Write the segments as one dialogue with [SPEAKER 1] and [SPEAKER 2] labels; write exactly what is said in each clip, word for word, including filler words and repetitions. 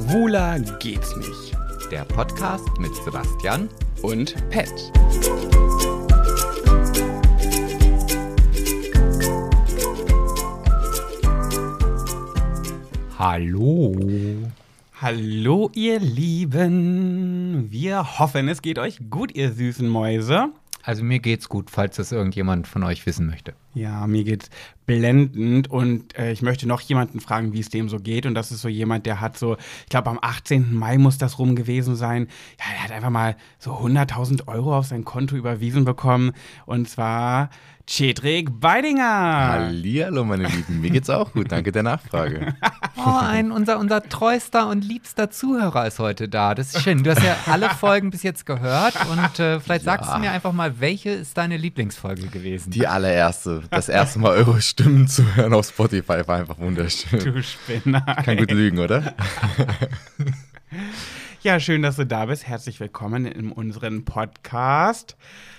[SPEAKER 1] Schwuler geht's nicht.
[SPEAKER 2] Der Podcast mit Sebastian
[SPEAKER 1] Und Pet.
[SPEAKER 2] Hallo.
[SPEAKER 1] Hallo ihr Lieben. Wir hoffen, es geht euch gut, ihr süßen Mäuse.
[SPEAKER 2] Also mir geht's gut, falls das irgendjemand von euch wissen möchte.
[SPEAKER 1] Ja, mir geht's blendend und äh, ich möchte noch jemanden fragen, wie es dem so geht. Und das ist so jemand, der hat so, ich glaube am achtzehnten Mai muss das rum gewesen sein. Ja, der hat einfach mal so hunderttausend Euro auf sein Konto überwiesen bekommen. Und zwar Cedric Beidinger.
[SPEAKER 3] Hallihallo, meine Lieben. Mir geht's auch gut. Danke der Nachfrage.
[SPEAKER 2] Oh, ein, unser, unser treuster und liebster Zuhörer ist heute da. Das ist schön. Du hast ja alle Folgen bis jetzt gehört und äh, vielleicht
[SPEAKER 3] Ja.
[SPEAKER 2] sagst du mir einfach mal, welche ist deine Lieblingsfolge gewesen?
[SPEAKER 3] Die allererste. Das erste Mal eure Stimmen zu hören auf Spotify war einfach wunderschön.
[SPEAKER 1] Du Spinner.
[SPEAKER 3] Kann gut lügen, oder?
[SPEAKER 1] Ja, schön, dass du da bist. Herzlich willkommen in unserem Podcast.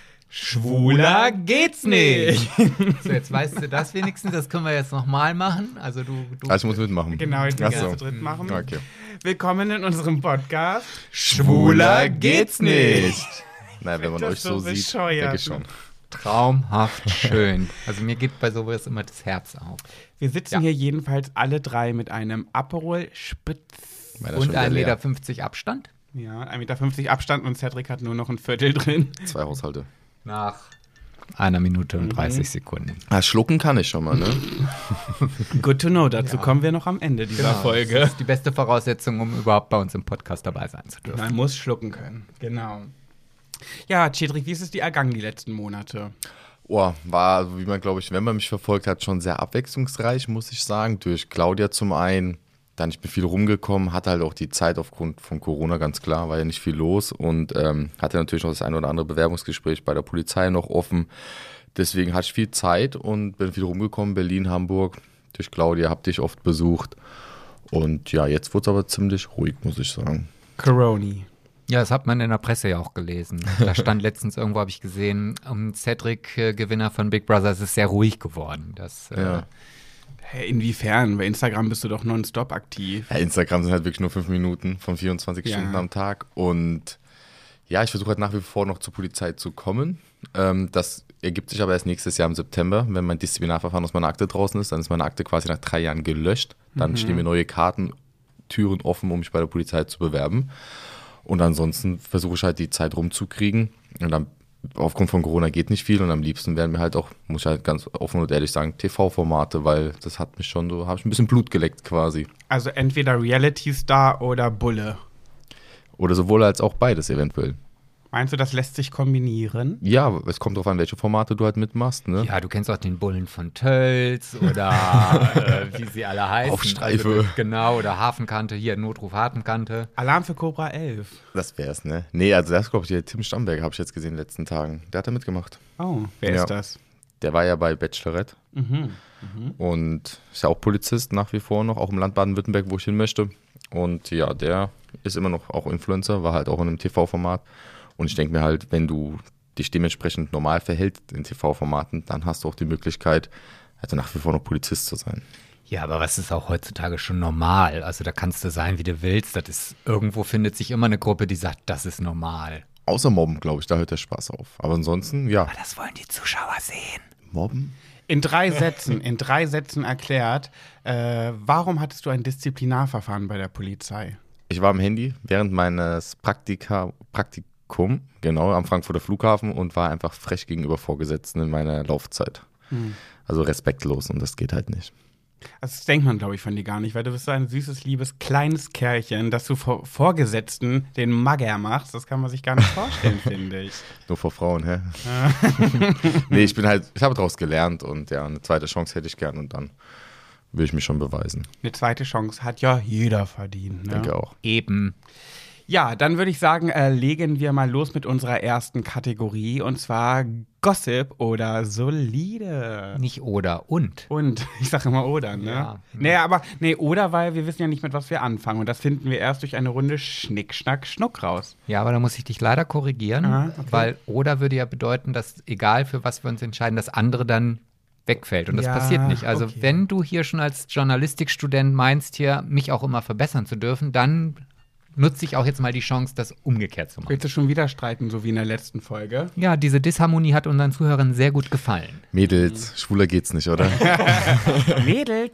[SPEAKER 1] Schwuler geht's nicht.
[SPEAKER 2] So, jetzt weißt du das wenigstens. Das können wir jetzt nochmal machen. Also du, du
[SPEAKER 3] Also ich muss mitmachen.
[SPEAKER 1] Genau, ich
[SPEAKER 3] Ach
[SPEAKER 1] will
[SPEAKER 3] so.
[SPEAKER 1] das zu dritt machen.
[SPEAKER 3] Okay.
[SPEAKER 1] Willkommen in unserem Podcast.
[SPEAKER 3] Schwuler geht's nicht. Naja, wenn man
[SPEAKER 1] Das
[SPEAKER 3] euch
[SPEAKER 1] so
[SPEAKER 3] so sieht,
[SPEAKER 1] bescheuert.
[SPEAKER 3] denke ich schon.
[SPEAKER 2] traumhaft schön. Also mir geht bei sowas immer das Herz auf.
[SPEAKER 1] Wir sitzen
[SPEAKER 2] Ja.
[SPEAKER 1] hier jedenfalls alle drei mit einem Aperol Spritz.
[SPEAKER 3] Meiner
[SPEAKER 2] Und
[SPEAKER 3] schon wieder
[SPEAKER 2] ein
[SPEAKER 3] leer.
[SPEAKER 2] Meter fünfzig Abstand?
[SPEAKER 1] Ja, ein Meter fünfzig Abstand und Cedric hat nur noch ein Viertel drin.
[SPEAKER 3] Zwei Haushalte.
[SPEAKER 2] Nach einer Minute und dreißig Sekunden.
[SPEAKER 3] Ah, schlucken kann ich schon mal, ne?
[SPEAKER 1] Good to know, dazu
[SPEAKER 2] Ja.
[SPEAKER 1] kommen wir noch am Ende dieser
[SPEAKER 2] Genau,
[SPEAKER 1] Folge.
[SPEAKER 2] Das ist die beste Voraussetzung, um überhaupt bei uns im Podcast dabei sein zu dürfen.
[SPEAKER 1] Man muss schlucken können, genau. Ja, Cedric, wie ist es dir ergangen die letzten Monate?
[SPEAKER 3] Oh, war, also wie man, glaube ich, wenn man mich verfolgt hat, schon sehr abwechslungsreich, muss ich sagen. Durch Claudia zum einen, dann ich bin viel rumgekommen, hatte halt auch die Zeit aufgrund von Corona, ganz klar, war ja nicht viel los und ähm, hatte natürlich noch das ein oder andere Bewerbungsgespräch bei der Polizei noch offen. Deswegen hatte ich viel Zeit und bin viel rumgekommen, Berlin, Hamburg. Durch Claudia habe dich oft besucht und ja, jetzt wurde es aber ziemlich ruhig, muss ich sagen.
[SPEAKER 1] Coroni.
[SPEAKER 2] Ja, das hat man in der Presse ja auch gelesen. Da stand letztens irgendwo, habe ich gesehen, um Cedric, äh, Gewinner von Big Brother, es ist sehr ruhig geworden. Das, äh,
[SPEAKER 3] Ja.
[SPEAKER 1] Hä, inwiefern? Bei Instagram bist du doch nonstop aktiv.
[SPEAKER 3] Ja, Instagram sind halt wirklich nur fünf Minuten von vierundzwanzig
[SPEAKER 1] Ja.
[SPEAKER 3] Stunden am Tag. Und ja, ich versuche halt nach wie vor noch zur Polizei zu kommen. Ähm, das ergibt sich aber erst nächstes Jahr im September, wenn mein Disziplinarverfahren aus meiner Akte draußen ist. Dann ist meine Akte quasi nach drei Jahren gelöscht. Dann stehen mir neue Karten, Türen offen, um mich bei der Polizei zu bewerben. Und ansonsten versuche ich halt die Zeit rumzukriegen. Und dann aufgrund von Corona geht nicht viel und am liebsten werden mir halt auch, muss ich halt ganz offen und ehrlich sagen, T V-Formate, weil das hat mich schon so, habe ich ein bisschen Blut geleckt quasi.
[SPEAKER 1] Also entweder Reality-Star oder Bulle.
[SPEAKER 3] Oder sowohl als auch beides eventuell.
[SPEAKER 1] Meinst du, das lässt sich kombinieren?
[SPEAKER 3] Ja, es kommt drauf an, welche Formate du halt mitmachst, ne?
[SPEAKER 2] ja, du kennst auch den Bullen von Tölz oder äh, wie sie alle heißen.
[SPEAKER 3] Aufstreife.
[SPEAKER 2] Also, das- genau, oder Hafenkante, hier Notruf Hafenkante.
[SPEAKER 1] Alarm für Cobra elf.
[SPEAKER 3] Das wär's, ne? Nee, also das glaube ich, der Tim Stamberger habe ich jetzt gesehen in den letzten Tagen. Der hat da mitgemacht.
[SPEAKER 1] Oh, wer
[SPEAKER 3] Ja.
[SPEAKER 1] ist das?
[SPEAKER 3] Der war ja bei Bachelorette
[SPEAKER 1] Mhm.
[SPEAKER 3] und ist ja auch Polizist nach wie vor noch, auch im Land Baden-Württemberg, wo ich hin möchte. Und ja, der ist immer noch auch Influencer, war halt auch in einem T V-Format. Und ich denke mir halt, wenn du dich dementsprechend normal verhältst in T V-Formaten, dann hast du auch die Möglichkeit, also nach wie vor noch Polizist zu sein.
[SPEAKER 2] Ja, aber was ist auch heutzutage schon normal? Also da kannst du sein, wie du willst. Das ist, irgendwo findet sich immer eine Gruppe, die sagt, das ist normal.
[SPEAKER 3] Außer Mobben, glaube ich, da hört der Spaß auf. Aber ansonsten, ja,
[SPEAKER 2] Aber das wollen die Zuschauer sehen.
[SPEAKER 3] Mobben?
[SPEAKER 1] In drei Sätzen, in drei Sätzen erklärt, äh, warum hattest du ein Disziplinarverfahren bei der Polizei?
[SPEAKER 3] Ich war am Handy während meines Praktika, Praktikum, genau, am Frankfurter Flughafen und war einfach frech gegenüber Vorgesetzten in meiner Laufzeit. Also respektlos und das geht halt nicht.
[SPEAKER 1] Also das denkt man, glaube ich, von dir gar nicht, weil du bist so ein süßes, liebes, kleines Kerlchen, dass du vor Vorgesetzten den Magger machst. Das kann man sich gar nicht vorstellen, finde ich.
[SPEAKER 3] Nur vor Frauen, hä? Nee, ich bin halt, ich habe daraus gelernt und ja, eine zweite Chance hätte ich gern und dann will ich mich schon beweisen.
[SPEAKER 1] Eine zweite Chance hat ja jeder verdient. Ne?
[SPEAKER 3] Denke auch.
[SPEAKER 2] Eben.
[SPEAKER 1] Ja, dann würde ich sagen, äh, legen wir mal los mit unserer ersten Kategorie und zwar Gossip oder solide.
[SPEAKER 2] Nicht oder und.
[SPEAKER 1] Und, ich sage immer oder, ne?
[SPEAKER 2] Ja.
[SPEAKER 1] Nee, aber, nee, oder, weil wir wissen ja nicht, mit was wir anfangen. Und das finden wir erst durch eine Runde Schnick, Schnack, Schnuck raus.
[SPEAKER 2] Ja, aber da muss ich dich leider korrigieren,
[SPEAKER 1] Ah, okay.
[SPEAKER 2] weil oder würde ja bedeuten, dass egal für was wir uns entscheiden, das andere dann wegfällt. Und das
[SPEAKER 1] Ja,
[SPEAKER 2] passiert nicht. Also
[SPEAKER 1] okay.
[SPEAKER 2] wenn du hier schon als Journalistikstudent meinst, hier mich auch immer verbessern zu dürfen, dann nutze ich auch jetzt mal die Chance, das umgekehrt zu machen.
[SPEAKER 1] Willst du schon wieder streiten, so wie in der letzten Folge?
[SPEAKER 2] Ja, diese Disharmonie hat unseren Zuhörern sehr gut gefallen.
[SPEAKER 3] Mädels, schwuler geht's nicht, oder?
[SPEAKER 1] Mädels.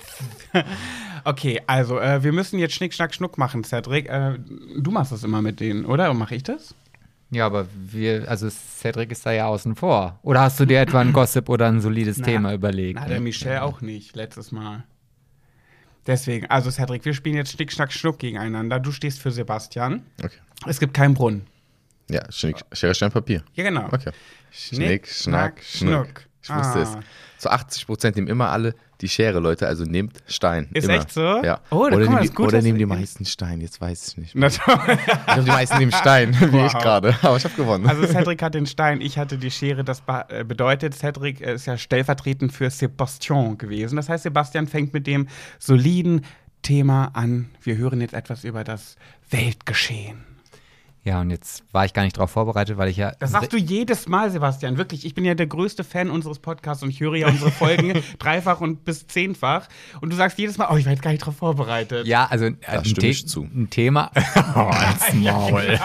[SPEAKER 1] Okay, also äh, wir müssen jetzt Schnick, Schnack, Schnuck machen, Cedric. Äh, du machst das immer mit denen, oder? Und mache ich das?
[SPEAKER 2] Ja, aber wir, also Cedric ist da ja außen vor. Oder hast du dir etwa ein Gossip oder ein solides
[SPEAKER 1] Na,
[SPEAKER 2] Thema überlegt?
[SPEAKER 1] Na, der Michel auch nicht, letztes Mal. Deswegen, also Cedric, wir spielen jetzt Schnick, Schnack, Schnuck gegeneinander. Du stehst für Sebastian.
[SPEAKER 3] Okay.
[SPEAKER 1] Es gibt keinen Brunnen.
[SPEAKER 3] Ja, Schnick, Schere, Stein, Papier.
[SPEAKER 1] Ja, genau.
[SPEAKER 3] Okay. Schnick, Schnack, Schnuck. Ich wusste
[SPEAKER 1] Ah.
[SPEAKER 3] es. Zu achtzig Prozent nehmen immer alle die Schere, Leute, also nehmt Stein.
[SPEAKER 1] Ist
[SPEAKER 3] immer.
[SPEAKER 1] echt so?
[SPEAKER 3] Ja.
[SPEAKER 1] Oh, da
[SPEAKER 3] oder
[SPEAKER 1] guck mal,
[SPEAKER 3] nehmen
[SPEAKER 1] ist
[SPEAKER 3] die,
[SPEAKER 1] gut,
[SPEAKER 3] oder
[SPEAKER 1] dass
[SPEAKER 3] nehmen die
[SPEAKER 1] ihr-
[SPEAKER 3] meisten Stein, jetzt weiß ich nicht.
[SPEAKER 1] Na toll.
[SPEAKER 3] Ich glaube, die meisten nehmen Stein, wie
[SPEAKER 1] Wow.
[SPEAKER 3] ich gerade. Aber ich habe gewonnen.
[SPEAKER 1] Also Cedric hat den Stein, ich hatte die Schere. Das be- äh, bedeutet, Cedric äh, ist ja stellvertretend für Sebastian gewesen. Das heißt, Sebastian fängt mit dem soliden Thema an. Wir hören jetzt etwas über das Weltgeschehen.
[SPEAKER 2] Ja, und jetzt war ich gar nicht darauf vorbereitet, weil ich ja.
[SPEAKER 1] Das sagst du jedes Mal, Sebastian. Wirklich, ich bin ja der größte Fan unseres Podcasts und ich höre ja unsere Folgen dreifach und bis zehnfach. Und du sagst jedes Mal, oh, ich war jetzt gar nicht darauf vorbereitet.
[SPEAKER 2] Ja, also äh, ein,
[SPEAKER 3] stimme
[SPEAKER 2] The-
[SPEAKER 3] ich zu.
[SPEAKER 2] ein Thema. Oh, als Maul.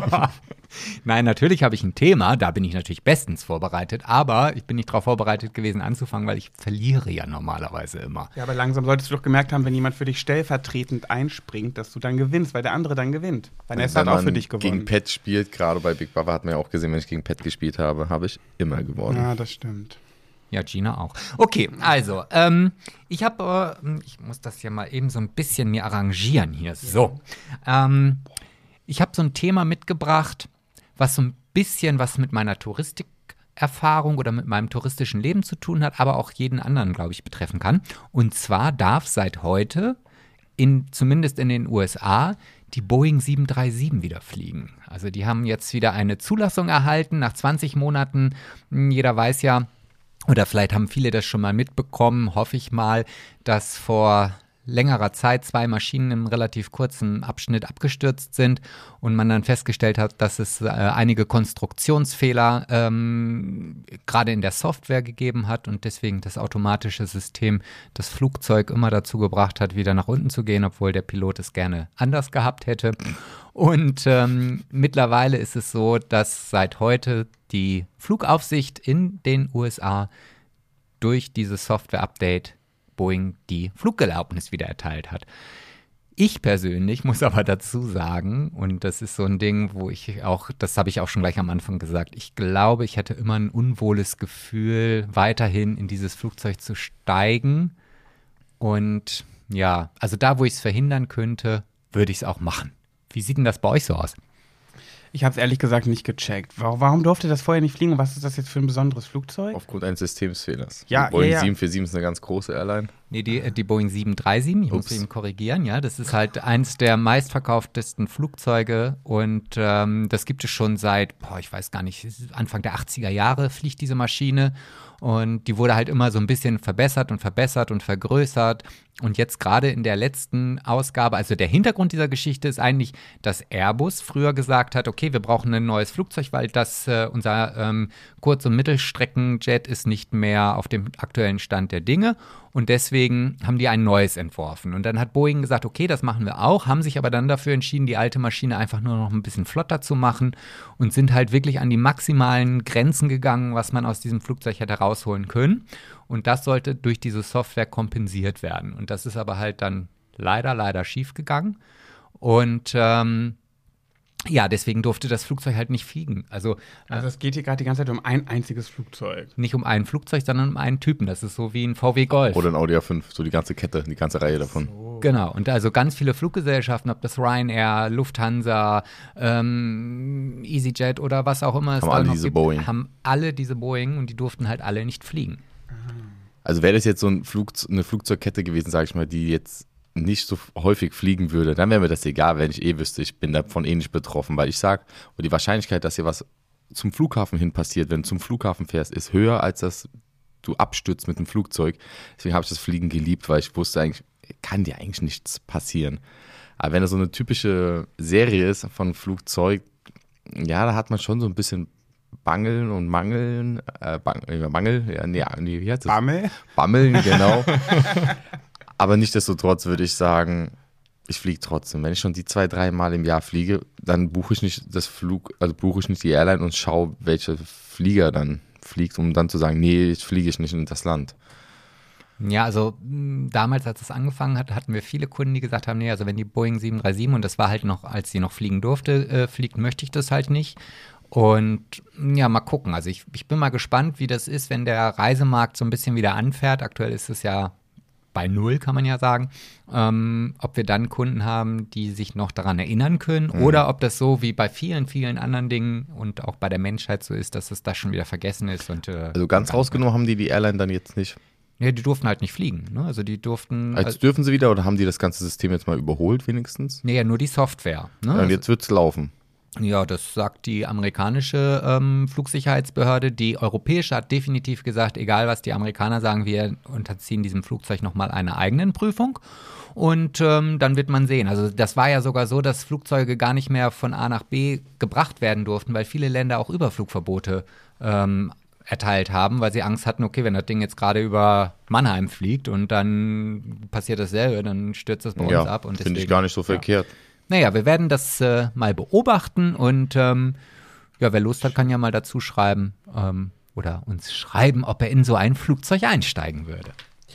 [SPEAKER 2] Nein, natürlich habe ich ein Thema, da bin ich natürlich bestens vorbereitet, aber ich bin nicht darauf vorbereitet gewesen anzufangen, weil ich verliere ja normalerweise immer.
[SPEAKER 1] Ja, aber langsam solltest du doch gemerkt haben, wenn jemand für dich stellvertretend einspringt, dass du dann gewinnst, weil der andere dann gewinnt. Vanessa
[SPEAKER 3] Wenn
[SPEAKER 1] hat auch für
[SPEAKER 3] man
[SPEAKER 1] dich gewonnen.
[SPEAKER 3] gegen Pet spielt, gerade bei Big Brother hat man ja auch gesehen, wenn ich gegen Pet gespielt habe, habe ich immer gewonnen.
[SPEAKER 1] Ja, das stimmt.
[SPEAKER 2] Ja, Gina auch. Okay, also, ähm, ich habe, äh, ich muss das ja mal eben so ein bisschen mir arrangieren hier. So, ähm, ich habe so ein Thema mitgebracht, was so ein bisschen was mit meiner Touristikerfahrung oder mit meinem touristischen Leben zu tun hat, aber auch jeden anderen, glaube ich, betreffen kann. Und zwar darf seit heute, in, zumindest in den U S A, die Boeing sieben drei sieben wieder fliegen. Also die haben jetzt wieder eine Zulassung erhalten nach zwanzig Monaten. Jeder weiß ja, oder vielleicht haben viele das schon mal mitbekommen, hoffe ich mal, dass vor längerer Zeit zwei Maschinen im relativ kurzen Abschnitt abgestürzt sind und man dann festgestellt hat, dass es äh, einige Konstruktionsfehler ähm, gerade in der Software gegeben hat und deswegen das automatische System das Flugzeug immer dazu gebracht hat, wieder nach unten zu gehen, obwohl der Pilot es gerne anders gehabt hätte. Und ähm, mittlerweile ist es so, dass seit heute die Flugaufsicht in den U S A durch dieses Software-Update Boeing die Flugerlaubnis wieder erteilt hat. Ich persönlich muss aber dazu sagen, und das ist so ein Ding, wo ich auch, das habe ich auch schon gleich am Anfang gesagt, ich glaube, ich hätte immer ein unwohles Gefühl, weiterhin in dieses Flugzeug zu steigen. Und ja, also da, wo ich es verhindern könnte, würde ich es auch machen. Wie sieht denn das bei euch so aus?
[SPEAKER 1] Ich habe es ehrlich gesagt nicht gecheckt. Warum, warum durfte das vorher nicht fliegen? Was ist das jetzt für ein besonderes Flugzeug?
[SPEAKER 3] Aufgrund eines Systemsfehlers.
[SPEAKER 1] Ja,
[SPEAKER 3] die Boeing
[SPEAKER 1] ja, ja.
[SPEAKER 3] sieben vier sieben ist eine ganz große Airline.
[SPEAKER 2] Nee, die, die Boeing sieben drei sieben, ich
[SPEAKER 3] Ups.
[SPEAKER 2] muss eben korrigieren, ja, das ist halt eins der meistverkauftesten Flugzeuge und ähm, das gibt es schon seit, boah, ich weiß gar nicht, Anfang der achtziger Jahre fliegt diese Maschine und die wurde halt immer so ein bisschen verbessert und verbessert und vergrößert und jetzt gerade in der letzten Ausgabe, also der Hintergrund dieser Geschichte ist eigentlich, dass Airbus früher gesagt hat, okay, wir brauchen ein neues Flugzeug, weil das äh, unser ähm, Kurz- und Mittelstreckenjet ist nicht mehr auf dem aktuellen Stand der Dinge und deswegen haben die ein neues entworfen. Und dann hat Boeing gesagt, okay, das machen wir auch, haben sich aber dann dafür entschieden, die alte Maschine einfach nur noch ein bisschen flotter zu machen und sind halt wirklich an die maximalen Grenzen gegangen, was man aus diesem Flugzeug hätte rausholen können. Und das sollte durch diese Software kompensiert werden. Und das ist aber halt dann leider, leider schief gegangen. Und ähm, ja, deswegen durfte das Flugzeug halt nicht fliegen. Also,
[SPEAKER 1] Also es geht hier gerade die ganze Zeit um ein einziges Flugzeug.
[SPEAKER 2] nicht um ein Flugzeug, sondern um einen Typen. Das ist so wie ein V W Golf.
[SPEAKER 3] Oder ein Audi A fünf, so die ganze Kette, die ganze Reihe davon.
[SPEAKER 2] Genau, und also ganz viele Fluggesellschaften, ob das Ryanair, Lufthansa, ähm, EasyJet oder was auch immer es
[SPEAKER 3] Haben
[SPEAKER 2] da
[SPEAKER 3] alle
[SPEAKER 2] noch
[SPEAKER 3] diese
[SPEAKER 2] gibt,
[SPEAKER 3] Boeing.
[SPEAKER 2] haben alle diese Boeing und die durften halt alle nicht fliegen.
[SPEAKER 3] Also wäre das jetzt so ein Flug, eine Flugzeugkette gewesen, sage ich mal, die jetzt nicht so häufig fliegen würde, dann wäre mir das egal, wenn ich eh wüsste, ich bin davon eh nicht betroffen, weil ich sage, die Wahrscheinlichkeit, dass hier was zum Flughafen hin passiert, wenn du zum Flughafen fährst, ist höher, als dass du abstürzt mit dem Flugzeug. Deswegen habe ich das Fliegen geliebt, weil ich wusste eigentlich, kann dir eigentlich nichts passieren. Aber wenn das so eine typische Serie ist von Flugzeug, ja, da hat man schon so ein bisschen Bangeln und Mangeln, äh, Bang, äh, Mangel, ja, nee, nee, wie heißt das?
[SPEAKER 1] Bammel?
[SPEAKER 3] Bammeln, genau. Aber nichtsdestotrotz würde ich sagen, ich fliege trotzdem. Wenn ich schon die zwei, drei Mal im Jahr fliege, dann buche ich nicht das Flug, also buche ich nicht die Airline und schaue, welche Flieger dann fliegt, um dann zu sagen, nee, ich fliege ich nicht in das Land.
[SPEAKER 2] Ja, also mh, damals, als es angefangen hat, hatten wir viele Kunden, die gesagt haben, nee, also wenn die Boeing sieben drei sieben, und das war halt noch, als sie noch fliegen durfte, äh, fliegt, möchte ich das halt nicht. Und ja, mal gucken. Also ich, ich bin mal gespannt, wie das ist, wenn der Reisemarkt so ein bisschen wieder anfährt. Aktuell ist es ja bei Null, kann man ja sagen. Ähm, ob wir dann Kunden haben, die sich noch daran erinnern können, mhm. oder ob das so wie bei vielen, vielen anderen Dingen und auch bei der Menschheit so ist, dass es da schon wieder vergessen ist. Und, äh,
[SPEAKER 3] also ganz rausgenommen haben die die Airline dann jetzt nicht.
[SPEAKER 2] Ja, die durften halt nicht fliegen. Ne? Also die durften.
[SPEAKER 3] Jetzt also, dürfen sie wieder oder haben die das ganze System jetzt mal überholt wenigstens?
[SPEAKER 2] Nee, ja, nur die Software. Ne?
[SPEAKER 3] Ja, und
[SPEAKER 2] also,
[SPEAKER 3] jetzt wird es laufen.
[SPEAKER 2] Ja, das sagt die amerikanische ähm, Flugsicherheitsbehörde. Die europäische hat definitiv gesagt, egal was die Amerikaner sagen, wir unterziehen diesem Flugzeug nochmal einer eigenen Prüfung. Und ähm, dann wird man sehen. Also das war ja sogar so, dass Flugzeuge gar nicht mehr von A nach B gebracht werden durften, weil viele Länder auch Überflugverbote ähm, erteilt haben, weil sie Angst hatten, okay, wenn das Ding jetzt gerade über Mannheim fliegt und dann passiert dasselbe, dann stürzt das bei uns
[SPEAKER 3] ja,
[SPEAKER 2] ab. Und
[SPEAKER 3] finde ich gar nicht so verkehrt.
[SPEAKER 2] Ja. Naja, wir werden das äh, mal beobachten und ähm, ja, wer Lust hat, kann ja mal dazu schreiben ähm, oder uns schreiben, ob er in so ein Flugzeug einsteigen würde.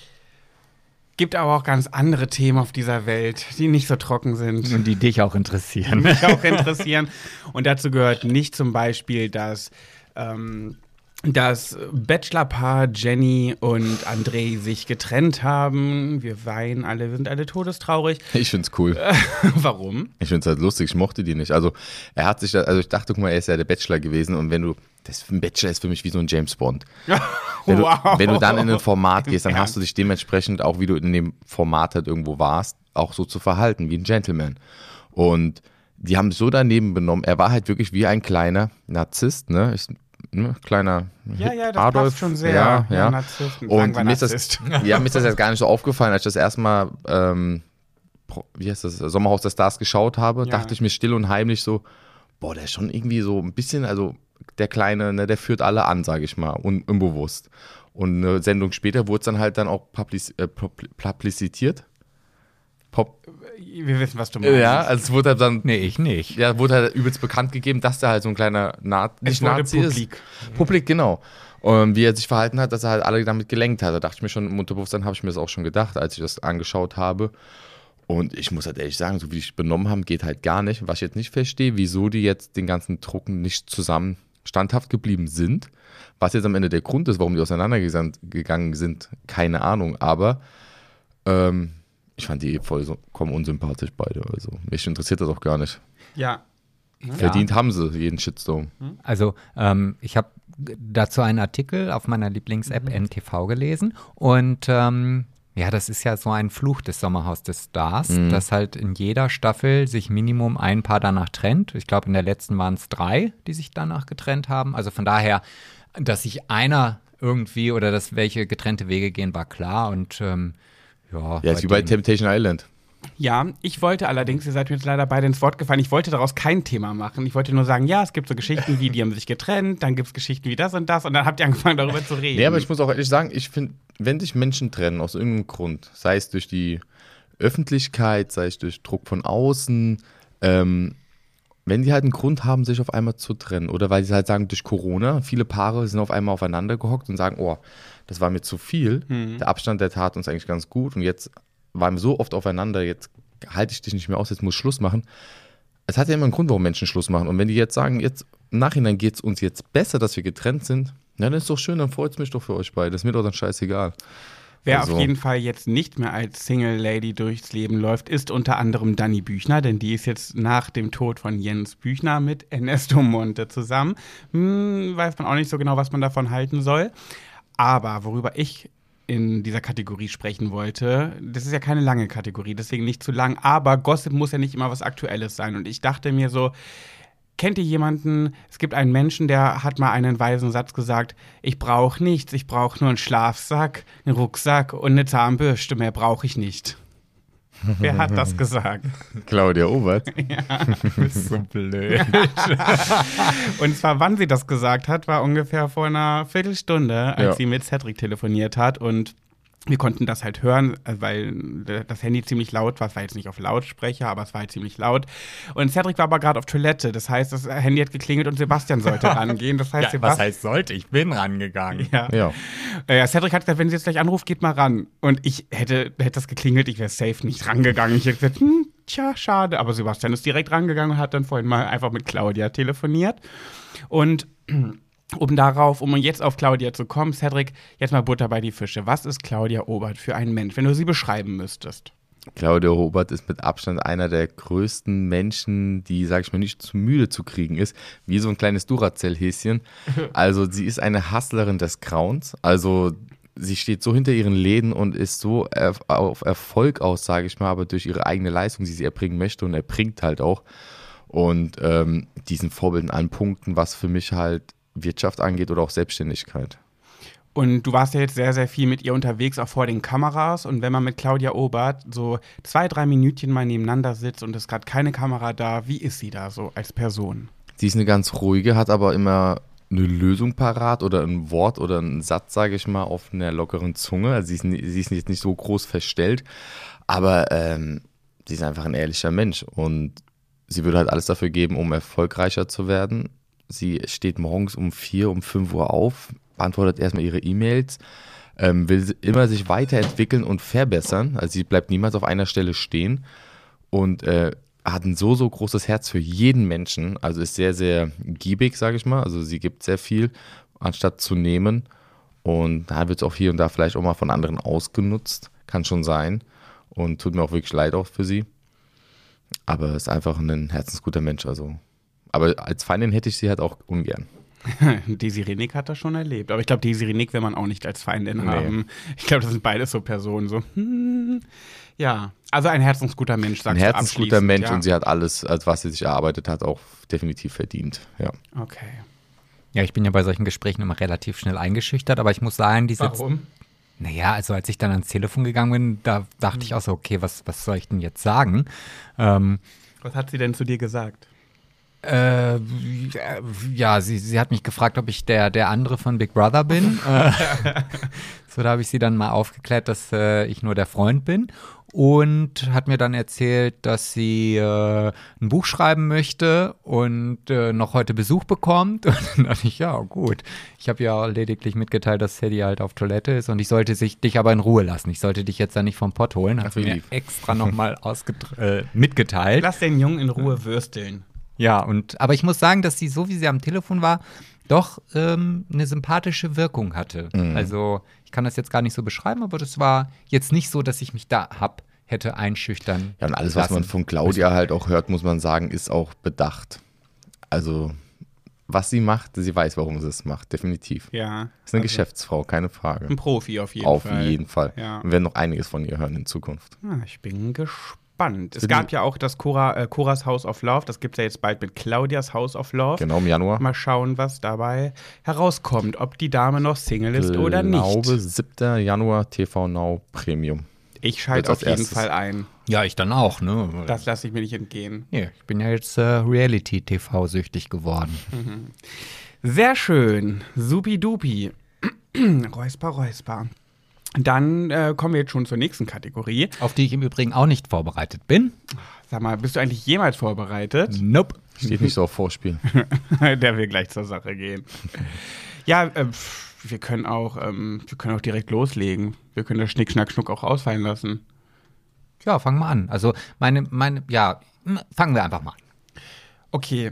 [SPEAKER 1] Gibt aber auch ganz andere Themen auf dieser Welt, die nicht so trocken sind.
[SPEAKER 2] Und die dich auch interessieren.
[SPEAKER 1] Die mich auch interessieren. Und dazu gehört nicht zum Beispiel, dass ähm, das Bachelorpaar Jenny und André sich getrennt haben. Wir weinen alle, wir sind alle todestraurig.
[SPEAKER 3] Ich find's cool.
[SPEAKER 1] Warum?
[SPEAKER 3] Ich find's halt lustig, ich mochte die nicht. Also er hat sich, da, also ich dachte, guck mal, er ist ja der Bachelor gewesen und wenn du, das ein Bachelor ist für mich wie so ein James Bond. Wenn du,
[SPEAKER 1] wow.
[SPEAKER 3] wenn du dann in ein Format gehst, dann
[SPEAKER 1] Ja.
[SPEAKER 3] hast du dich dementsprechend auch, wie du in dem Format halt irgendwo warst, auch so zu verhalten, wie ein Gentleman. Und die haben so daneben benommen, er war halt wirklich wie ein kleiner Narzisst, ne? Ich, Ne, kleiner
[SPEAKER 1] Ja, ja, das
[SPEAKER 3] Adolf,
[SPEAKER 1] passt schon sehr.
[SPEAKER 3] Ja, ja.
[SPEAKER 1] Narzissten,
[SPEAKER 3] und
[SPEAKER 1] sagen wir
[SPEAKER 3] mir ist, das,
[SPEAKER 1] Narzisst.
[SPEAKER 3] ja, mir ist das jetzt gar nicht so aufgefallen, als ich das erstmal, ähm, Pro- wie heißt das, Sommerhaus der Stars geschaut habe,
[SPEAKER 1] Ja.
[SPEAKER 3] dachte ich mir still und heimlich so, boah, der ist schon irgendwie so ein bisschen, also der Kleine, ne, der führt alle an, sage ich mal, un- unbewusst. Und eine Sendung später wurde es dann halt dann auch publiz- äh, publi- publizitiert. Pop-
[SPEAKER 1] Wir wissen, was du meinst.
[SPEAKER 3] ja, also es wurde halt dann
[SPEAKER 2] Nee, ich nicht.
[SPEAKER 3] ja, wurde halt übelst bekannt gegeben, dass der halt so ein kleiner Na
[SPEAKER 1] Es
[SPEAKER 3] nicht
[SPEAKER 1] wurde
[SPEAKER 3] Nazi
[SPEAKER 1] publik.
[SPEAKER 3] ist. Publik, genau. Und wie er sich verhalten hat, dass er halt alle damit gelenkt hat. Da dachte ich mir schon, im Unterbewusstsein habe ich mir das auch schon gedacht, als ich das angeschaut habe. Und ich muss halt ehrlich sagen, so wie die sich benommen haben, geht halt gar nicht. Was ich jetzt nicht verstehe, wieso die jetzt den ganzen Drucken nicht zusammen standhaft geblieben sind. Was jetzt am Ende der Grund ist, warum die auseinandergegangen sind, keine Ahnung. Aber ähm, ich fand die vollkommen unsympathisch beide. Also mich interessiert das auch gar nicht.
[SPEAKER 1] Ja.
[SPEAKER 3] Verdient haben sie jeden Shitstorm.
[SPEAKER 2] Also ähm, ich habe dazu einen Artikel auf meiner Lieblings-App N T V gelesen und ähm, ja, das ist ja so ein Fluch des Sommerhaus des Stars,
[SPEAKER 3] Mhm.
[SPEAKER 2] dass halt in jeder Staffel sich Minimum ein Paar danach trennt. Ich glaube, in der letzten waren es drei, die sich danach getrennt haben. Also von daher, dass sich einer irgendwie oder dass welche getrennte Wege gehen, war klar und ähm, ja.
[SPEAKER 3] Ja, ist wie bei
[SPEAKER 2] denen-
[SPEAKER 3] Temptation Island.
[SPEAKER 1] Ja, ich wollte allerdings, ihr seid mir jetzt leider beide ins Wort gefallen, ich wollte daraus kein Thema machen. Ich wollte nur sagen, ja, es gibt so Geschichten wie, die haben sich getrennt, dann gibt es Geschichten wie das und das und dann habt ihr angefangen, darüber zu reden.
[SPEAKER 3] Nee, aber ich muss auch ehrlich sagen, ich finde, wenn sich Menschen trennen aus irgendeinem Grund, sei es durch die Öffentlichkeit, sei es durch Druck von außen, ähm, wenn die halt einen Grund haben, sich auf einmal zu trennen oder weil sie halt sagen, durch Corona, viele Paare sind auf einmal aufeinander gehockt und sagen, oh, das war mir zu viel,
[SPEAKER 1] Mhm.
[SPEAKER 3] der Abstand, der tat uns eigentlich ganz gut und jetzt waren wir so oft aufeinander, jetzt halte ich dich nicht mehr aus, jetzt muss ich Schluss machen. Es hat ja immer einen Grund, warum Menschen Schluss machen. Und wenn die jetzt sagen, jetzt im Nachhinein geht es uns jetzt besser, dass wir getrennt sind, na, dann ist doch schön, dann freut es mich doch für euch beide. Das ist mir doch dann scheißegal.
[SPEAKER 1] Wer
[SPEAKER 3] Also-
[SPEAKER 1] auf jeden Fall jetzt nicht mehr als Single Lady durchs Leben läuft, ist unter anderem Dani Büchner, denn die ist jetzt nach dem Tod von Jens Büchner mit Ernesto Monte zusammen. Hm, weiß man auch nicht so genau, was man davon halten soll. Aber worüber ich in dieser Kategorie sprechen wollte, das ist ja keine lange Kategorie, deswegen nicht zu lang, aber Gossip muss ja nicht immer was Aktuelles sein. Und ich dachte mir so, kennt ihr jemanden, es gibt einen Menschen, der hat mal einen weisen Satz gesagt, ich brauche nichts, ich brauche nur einen Schlafsack, einen Rucksack und eine Zahnbürste, mehr brauche ich nicht. Wer hat das gesagt?
[SPEAKER 3] Claudia Obert.
[SPEAKER 1] Ja, ist so blöd. Und zwar, wann sie das gesagt hat, war ungefähr vor einer Viertelstunde, als
[SPEAKER 3] Ja.
[SPEAKER 1] sie mit Cedric telefoniert hat. Und wir konnten das halt hören, weil das Handy ziemlich laut war. Es war jetzt nicht auf Lautsprecher, aber es war halt ziemlich laut. Und Cedric war aber gerade auf Toilette. Das heißt, das Handy hat geklingelt und Sebastian sollte rangehen. Das heißt,
[SPEAKER 2] Ja, was
[SPEAKER 1] Sebastian.
[SPEAKER 2] heißt sollte? Ich bin rangegangen.
[SPEAKER 1] Ja.
[SPEAKER 3] Ja.
[SPEAKER 1] Äh, Ja, Cedric hat gesagt, wenn sie jetzt gleich anruft, geht mal ran. Und ich hätte, hätte das geklingelt, ich wäre safe nicht rangegangen. Ich hätte gesagt, hm, tja, schade. Aber Sebastian ist direkt rangegangen und hat dann vorhin mal einfach mit Claudia telefoniert. Und um darauf, um jetzt auf Claudia zu kommen, Cedric, jetzt mal Butter bei die Fische. Was ist Claudia Obert für ein Mensch, wenn du sie beschreiben müsstest?
[SPEAKER 3] Claudia Obert ist mit Abstand einer der größten Menschen, die, sag ich mal, nicht zu müde zu kriegen ist, wie so ein kleines Duracell-Häschen. Also sie ist eine Hustlerin des Grauens. Also sie steht so hinter ihren Läden und ist so erf- auf Erfolg aus, sage ich mal, aber durch ihre eigene Leistung, die sie erbringen möchte und erbringt halt auch. Und ähm, diesen Vorbild in allen Punkten, was für mich halt Wirtschaft angeht oder auch Selbstständigkeit.
[SPEAKER 1] Und du warst ja jetzt sehr, sehr viel mit ihr unterwegs, auch vor den Kameras. Und wenn man mit Claudia Obert so zwei, drei Minütchen mal nebeneinander sitzt und es ist gerade keine Kamera da, wie ist sie da so als Person?
[SPEAKER 3] Sie ist eine ganz ruhige, hat aber immer eine Lösung parat oder ein Wort oder einen Satz, sage ich mal, auf einer lockeren Zunge. Also sie ist, ni- sie ist jetzt nicht so groß verstellt, aber ähm, sie ist einfach ein ehrlicher Mensch und sie würde halt alles dafür geben, um erfolgreicher zu werden. Sie steht morgens um vier, um fünf Uhr auf, beantwortet erstmal ihre E-Mails, ähm, will immer sich weiterentwickeln und verbessern. Also sie bleibt niemals auf einer Stelle stehen und äh, hat ein so, so großes Herz für jeden Menschen. Also ist sehr, sehr giebig, sage ich mal. Also sie gibt sehr viel, anstatt zu nehmen. Und da wird es auch hier und da vielleicht auch mal von anderen ausgenutzt. Kann schon sein. Und tut mir auch wirklich leid auch für sie. Aber ist einfach ein herzensguter Mensch. Also. Aber als Feindin hätte ich sie halt auch ungern.
[SPEAKER 1] Desiree Nick hat das schon erlebt. Aber ich glaube, Desiree Nick will man auch nicht als Feindin
[SPEAKER 3] Nee.
[SPEAKER 1] haben. Ich glaube, das sind beides so Personen. So, hm, ja, also ein herzensguter Mensch, sagst
[SPEAKER 3] Ein
[SPEAKER 1] du
[SPEAKER 3] herzensguter
[SPEAKER 1] abschließend,
[SPEAKER 3] Mensch
[SPEAKER 1] ja.
[SPEAKER 3] und sie hat alles, als was sie sich erarbeitet hat, auch definitiv verdient. Ja.
[SPEAKER 1] Okay.
[SPEAKER 2] Ja, ich bin ja bei solchen Gesprächen immer relativ schnell eingeschüchtert, aber ich muss sagen, die sitzt.
[SPEAKER 1] Warum?
[SPEAKER 2] Naja, also als ich dann ans Telefon gegangen bin, da dachte ich auch so, okay, was, was soll ich denn jetzt sagen? Ähm,
[SPEAKER 1] Was hat sie denn zu dir gesagt?
[SPEAKER 2] Äh, ja, sie, sie hat mich gefragt, ob ich der, der andere von Big Brother bin. Äh, so, da habe ich sie dann mal aufgeklärt, dass äh, ich nur der Freund bin. Und hat mir dann erzählt, dass sie äh, ein Buch schreiben möchte und äh, noch heute Besuch bekommt. Und dann dachte ich, ja, gut. Ich habe ja lediglich mitgeteilt, dass Sadie halt auf Toilette ist und ich sollte sich, dich aber in Ruhe lassen. Ich sollte dich jetzt da nicht vom Pott holen. Hat
[SPEAKER 3] Ach, wie
[SPEAKER 2] mir
[SPEAKER 3] lieb.
[SPEAKER 2] extra nochmal äh, mitgeteilt.
[SPEAKER 1] Lass den Jungen in Ruhe würsteln.
[SPEAKER 2] Ja, und aber ich muss sagen, dass sie, so wie sie am Telefon war, doch ähm, eine sympathische Wirkung hatte.
[SPEAKER 3] Mhm.
[SPEAKER 2] Also ich kann das jetzt gar nicht so beschreiben, aber das war jetzt nicht so, dass ich mich da hab, hätte einschüchtern
[SPEAKER 3] Ja, und alles, was man
[SPEAKER 2] lassen.
[SPEAKER 3] von Claudia halt auch hört, muss man sagen, ist auch bedacht. Also, was sie macht, sie weiß, warum sie es macht, definitiv.
[SPEAKER 1] Ja.
[SPEAKER 3] Ist eine Geschäftsfrau, keine Frage.
[SPEAKER 1] Ein Profi auf jeden
[SPEAKER 3] Auf
[SPEAKER 1] Fall.
[SPEAKER 3] jeden Fall.
[SPEAKER 1] Ja.
[SPEAKER 3] Wir werden noch einiges von ihr hören in Zukunft.
[SPEAKER 1] Ah, ich bin gespannt. Es
[SPEAKER 3] Für
[SPEAKER 1] gab
[SPEAKER 3] die-
[SPEAKER 1] ja auch das Cora, äh, Coras House of Love. Das gibt es ja jetzt bald mit Claudias House of Love.
[SPEAKER 3] Genau, im Januar.
[SPEAKER 1] Mal schauen, was dabei herauskommt. Ob die Dame noch Single ist
[SPEAKER 3] Ich
[SPEAKER 1] oder
[SPEAKER 3] glaube,
[SPEAKER 1] nicht.
[SPEAKER 3] siebter Januar T V Now Premium.
[SPEAKER 1] Ich schalte
[SPEAKER 3] Wird's
[SPEAKER 1] auf
[SPEAKER 3] als
[SPEAKER 1] jeden
[SPEAKER 3] erstes.
[SPEAKER 1] Fall ein.
[SPEAKER 2] Ja, ich dann auch, ne?
[SPEAKER 1] Das lasse ich mir nicht entgehen.
[SPEAKER 2] ja, ich bin ja jetzt äh, Reality-T V-süchtig geworden.
[SPEAKER 1] Sehr schön. Supi-dupi. Räusper, räusper. Dann äh, kommen wir jetzt schon zur nächsten Kategorie.
[SPEAKER 2] Auf die ich im Übrigen auch nicht vorbereitet bin.
[SPEAKER 1] Sag mal, bist du eigentlich jemals vorbereitet?
[SPEAKER 2] Nope.
[SPEAKER 3] Steht nicht so auf Vorspiel.
[SPEAKER 1] Der will gleich zur Sache gehen. Ja, äh, pff, wir können auch, ähm, wir können auch direkt loslegen. Wir können das Schnick, Schnack, Schnuck auch ausfallen lassen.
[SPEAKER 2] Ja, fangen wir an. Also meine, meine, ja, m- fangen wir einfach mal an.
[SPEAKER 1] Okay.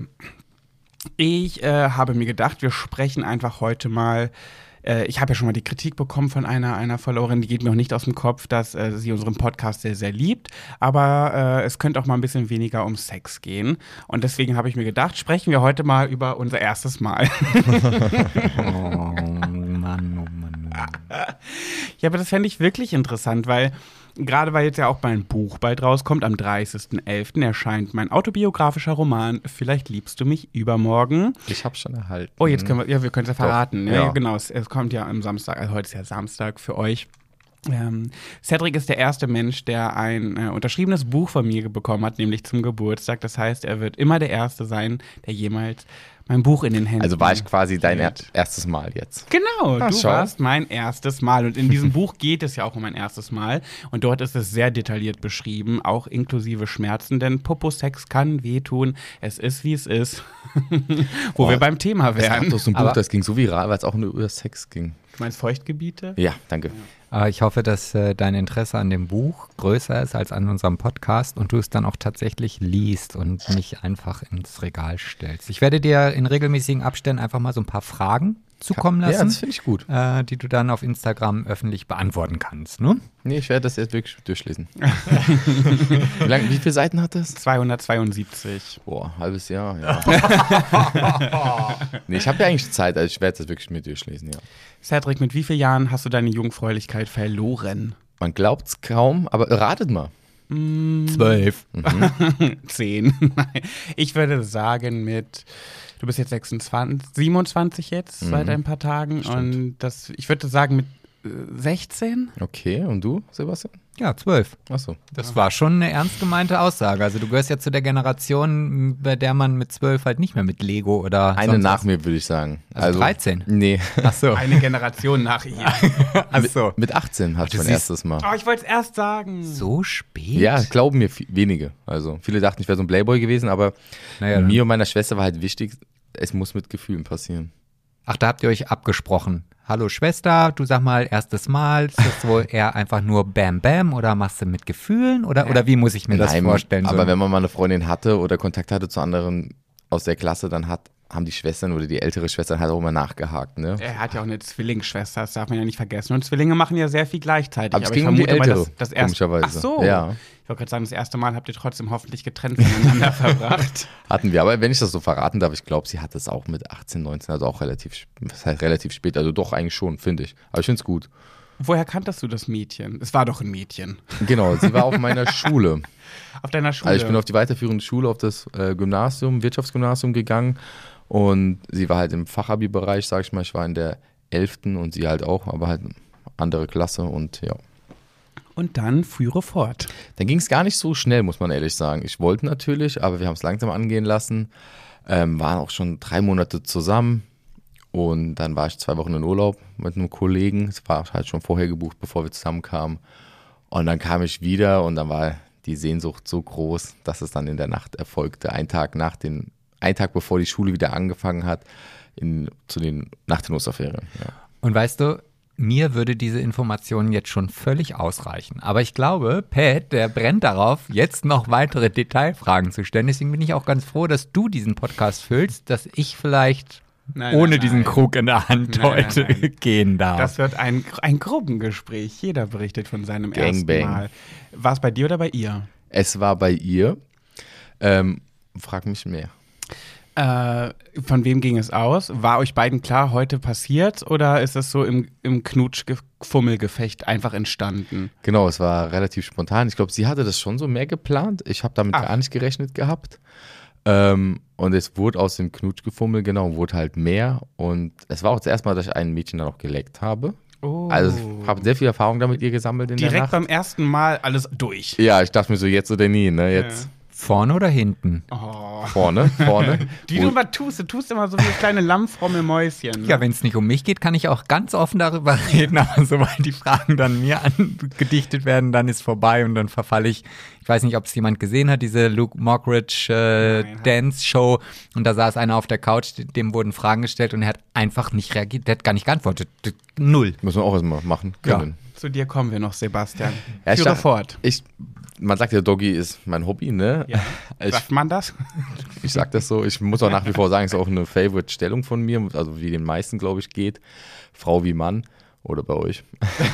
[SPEAKER 1] Ich äh, habe mir gedacht, wir sprechen einfach heute mal. Äh, ich habe ja schon mal die Kritik bekommen von einer, einer Followerin, die geht mir auch nicht aus dem Kopf, dass äh, sie unseren Podcast sehr, sehr liebt. Aber äh, es könnte auch mal ein bisschen weniger um Sex gehen. Und deswegen habe ich mir gedacht, sprechen wir heute mal über unser erstes Mal.
[SPEAKER 2] Oh Mann, oh Mann, oh Mann.
[SPEAKER 1] Ja, aber das fände ich wirklich interessant, weil gerade weil jetzt ja auch mein Buch bald rauskommt, am dreißigsten elften erscheint mein autobiografischer Roman Vielleicht liebst du mich übermorgen.
[SPEAKER 3] Ich habe schon erhalten.
[SPEAKER 1] Oh, jetzt können wir, ja, wir können es ja verraten.
[SPEAKER 3] Doch,
[SPEAKER 1] Ja,
[SPEAKER 3] ja.
[SPEAKER 1] genau, es, es kommt ja am Samstag, also heute ist ja Samstag für euch. Ähm, Cedric ist der erste Mensch, der ein äh, unterschriebenes Buch von mir bekommen hat, nämlich zum Geburtstag. Das heißt, er wird immer der Erste sein, der jemals mein Buch in den Händen
[SPEAKER 3] Also war ich quasi dein er
[SPEAKER 1] hält.
[SPEAKER 3] erstes Mal jetzt.
[SPEAKER 1] Genau,
[SPEAKER 3] Ach,
[SPEAKER 1] du
[SPEAKER 3] schau.
[SPEAKER 1] warst mein erstes Mal. Und in diesem Buch geht es ja auch um mein erstes Mal. Und dort ist es sehr detailliert beschrieben, auch inklusive Schmerzen, denn Popo-Sex kann wehtun. Es ist, wie es ist. Wo
[SPEAKER 3] Boah,
[SPEAKER 1] wir beim Thema
[SPEAKER 3] Es gab
[SPEAKER 1] wären.
[SPEAKER 3] doch so ein Buch,
[SPEAKER 2] Aber-
[SPEAKER 3] das ging so viral, weil es auch nur über Sex ging.
[SPEAKER 1] Du meinst Feuchtgebiete?
[SPEAKER 3] Ja, danke.
[SPEAKER 2] Aber ich hoffe, dass äh, dein Interesse an dem Buch größer ist als an unserem Podcast und du es dann auch tatsächlich liest und nicht einfach ins Regal stellst. Ich werde dir in regelmäßigen Abständen einfach mal so ein paar Fragen zukommen
[SPEAKER 3] Ja,
[SPEAKER 2] lassen,
[SPEAKER 3] das finde ich gut.
[SPEAKER 2] äh, die du dann auf Instagram öffentlich beantworten kannst. Ne?
[SPEAKER 3] Nee, ich werde das jetzt wirklich durchlesen. wie, lang, wie viele Seiten hat das?
[SPEAKER 1] zweihundertzweiundsiebzig.
[SPEAKER 3] Boah, halbes Jahr, ja. nee, ich habe ja eigentlich Zeit, also ich werde das wirklich mir durchlesen, ja.
[SPEAKER 1] Cedric, mit wie vielen Jahren hast du deine Jungfräulichkeit verloren?
[SPEAKER 3] Man glaubt es kaum, aber ratet mal.
[SPEAKER 2] Zwölf.
[SPEAKER 1] Zehn. Nein. Ich würde sagen mit, du bist jetzt sechsundzwanzig, siebenundzwanzig jetzt seit ein paar Tagen.
[SPEAKER 3] Stimmt.
[SPEAKER 1] Und das, ich würde sagen mit äh, sechzehn.
[SPEAKER 3] Okay, und du, Sebastian?
[SPEAKER 2] Ja, zwölf.
[SPEAKER 3] Achso.
[SPEAKER 2] Das war schon eine ernst gemeinte Aussage. Also du gehörst ja zu der Generation, bei der man mit zwölf halt nicht mehr mit Lego oder
[SPEAKER 3] Eine
[SPEAKER 2] sonst
[SPEAKER 3] nach
[SPEAKER 2] was-
[SPEAKER 3] mir, würde ich sagen.
[SPEAKER 2] Also dreizehn?
[SPEAKER 3] Nee.
[SPEAKER 2] Ach so.
[SPEAKER 1] Eine Generation nach ihr.
[SPEAKER 2] Ach so.
[SPEAKER 3] Mit achtzehn hatte ich
[SPEAKER 2] du
[SPEAKER 3] mein
[SPEAKER 2] siehst-
[SPEAKER 3] erstes Mal.
[SPEAKER 1] Oh, ich wollte es erst sagen.
[SPEAKER 2] So spät?
[SPEAKER 3] Ja, glauben mir vi- wenige. Also viele dachten, ich wäre so ein Playboy gewesen, aber
[SPEAKER 2] Naja, dann-
[SPEAKER 3] mir und meiner Schwester war halt wichtig, es muss mit Gefühlen passieren.
[SPEAKER 2] Ach, da habt ihr euch abgesprochen. Hallo Schwester, du sag mal, erstes Mal, ist das wohl eher einfach nur Bam Bam oder machst du mit Gefühlen oder, oder wie muss ich mir das
[SPEAKER 3] Nein,
[SPEAKER 2] vorstellen?
[SPEAKER 3] aber
[SPEAKER 2] so?
[SPEAKER 3] wenn man mal eine Freundin hatte oder Kontakt hatte zu anderen aus der Klasse, dann hat, haben die Schwestern oder die ältere Schwester halt auch immer nachgehakt. Ne?
[SPEAKER 1] Er hat ja auch eine Zwillingsschwester, das darf man ja nicht vergessen. Und Zwillinge machen ja sehr viel gleichzeitig.
[SPEAKER 3] Aber es ging um die
[SPEAKER 1] vermute mal,
[SPEAKER 3] ältere,
[SPEAKER 1] dass das erste,
[SPEAKER 3] komischerweise.
[SPEAKER 1] Ach so.
[SPEAKER 3] Ja.
[SPEAKER 1] Ich wollte gerade sagen, das erste Mal habt ihr trotzdem hoffentlich getrennt voneinander verbracht.
[SPEAKER 3] Hatten wir, aber wenn ich das so verraten darf, ich glaube, sie hat es auch mit achtzehn, neunzehn, also auch relativ, sp- das heißt relativ spät, also doch eigentlich schon, finde ich. Aber ich finde es gut.
[SPEAKER 1] Woher kanntest du das Mädchen? Es war doch ein Mädchen.
[SPEAKER 3] Genau, sie war auf meiner Schule.
[SPEAKER 1] Auf deiner Schule.
[SPEAKER 3] Also ich bin auf die weiterführende Schule, auf das äh, Gymnasium, Wirtschaftsgymnasium gegangen und sie war halt im Fachabi-Bereich, sag ich mal, ich war in der elften und sie halt auch, aber halt eine andere Klasse und ja.
[SPEAKER 1] Und dann führe fort.
[SPEAKER 3] Dann ging es gar nicht so schnell, muss man ehrlich sagen. Ich wollte natürlich, aber wir haben es langsam angehen lassen, ähm, waren auch schon drei Monate zusammen und dann war ich zwei Wochen in Urlaub mit einem Kollegen, es war halt schon vorher gebucht, bevor wir zusammenkamen und dann kam ich wieder und dann war die Sehnsucht so groß, dass es dann in der Nacht erfolgte, ein Tag nach den, ein Tag bevor die Schule wieder angefangen hat, in, zu den, nach den Osterferien. Ja.
[SPEAKER 2] Und weißt du, mir würde diese Information jetzt schon völlig ausreichen. Aber ich glaube, Pat, der brennt darauf, jetzt noch weitere Detailfragen zu stellen. Deswegen bin ich auch ganz froh, dass du diesen Podcast füllst, dass ich vielleicht
[SPEAKER 1] Nein,
[SPEAKER 2] ohne
[SPEAKER 1] nein,
[SPEAKER 2] diesen
[SPEAKER 1] nein.
[SPEAKER 2] Krug in der Hand
[SPEAKER 1] Nein, nein,
[SPEAKER 2] heute
[SPEAKER 1] nein.
[SPEAKER 2] gehen darf.
[SPEAKER 1] Das wird ein, ein Gruppengespräch. Jeder berichtet von seinem ersten
[SPEAKER 3] Gangbang.
[SPEAKER 1] Mal. War es bei dir oder bei ihr?
[SPEAKER 3] Es war bei ihr, ähm, frag mich mehr.
[SPEAKER 1] Äh, von wem ging es aus? War euch beiden klar, heute passiert? Oder ist es so im, im Knutsch-Fummelgefecht einfach entstanden?
[SPEAKER 3] Genau, es war relativ spontan. Ich glaube, sie hatte das schon so mehr geplant. Ich habe damit
[SPEAKER 1] Ach.
[SPEAKER 3] gar nicht gerechnet gehabt. Ähm, und es wurde aus dem Knutschgefummel, genau, wurde halt mehr. Und es war auch das erste Mal, dass ich ein Mädchen dann auch geleckt habe.
[SPEAKER 1] Oh.
[SPEAKER 3] Also ich habe sehr viel Erfahrung damit ihr gesammelt in der
[SPEAKER 1] Direkt
[SPEAKER 3] Nacht.
[SPEAKER 1] beim ersten Mal alles durch.
[SPEAKER 3] Ja, ich dachte mir so, jetzt oder nie, ne? Jetzt
[SPEAKER 2] Vorne oder hinten?
[SPEAKER 1] Oh.
[SPEAKER 3] vorne, vorne.
[SPEAKER 1] Wie du immer tust, du tust immer so wie kleine Lammfrommelmäuschen. Ne?
[SPEAKER 2] Ja, wenn es nicht um mich geht, kann ich auch ganz offen darüber reden, aber sobald die Fragen dann mir angedichtet werden, dann ist vorbei und dann verfalle ich, ich weiß nicht, ob es jemand gesehen hat, diese Luke Mockridge äh,
[SPEAKER 1] Nein.
[SPEAKER 2] Dance-Show und da saß einer auf der Couch, dem wurden Fragen gestellt und er hat einfach nicht reagiert, der hat gar nicht geantwortet. Null.
[SPEAKER 3] Muss man auch erstmal machen können.
[SPEAKER 1] Zu dir kommen wir noch, Sebastian.
[SPEAKER 3] Ja, ich
[SPEAKER 1] Führe
[SPEAKER 3] dachte-
[SPEAKER 1] fort.
[SPEAKER 3] Ich, man sagt ja, Doggy ist mein Hobby, ne?
[SPEAKER 1] Ja.
[SPEAKER 3] Ich,
[SPEAKER 1] Sagt man das?
[SPEAKER 3] ich sag das so. Ich muss auch nach wie vor sagen, es ist auch eine Favorite-Stellung von mir, also wie den meisten, glaube ich, geht. Frau wie Mann. Oder bei euch.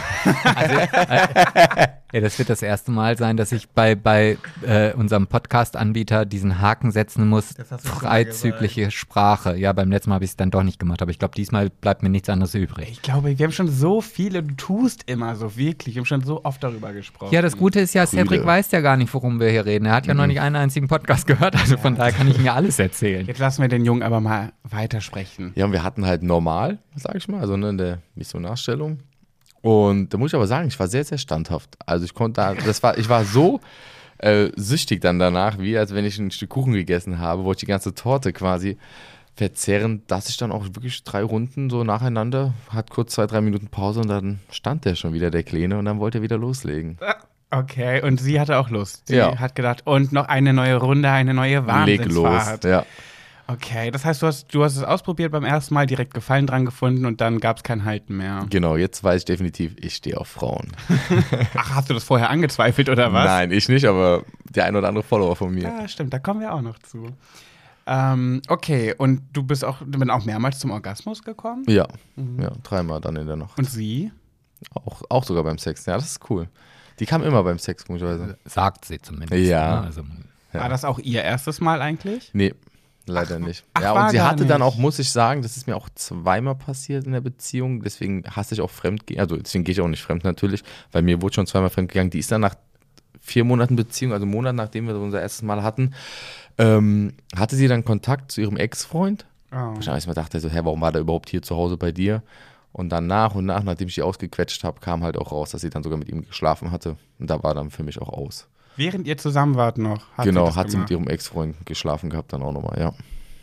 [SPEAKER 2] Ja, das wird das erste Mal sein, dass ich bei, bei äh, unserem Podcast-Anbieter diesen Haken setzen muss.
[SPEAKER 1] Das hast du schon mal
[SPEAKER 2] Freizügliche Sprache. Ja, beim letzten Mal habe ich es dann doch nicht gemacht, aber ich glaube, diesmal bleibt mir nichts anderes übrig.
[SPEAKER 1] Ich glaube, wir haben schon so viele, du tust immer so wirklich, wir haben schon so oft darüber gesprochen.
[SPEAKER 2] Ja, das Gute ist ja,
[SPEAKER 3] Brüder.
[SPEAKER 2] Cedric weiß ja gar nicht, worum wir hier reden. Er hat ja noch nicht einen einzigen Podcast gehört, also von daher kann ich mir alles erzählen.
[SPEAKER 1] Jetzt lassen wir den Jungen aber mal weitersprechen.
[SPEAKER 3] Ja, und wir hatten halt normal, sag ich mal, also ne, in der Missionarstellung. Und da muss ich aber sagen, ich war sehr, sehr standhaft. Also ich konnte da, das war, ich war so äh, süchtig dann danach, wie als wenn ich ein Stück Kuchen gegessen habe, wollte ich die ganze Torte quasi verzehren, dass ich dann auch wirklich drei Runden so nacheinander, hat kurz zwei, drei Minuten Pause und dann stand der schon wieder, der Kleine, und dann wollte er wieder loslegen.
[SPEAKER 1] Okay, und sie hatte auch Lust. Sie
[SPEAKER 3] Ja.
[SPEAKER 1] hat gedacht, und noch eine neue Runde, eine neue
[SPEAKER 3] Leg los,
[SPEAKER 1] Wahnsinnsfahrt.
[SPEAKER 3] ja.
[SPEAKER 1] Okay, das heißt, du hast, du hast es ausprobiert beim ersten Mal, direkt Gefallen dran gefunden und dann gab es kein Halten mehr.
[SPEAKER 3] Genau, jetzt weiß ich definitiv, ich stehe auf Frauen.
[SPEAKER 1] Ach, hast du das vorher angezweifelt oder was?
[SPEAKER 3] Nein, ich nicht, aber der ein oder andere Follower von mir.
[SPEAKER 1] Ja, stimmt, da kommen wir auch noch zu. Ähm, okay, und du bist auch, du bist auch mehrmals zum Orgasmus gekommen?
[SPEAKER 3] Ja, ja, dreimal dann in der Nacht.
[SPEAKER 1] Und sie?
[SPEAKER 3] Auch, auch sogar beim Sex, ja, das ist cool. Die kam immer beim Sex, komischerweise.
[SPEAKER 2] Sagt sie zumindest.
[SPEAKER 3] Ja.
[SPEAKER 2] Ne? Also,
[SPEAKER 3] Ja.
[SPEAKER 1] War das auch ihr erstes Mal eigentlich?
[SPEAKER 3] Nee, leider nicht.
[SPEAKER 1] ach,
[SPEAKER 3] ja,
[SPEAKER 1] war
[SPEAKER 3] und sie
[SPEAKER 1] gar
[SPEAKER 3] hatte dann
[SPEAKER 1] nicht.
[SPEAKER 3] auch, muss ich sagen, das ist mir auch zweimal passiert in der Beziehung, deswegen hasse ich auch Fremdgehen, also deswegen gehe ich auch nicht fremd natürlich, weil mir wurde schon zweimal fremdgegangen. Die ist dann nach vier Monaten Beziehung, also einen Monat nachdem wir unser erstes Mal hatten, ähm, hatte sie dann Kontakt zu ihrem Ex-Freund.
[SPEAKER 1] Oh.
[SPEAKER 3] Ich erstmal dachte so, hä, warum war der überhaupt hier zu Hause bei dir? Und dann nach und nach, nachdem ich die ausgequetscht habe, kam halt auch raus, dass sie dann sogar mit ihm geschlafen hatte. Und da war dann für mich auch aus.
[SPEAKER 1] Während ihr zusammen wart noch? Hat
[SPEAKER 3] genau,
[SPEAKER 1] sie das
[SPEAKER 3] hat sie mit
[SPEAKER 1] gemacht?
[SPEAKER 3] ihrem Ex-Freund geschlafen gehabt, dann auch nochmal, ja.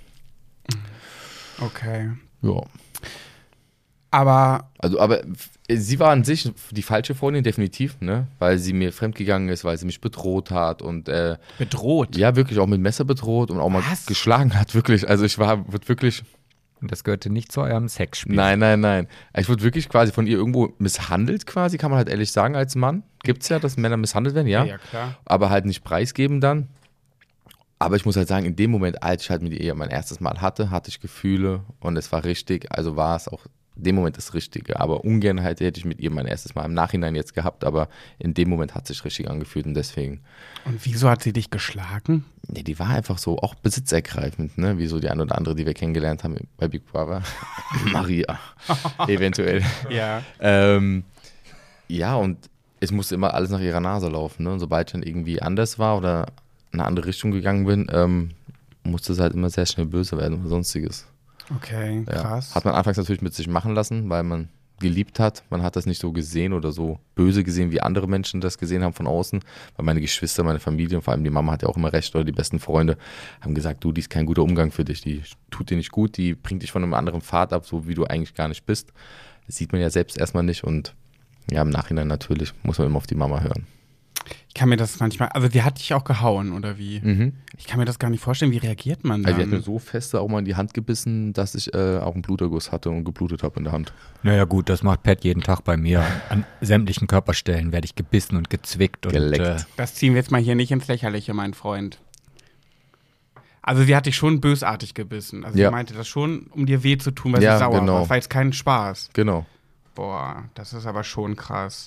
[SPEAKER 1] Okay.
[SPEAKER 3] Ja.
[SPEAKER 1] Aber
[SPEAKER 3] Also, aber f- sie war an sich die falsche Freundin, definitiv, ne? Weil sie mir fremdgegangen ist, weil sie mich bedroht hat und äh,
[SPEAKER 1] bedroht?
[SPEAKER 3] ja, wirklich auch mit Messer bedroht und auch mal
[SPEAKER 1] Was?
[SPEAKER 3] geschlagen hat, wirklich. Also ich war, wird wirklich,
[SPEAKER 2] und das gehörte nicht zu eurem Sexspiel.
[SPEAKER 3] nein, nein, nein. Ich wurde wirklich quasi von ihr irgendwo misshandelt, quasi, kann man halt ehrlich sagen, als Mann. Gibt's ja, dass Männer misshandelt werden, ja.
[SPEAKER 1] Ja, ja, klar.
[SPEAKER 3] Aber halt nicht preisgeben dann. Aber ich muss halt sagen, in dem Moment, als ich halt mit ihr mein erstes Mal hatte, hatte ich Gefühle und es war richtig, also war es auch in dem Moment das Richtige. Aber ungern halt hätte ich mit ihr mein erstes Mal im Nachhinein jetzt gehabt, aber in dem Moment hat es sich richtig angefühlt und deswegen,
[SPEAKER 1] Und wieso hat sie dich geschlagen?
[SPEAKER 3] nee, die war einfach so auch besitzergreifend, ne? Wie so die eine oder andere, die wir kennengelernt haben bei Big Brother. Maria, eventuell.
[SPEAKER 1] Ja.
[SPEAKER 3] Ähm, ja, und es musste immer alles nach ihrer Nase laufen. Ne? Und sobald ich dann irgendwie anders war oder in eine andere Richtung gegangen bin, ähm, musste es halt immer sehr schnell böse werden oder sonstiges.
[SPEAKER 1] Okay,
[SPEAKER 3] Ja.
[SPEAKER 1] krass.
[SPEAKER 3] Hat man anfangs natürlich mit sich machen lassen, weil man geliebt hat. Man hat das nicht so gesehen oder so böse gesehen, wie andere Menschen das gesehen haben von außen. Weil meine Geschwister, meine Familie und vor allem die Mama hat ja auch immer recht oder die besten Freunde haben gesagt, du, die ist kein guter Umgang für dich. Die tut dir nicht gut, die bringt dich von einem anderen Pfad ab, so wie du eigentlich gar nicht bist. Das sieht man ja selbst erstmal nicht und ja, im Nachhinein natürlich muss man immer auf die Mama hören.
[SPEAKER 1] Ich kann mir das manchmal, also die hat dich auch gehauen, oder wie?
[SPEAKER 3] Mhm.
[SPEAKER 1] Ich kann mir das gar nicht vorstellen, wie reagiert man dann?
[SPEAKER 3] Also die hat mir so feste auch mal in die Hand gebissen, dass ich äh, auch einen Bluterguss hatte und geblutet habe in der Hand.
[SPEAKER 2] Naja gut, das macht Pat jeden Tag bei mir. An sämtlichen Körperstellen werde ich gebissen und gezwickt. Und,
[SPEAKER 3] Geleckt.
[SPEAKER 2] äh,
[SPEAKER 1] Das ziehen wir jetzt mal hier nicht ins Lächerliche, mein Freund. Also sie hat dich schon bösartig gebissen. Also
[SPEAKER 3] Ja.
[SPEAKER 1] sie meinte das schon, um dir weh zu tun, weil
[SPEAKER 3] Ja,
[SPEAKER 1] sie sauer
[SPEAKER 3] genau.
[SPEAKER 1] war. Das war jetzt kein Spaß.
[SPEAKER 3] Genau.
[SPEAKER 1] Boah, das ist aber schon krass.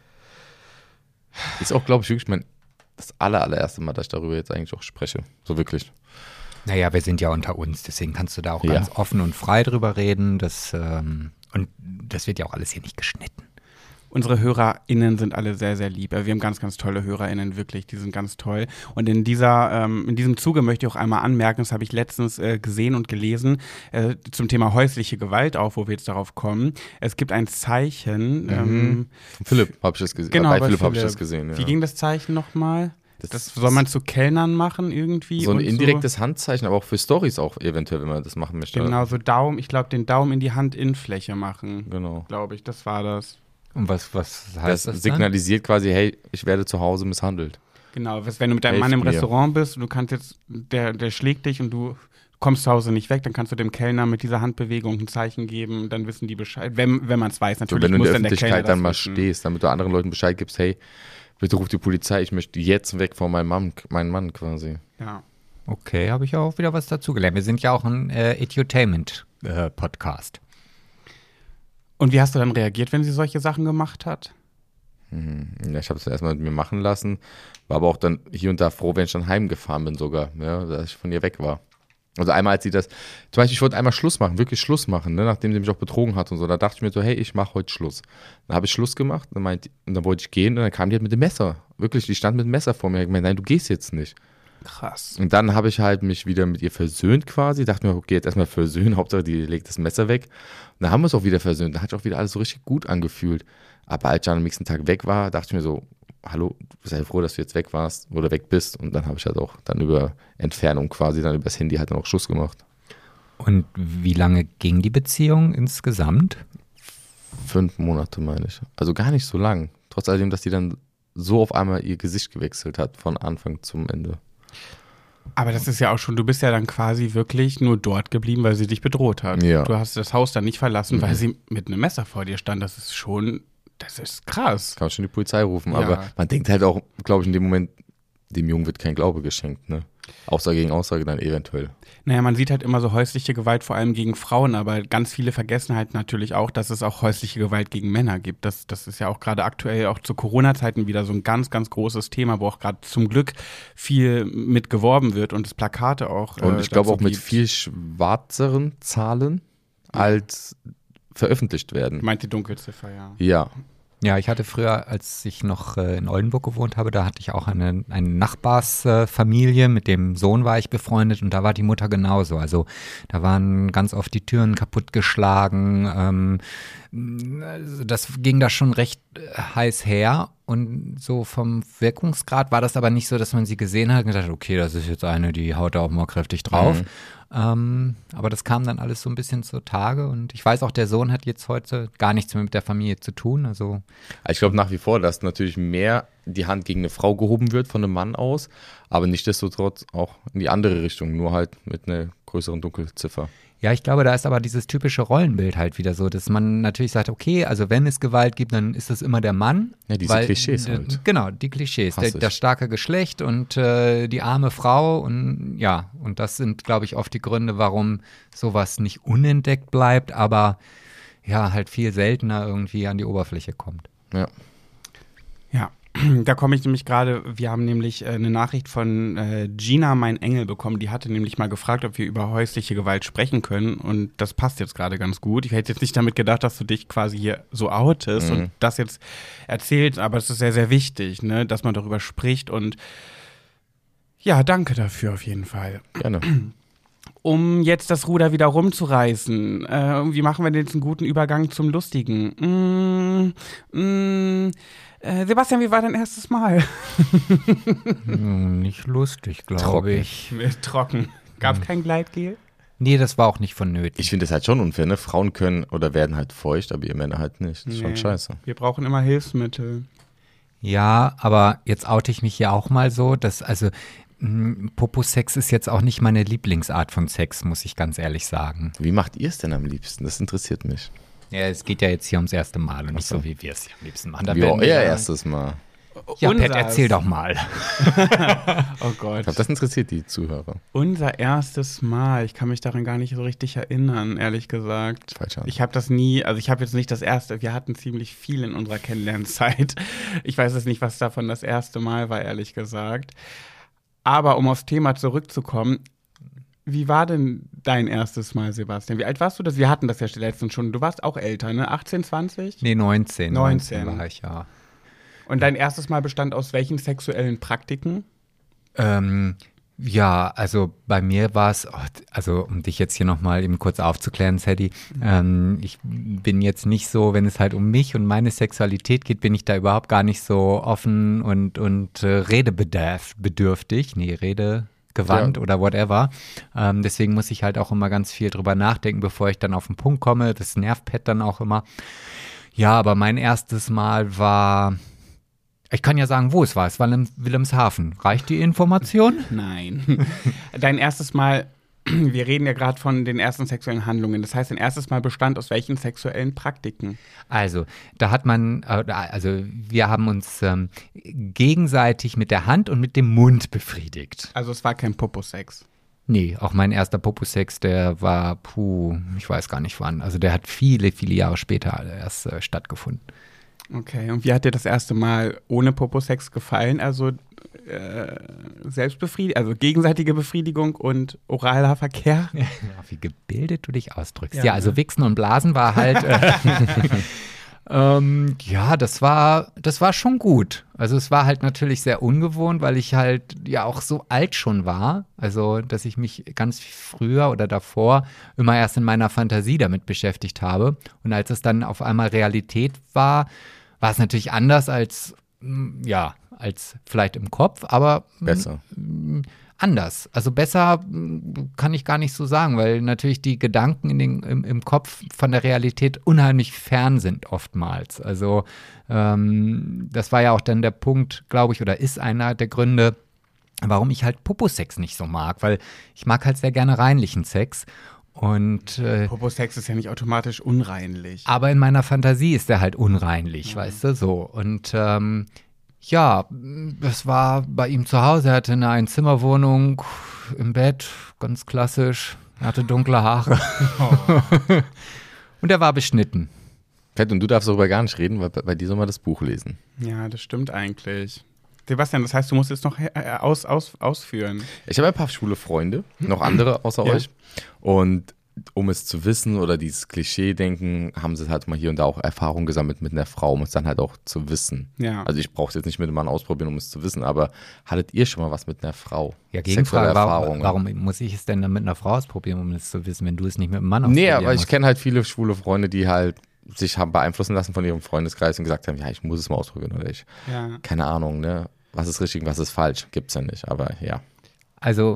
[SPEAKER 3] Ist auch, glaube ich, wirklich mein, das aller, allererste Mal, dass ich darüber jetzt eigentlich auch spreche. So wirklich.
[SPEAKER 2] naja, wir sind ja unter uns, deswegen kannst du da auch
[SPEAKER 3] Ja.
[SPEAKER 2] ganz offen und frei drüber reden. Das, ähm, und das wird ja auch alles hier nicht geschnitten.
[SPEAKER 1] Unsere HörerInnen sind alle sehr, sehr lieb. Wir haben ganz, ganz tolle HörerInnen, wirklich. Die sind ganz toll. Und in dieser, ähm, in diesem Zuge möchte ich auch einmal anmerken, das habe ich letztens äh, gesehen und gelesen, äh, zum Thema häusliche Gewalt auch, wo wir jetzt darauf kommen. Es gibt ein Zeichen. Ähm,
[SPEAKER 3] Von Philipp habe ich das gesehen.
[SPEAKER 1] genau,
[SPEAKER 3] bei,
[SPEAKER 1] bei
[SPEAKER 3] Philipp habe ich
[SPEAKER 1] Philipp.
[SPEAKER 3] das gesehen. Ja.
[SPEAKER 1] Wie ging das Zeichen nochmal?
[SPEAKER 3] Das,
[SPEAKER 1] Das soll man zu Kellnern machen irgendwie?
[SPEAKER 3] so ein
[SPEAKER 1] und
[SPEAKER 3] indirektes Handzeichen, aber auch für Stories auch eventuell, wenn man das machen möchte.
[SPEAKER 1] Genau, so Daumen, ich glaube, den Daumen in die Handinnenfläche machen.
[SPEAKER 3] Genau.
[SPEAKER 1] Glaube ich, das war das.
[SPEAKER 2] Und was, was
[SPEAKER 3] Das,
[SPEAKER 2] heißt das, dann?
[SPEAKER 3] signalisiert quasi, hey, ich werde zu Hause misshandelt.
[SPEAKER 1] Genau, was- wenn du mit deinem
[SPEAKER 3] Helft
[SPEAKER 1] Mann im
[SPEAKER 3] mir.
[SPEAKER 1] Restaurant bist und du kannst jetzt, der, der schlägt dich und du kommst zu Hause nicht weg, dann kannst du dem Kellner mit dieser Handbewegung ein Zeichen geben, dann wissen die Bescheid, wenn, wenn man es weiß.
[SPEAKER 3] So,
[SPEAKER 1] Natürlich
[SPEAKER 3] wenn du in
[SPEAKER 1] muss
[SPEAKER 3] der
[SPEAKER 1] dann der Kellner
[SPEAKER 3] Öffentlichkeit dann
[SPEAKER 1] das
[SPEAKER 3] mal
[SPEAKER 1] wissen.
[SPEAKER 3] stehst, damit du anderen Leuten Bescheid gibst, hey, bitte ruf die Polizei, ich möchte jetzt weg von meinem Mann, meinem Mann quasi.
[SPEAKER 1] Ja.
[SPEAKER 2] Okay, habe ich auch wieder was dazugelernt. Wir sind ja auch ein äh, Edutainment-Podcast.
[SPEAKER 1] Und wie hast du dann reagiert, wenn sie solche Sachen gemacht hat?
[SPEAKER 3] Ja, ich habe es erstmal mit mir machen lassen, war aber auch dann hier und da froh, wenn ich dann heimgefahren bin sogar, ja, dass ich von ihr weg war. Also einmal, als sie das, zum Beispiel, ich wollte einmal Schluss machen, wirklich Schluss machen, ne, nachdem sie mich auch betrogen hat und so, da dachte ich mir so, hey, ich mache heute Schluss. Dann habe ich Schluss gemacht, dann meint, und dann wollte ich gehen und dann kam die halt mit dem Messer, wirklich, die stand mit dem Messer vor mir, ich habe gemeint, nein, du gehst jetzt nicht.
[SPEAKER 1] Krass.
[SPEAKER 3] Und dann habe ich halt mich wieder mit ihr versöhnt quasi. Dachte mir, okay, jetzt erstmal versöhnen. Hauptsache, die legt das Messer weg. Und dann haben wir es auch wieder versöhnt. Da hat sich auch wieder alles so richtig gut angefühlt. Aber als ich dann am nächsten Tag weg war, dachte ich mir so, hallo, sei froh, dass du jetzt weg warst oder weg bist. Und dann habe ich halt auch dann über Entfernung quasi, dann über das Handy halt dann auch Schluss gemacht.
[SPEAKER 2] Und wie lange ging die Beziehung insgesamt?
[SPEAKER 3] Fünf Monate, meine ich. Also gar nicht so lang. Trotz alledem, dass die dann so auf einmal ihr Gesicht gewechselt hat, von Anfang zum Ende.
[SPEAKER 1] Aber das ist ja auch schon, du bist ja dann quasi wirklich nur dort geblieben, weil sie dich bedroht hat.
[SPEAKER 3] Ja.
[SPEAKER 1] Du hast das Haus dann nicht verlassen,
[SPEAKER 3] Mhm.
[SPEAKER 1] weil sie mit einem Messer vor dir stand. Das ist schon, das ist krass.
[SPEAKER 3] Kann man schon die Polizei rufen.
[SPEAKER 1] Ja.
[SPEAKER 3] Aber man denkt halt auch, glaube ich, in dem Moment, dem Jungen wird kein Glaube geschenkt. Ne? Aussage gegen Aussage dann eventuell.
[SPEAKER 1] Naja, man sieht halt immer so häusliche Gewalt vor allem gegen Frauen, aber ganz viele vergessen halt natürlich auch, dass es auch häusliche Gewalt gegen Männer gibt. Das, das ist ja auch gerade aktuell auch zu Corona-Zeiten wieder so ein ganz, ganz großes Thema, wo auch gerade zum Glück viel mit geworben wird und es Plakate auch
[SPEAKER 3] Und
[SPEAKER 1] äh,
[SPEAKER 3] ich glaube
[SPEAKER 1] dazu
[SPEAKER 3] auch mit
[SPEAKER 1] gibt.
[SPEAKER 3] viel schwarzeren Zahlen als veröffentlicht werden.
[SPEAKER 1] Meint die Dunkelziffer, ja.
[SPEAKER 3] Ja.
[SPEAKER 2] Ja, ich hatte früher, als ich noch äh, in Oldenburg gewohnt habe, da hatte ich auch eine, eine Nachbarsfamilie, äh, mit dem Sohn war ich befreundet und da war die Mutter genauso. Also da waren ganz oft die Türen kaputtgeschlagen. Ähm, also das ging da schon recht äh, heiß her und so vom Wirkungsgrad war das aber nicht so, dass man sie gesehen hat und gedacht, okay, das ist jetzt eine, die haut da auch mal kräftig drauf.
[SPEAKER 3] Mhm.
[SPEAKER 2] Ähm, aber das kam dann alles so ein bisschen zutage und ich weiß auch, der Sohn hat jetzt heute gar nichts mehr mit der Familie zu tun. Also
[SPEAKER 3] Ich glaube nach wie vor, dass natürlich mehr die Hand gegen eine Frau gehoben wird von einem Mann aus, aber nichtsdestotrotz auch in die andere Richtung, nur halt mit einer größeren Dunkelziffer.
[SPEAKER 2] ja, ich glaube, da ist aber dieses typische Rollenbild halt wieder so, dass man natürlich sagt, okay, also wenn es Gewalt gibt, dann ist es immer der Mann.
[SPEAKER 3] Ja, diese Klischees
[SPEAKER 2] äh,
[SPEAKER 3] halt.
[SPEAKER 2] Genau, die Klischees.
[SPEAKER 3] Hass
[SPEAKER 2] Der,
[SPEAKER 3] ich.
[SPEAKER 2] das starke Geschlecht und äh, die arme Frau und ja, und das sind, glaube ich, oft die Gründe, warum sowas nicht unentdeckt bleibt, aber ja, halt viel seltener irgendwie an die Oberfläche kommt.
[SPEAKER 3] Ja.
[SPEAKER 1] Ja, da komme ich nämlich gerade, wir haben nämlich äh, eine Nachricht von äh, Gina, mein Engel, bekommen. Die hatte nämlich mal gefragt, ob wir über häusliche Gewalt sprechen können und das passt jetzt gerade ganz gut. Ich hätte jetzt nicht damit gedacht, dass du dich quasi hier so outest
[SPEAKER 3] Mhm.
[SPEAKER 1] und das jetzt erzählst, aber es ist sehr, sehr wichtig, ne, dass man darüber spricht und ja, danke dafür auf jeden Fall.
[SPEAKER 3] Gerne.
[SPEAKER 1] Um jetzt das Ruder wieder rumzureißen, äh, wie machen wir denn jetzt einen guten Übergang zum Lustigen? Mm, mm, äh, Sebastian, wie war dein erstes Mal?
[SPEAKER 2] Hm, nicht lustig, glaube
[SPEAKER 3] Trocken.
[SPEAKER 2] ich.
[SPEAKER 1] Trocken. Gab es kein Gleitgel?
[SPEAKER 2] Nee, das war auch nicht vonnöten.
[SPEAKER 3] Ich finde das halt schon unfair, ne? Frauen können oder werden halt feucht, aber ihr Männer halt nicht. Das ist schon
[SPEAKER 1] Nee.
[SPEAKER 3] scheiße.
[SPEAKER 1] Wir brauchen immer Hilfsmittel.
[SPEAKER 2] Ja, aber jetzt oute ich mich hier auch mal so, dass, also mh, Popo-Sex ist jetzt auch nicht meine Lieblingsart von Sex, muss ich ganz ehrlich sagen.
[SPEAKER 3] Wie macht ihr es denn am liebsten? Das interessiert mich.
[SPEAKER 2] Ja, es geht ja jetzt hier ums erste Mal und nicht
[SPEAKER 3] Ach so.
[SPEAKER 2] so, wie wir es hier am liebsten machen. Da
[SPEAKER 3] Wie
[SPEAKER 2] werden
[SPEAKER 3] auch
[SPEAKER 2] wir
[SPEAKER 3] euer
[SPEAKER 2] ja-
[SPEAKER 3] erstes Mal.
[SPEAKER 2] Ja,
[SPEAKER 1] Unser-
[SPEAKER 2] Pat, erzähl doch mal.
[SPEAKER 1] Oh
[SPEAKER 3] Ich
[SPEAKER 1] Gott.
[SPEAKER 3] glaube, das interessiert die Zuhörer.
[SPEAKER 1] Unser erstes Mal. Ich kann mich daran gar nicht so richtig erinnern, ehrlich gesagt.
[SPEAKER 3] Falsch an.
[SPEAKER 1] Ich habe das nie, also ich habe jetzt nicht das erste, wir hatten ziemlich viel in unserer Kennenlernzeit. Ich weiß jetzt nicht, was davon das erste Mal war, ehrlich gesagt. Aber um aufs Thema zurückzukommen, wie war denn dein erstes Mal, Sebastian? Wie alt warst du das? Wir hatten das ja letztens schon. Du warst auch älter, ne? achtzehn, zwanzig?
[SPEAKER 2] Nee, neunzehn.
[SPEAKER 1] neunzehn.
[SPEAKER 2] war ich, ja.
[SPEAKER 1] Und dein erstes Mal bestand aus welchen sexuellen Praktiken?
[SPEAKER 2] Ähm, ja, also bei mir war es, oh, also um dich jetzt hier nochmal eben kurz aufzuklären, Sadie, ähm, ich bin jetzt nicht so, wenn es halt um mich und meine Sexualität geht, bin ich da überhaupt gar nicht so offen und, und äh, redebedürftig, nee, redegewandt
[SPEAKER 3] Ja.
[SPEAKER 2] oder whatever. Ähm, deswegen muss ich halt auch immer ganz viel drüber nachdenken, bevor ich dann auf den Punkt komme. Das nervt Pat dann auch immer. Ja, aber mein erstes Mal war... Ich kann ja sagen, wo es war. Es war in Wilhelmshaven. Reicht die Information?
[SPEAKER 1] Nein. Dein erstes Mal, wir reden ja gerade von den ersten sexuellen Handlungen. Das heißt, dein erstes Mal bestand aus welchen sexuellen Praktiken?
[SPEAKER 2] Also, da hat man, äh, also wir haben uns ähm, gegenseitig mit der Hand und mit dem Mund befriedigt.
[SPEAKER 1] Also es war kein Popo-Sex.
[SPEAKER 2] Nee, auch mein erster Popo-Sex, der war, puh, ich weiß gar nicht wann. Also der hat viele, viele Jahre später erst äh, stattgefunden.
[SPEAKER 1] Okay, und wie hat dir das erste Mal ohne Popo-Sex gefallen? Also äh, Selbstbefriedigung, also gegenseitige Befriedigung und oraler Verkehr?
[SPEAKER 2] Ja, wie gebildet du dich ausdrückst.
[SPEAKER 1] Ja,
[SPEAKER 2] Ja, also
[SPEAKER 1] ne?
[SPEAKER 2] Wichsen und Blasen war halt, äh, Ähm, ja, das war, das war schon gut. Also es war halt natürlich sehr ungewohnt, weil ich halt ja auch so alt schon war. Also, dass ich mich ganz früher oder davor immer erst in meiner Fantasie damit beschäftigt habe. Und als es dann auf einmal Realität war, war es natürlich anders als, mm, ja, als vielleicht im Kopf, aber
[SPEAKER 3] Besser.
[SPEAKER 2] mm, anders. Also besser mm, kann ich gar nicht so sagen, weil natürlich die Gedanken in den, im, im Kopf von der Realität unheimlich fern sind oftmals. Also ähm, das war ja auch dann der Punkt, glaube ich, oder ist einer der Gründe, warum ich halt Popo-Sex nicht so mag, weil ich mag halt sehr gerne reinlichen Sex. Und äh,
[SPEAKER 1] Popo-Sex ist ja nicht automatisch unreinlich.
[SPEAKER 2] aber in meiner Fantasie ist der halt unreinlich, weißt du, so. Und ähm, ja, das war bei ihm zu Hause. Er hatte eine Einzimmerwohnung im Bett, ganz klassisch. Er hatte dunkle Haare.
[SPEAKER 1] Oh.
[SPEAKER 2] Und er war beschnitten.
[SPEAKER 3] Fett, und du darfst darüber gar nicht reden, weil bei, bei dir soll man das Buch lesen.
[SPEAKER 1] Ja, das stimmt eigentlich. Sebastian, das heißt, du musst jetzt noch äh, aus, aus, ausführen.
[SPEAKER 3] Ich habe ein paar schwule Freunde, noch andere außer
[SPEAKER 1] Ja.
[SPEAKER 3] euch. Und um es zu wissen oder dieses Klischee-Denken, haben sie halt mal hier und da auch Erfahrung gesammelt mit einer Frau, um es dann halt auch zu wissen.
[SPEAKER 1] Ja.
[SPEAKER 3] Also ich brauche es jetzt nicht mit einem Mann ausprobieren, um es zu wissen, aber hattet ihr schon mal was mit einer Frau?
[SPEAKER 2] Ja,
[SPEAKER 3] Sexuelle
[SPEAKER 2] Gegenfrage, warum,
[SPEAKER 3] Erfahrungen?
[SPEAKER 2] warum muss ich es denn dann mit einer Frau ausprobieren, um es zu wissen, wenn du es nicht mit einem Mann
[SPEAKER 3] Nee,
[SPEAKER 2] ausprobieren
[SPEAKER 3] aber ich
[SPEAKER 2] musst?
[SPEAKER 3] kenne halt viele schwule Freunde, die halt sich haben beeinflussen lassen von ihrem Freundeskreis und gesagt haben, ja, ich muss es mal ausprobieren oder ich,
[SPEAKER 1] Ja.
[SPEAKER 3] keine Ahnung, ne? Was ist richtig und was ist falsch? Gibt's ja nicht, aber ja.
[SPEAKER 2] Also,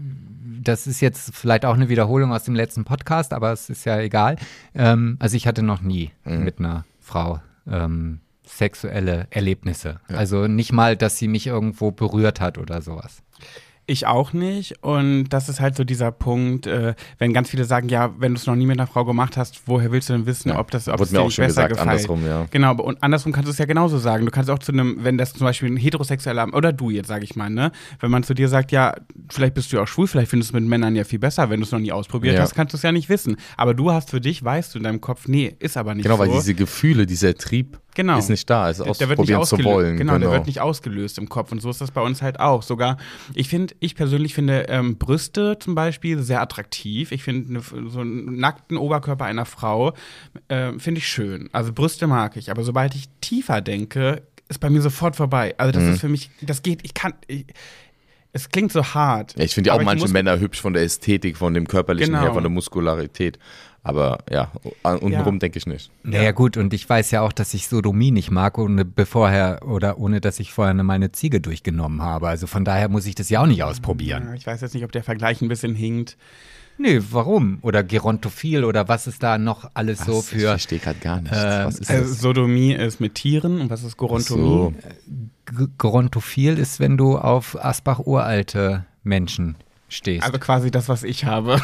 [SPEAKER 2] das ist jetzt vielleicht auch eine Wiederholung aus dem letzten Podcast, aber es ist ja egal. Ähm, also ich hatte noch nie
[SPEAKER 3] Mhm.
[SPEAKER 2] mit einer Frau ähm, sexuelle Erlebnisse. Also nicht mal, dass sie mich irgendwo berührt hat oder sowas.
[SPEAKER 1] Ich auch nicht. Und das ist halt so dieser Punkt, äh, wenn ganz viele sagen, ja, wenn du es noch nie mit einer Frau gemacht hast, woher willst du denn wissen,
[SPEAKER 3] Ja.
[SPEAKER 1] ob das, ob
[SPEAKER 3] Wurde
[SPEAKER 1] es
[SPEAKER 3] mir
[SPEAKER 1] dir
[SPEAKER 3] auch
[SPEAKER 1] nicht
[SPEAKER 3] schon
[SPEAKER 1] besser
[SPEAKER 3] gesagt,
[SPEAKER 1] gefällt.
[SPEAKER 3] andersrum, ja.
[SPEAKER 1] Genau, aber und andersrum kannst du es ja genauso sagen. Du kannst auch zu einem, wenn das zum Beispiel ein heterosexueller, oder du jetzt, sag ich mal, ne, wenn man zu dir sagt, ja, vielleicht bist du ja auch schwul, vielleicht findest du es mit Männern ja viel besser, wenn du es noch nie ausprobiert
[SPEAKER 3] Ja.
[SPEAKER 1] hast, kannst du es ja nicht wissen. Aber du hast für dich, weißt du in deinem Kopf, nee, ist aber nicht
[SPEAKER 3] Genau,
[SPEAKER 1] so.
[SPEAKER 3] weil diese Gefühle, dieser Trieb
[SPEAKER 1] Genau.
[SPEAKER 3] ist nicht da, ist
[SPEAKER 1] Der, der wird nicht
[SPEAKER 3] ausprobieren zu
[SPEAKER 1] ausgelöst.
[SPEAKER 3] wollen.
[SPEAKER 1] Genau, der wird nicht ausgelöst im Kopf. Und so ist das bei uns halt auch. Sogar, ich finde, ich persönlich finde ähm, Brüste zum Beispiel sehr attraktiv. Ich finde ne, so einen nackten Oberkörper einer Frau äh, finde ich schön. Also Brüste mag ich. Aber sobald ich tiefer denke, ist bei mir sofort vorbei. Also das
[SPEAKER 3] Mhm.
[SPEAKER 1] ist für mich, das geht, ich kann, ich, es klingt so hart.
[SPEAKER 3] Ja, ich finde ja auch
[SPEAKER 1] aber ich
[SPEAKER 3] manche
[SPEAKER 1] muss-
[SPEAKER 3] Männer hübsch von der Ästhetik, von dem Körperlichen
[SPEAKER 1] Genau.
[SPEAKER 3] her, von der Muskularität. Aber ja, untenrum
[SPEAKER 1] Ja.
[SPEAKER 3] denke ich nicht.
[SPEAKER 2] Naja gut, und ich weiß ja auch, dass ich Sodomie nicht mag, ohne bevorher oder ohne dass ich vorher meine Ziege durchgenommen habe. Also von daher muss ich das ja auch nicht ausprobieren.
[SPEAKER 1] Ja, ich weiß jetzt nicht, ob der Vergleich ein bisschen hinkt.
[SPEAKER 2] Nee, warum? Oder Gerontophil oder was ist da noch alles so
[SPEAKER 3] Was? Ich
[SPEAKER 2] für
[SPEAKER 3] verstehe gerade gar nichts.
[SPEAKER 2] äh,
[SPEAKER 3] Was ist
[SPEAKER 1] Also
[SPEAKER 3] das?
[SPEAKER 1] Sodomie ist mit Tieren und was ist
[SPEAKER 3] Ach
[SPEAKER 1] Gorontomie?
[SPEAKER 3] so.
[SPEAKER 2] G- Gerontophil ist, wenn du auf Asbach-uralte Menschen stehst.
[SPEAKER 1] Also quasi das, was ich habe.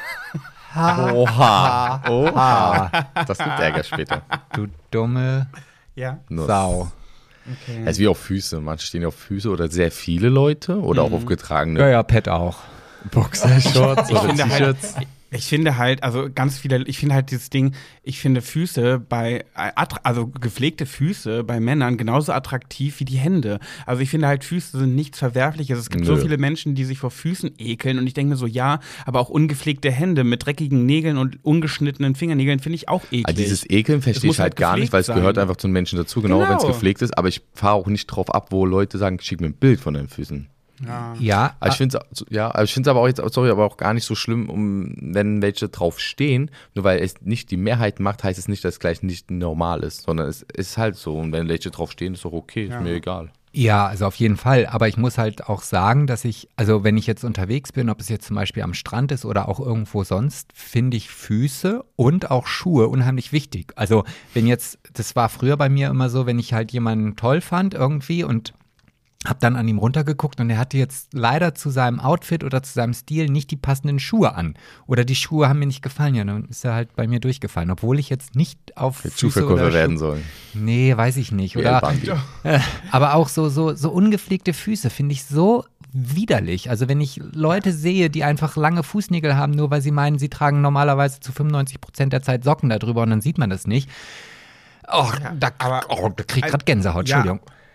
[SPEAKER 3] Oha. Oha. Das gibt Ärger später.
[SPEAKER 2] Du dumme
[SPEAKER 1] Ja.
[SPEAKER 3] Nuss.
[SPEAKER 2] Sau.
[SPEAKER 1] Okay.
[SPEAKER 3] Es ist wie auf Füße. Manche stehen auf Füße oder sehr viele Leute oder auch auf getragene
[SPEAKER 2] Ja, ja, Pet auch.
[SPEAKER 3] Boxershorts
[SPEAKER 1] Ich
[SPEAKER 3] oder
[SPEAKER 1] finde, halt,
[SPEAKER 3] T-Shirts.
[SPEAKER 1] ich finde halt, also ganz viele, ich finde halt dieses Ding, ich finde Füße bei, äh, attra- also gepflegte Füße bei Männern genauso attraktiv wie die Hände. Also ich finde halt, Füße sind nichts Verwerfliches. Es gibt
[SPEAKER 3] Nö.
[SPEAKER 1] so viele Menschen, die sich vor Füßen ekeln und ich denke mir so, ja, aber auch ungepflegte Hände mit dreckigen Nägeln und ungeschnittenen Fingernägeln finde ich auch eklig.
[SPEAKER 3] Also dieses Ekeln verstehe
[SPEAKER 1] muss
[SPEAKER 3] ich halt
[SPEAKER 1] halt
[SPEAKER 3] gar nicht, weil es
[SPEAKER 1] gepflegt
[SPEAKER 3] gehört
[SPEAKER 1] sein.
[SPEAKER 3] einfach zu den Menschen dazu, genau,
[SPEAKER 1] Genau.
[SPEAKER 3] wenn es gepflegt ist. Aber ich fahre auch nicht drauf ab, wo Leute sagen, schick mir ein Bild von deinen Füßen.
[SPEAKER 1] ja.
[SPEAKER 2] Ja,
[SPEAKER 3] Aber ich finde es ja, aber ich finde es aber auch jetzt, sorry, aber auch gar nicht so schlimm, um wenn welche drauf stehen, nur weil es nicht die Mehrheit macht, heißt es nicht, dass es gleich nicht normal ist, sondern es ist halt so. Und wenn welche drauf stehen, ist doch okay, ist
[SPEAKER 1] Ja.
[SPEAKER 3] mir egal.
[SPEAKER 2] ja, also auf jeden Fall. Aber ich muss halt auch sagen, dass ich, also wenn ich jetzt unterwegs bin, ob es jetzt zum Beispiel am Strand ist oder auch irgendwo sonst, finde ich Füße und auch Schuhe unheimlich wichtig. Also wenn jetzt, das war früher bei mir immer so, wenn ich halt jemanden toll fand irgendwie und hab dann an ihm runtergeguckt und er hatte jetzt leider zu seinem Outfit oder zu seinem Stil nicht die passenden Schuhe an. Oder die Schuhe haben mir nicht gefallen. Ja, dann ist er halt bei mir durchgefallen. Obwohl ich jetzt nicht auf
[SPEAKER 3] Hätte
[SPEAKER 2] Füße
[SPEAKER 3] Schuhverkäufer
[SPEAKER 2] oder
[SPEAKER 3] werden
[SPEAKER 2] Schuh-
[SPEAKER 3] sollen.
[SPEAKER 2] Nee, weiß ich nicht.
[SPEAKER 3] Wie
[SPEAKER 2] Oder,
[SPEAKER 3] alt waren die?
[SPEAKER 2] äh, aber auch so, so, so ungepflegte Füße finde ich so widerlich. Also wenn ich Leute sehe, die einfach lange Fußnägel haben, nur weil sie meinen, sie tragen normalerweise zu fünfundneunzig Prozent der Zeit Socken darüber und dann sieht man das nicht. Oh, da,
[SPEAKER 1] aber-
[SPEAKER 2] oh, da krieg ich
[SPEAKER 1] Also,
[SPEAKER 2] gerade Gänsehaut,
[SPEAKER 1] ja.
[SPEAKER 2] Entschuldigung.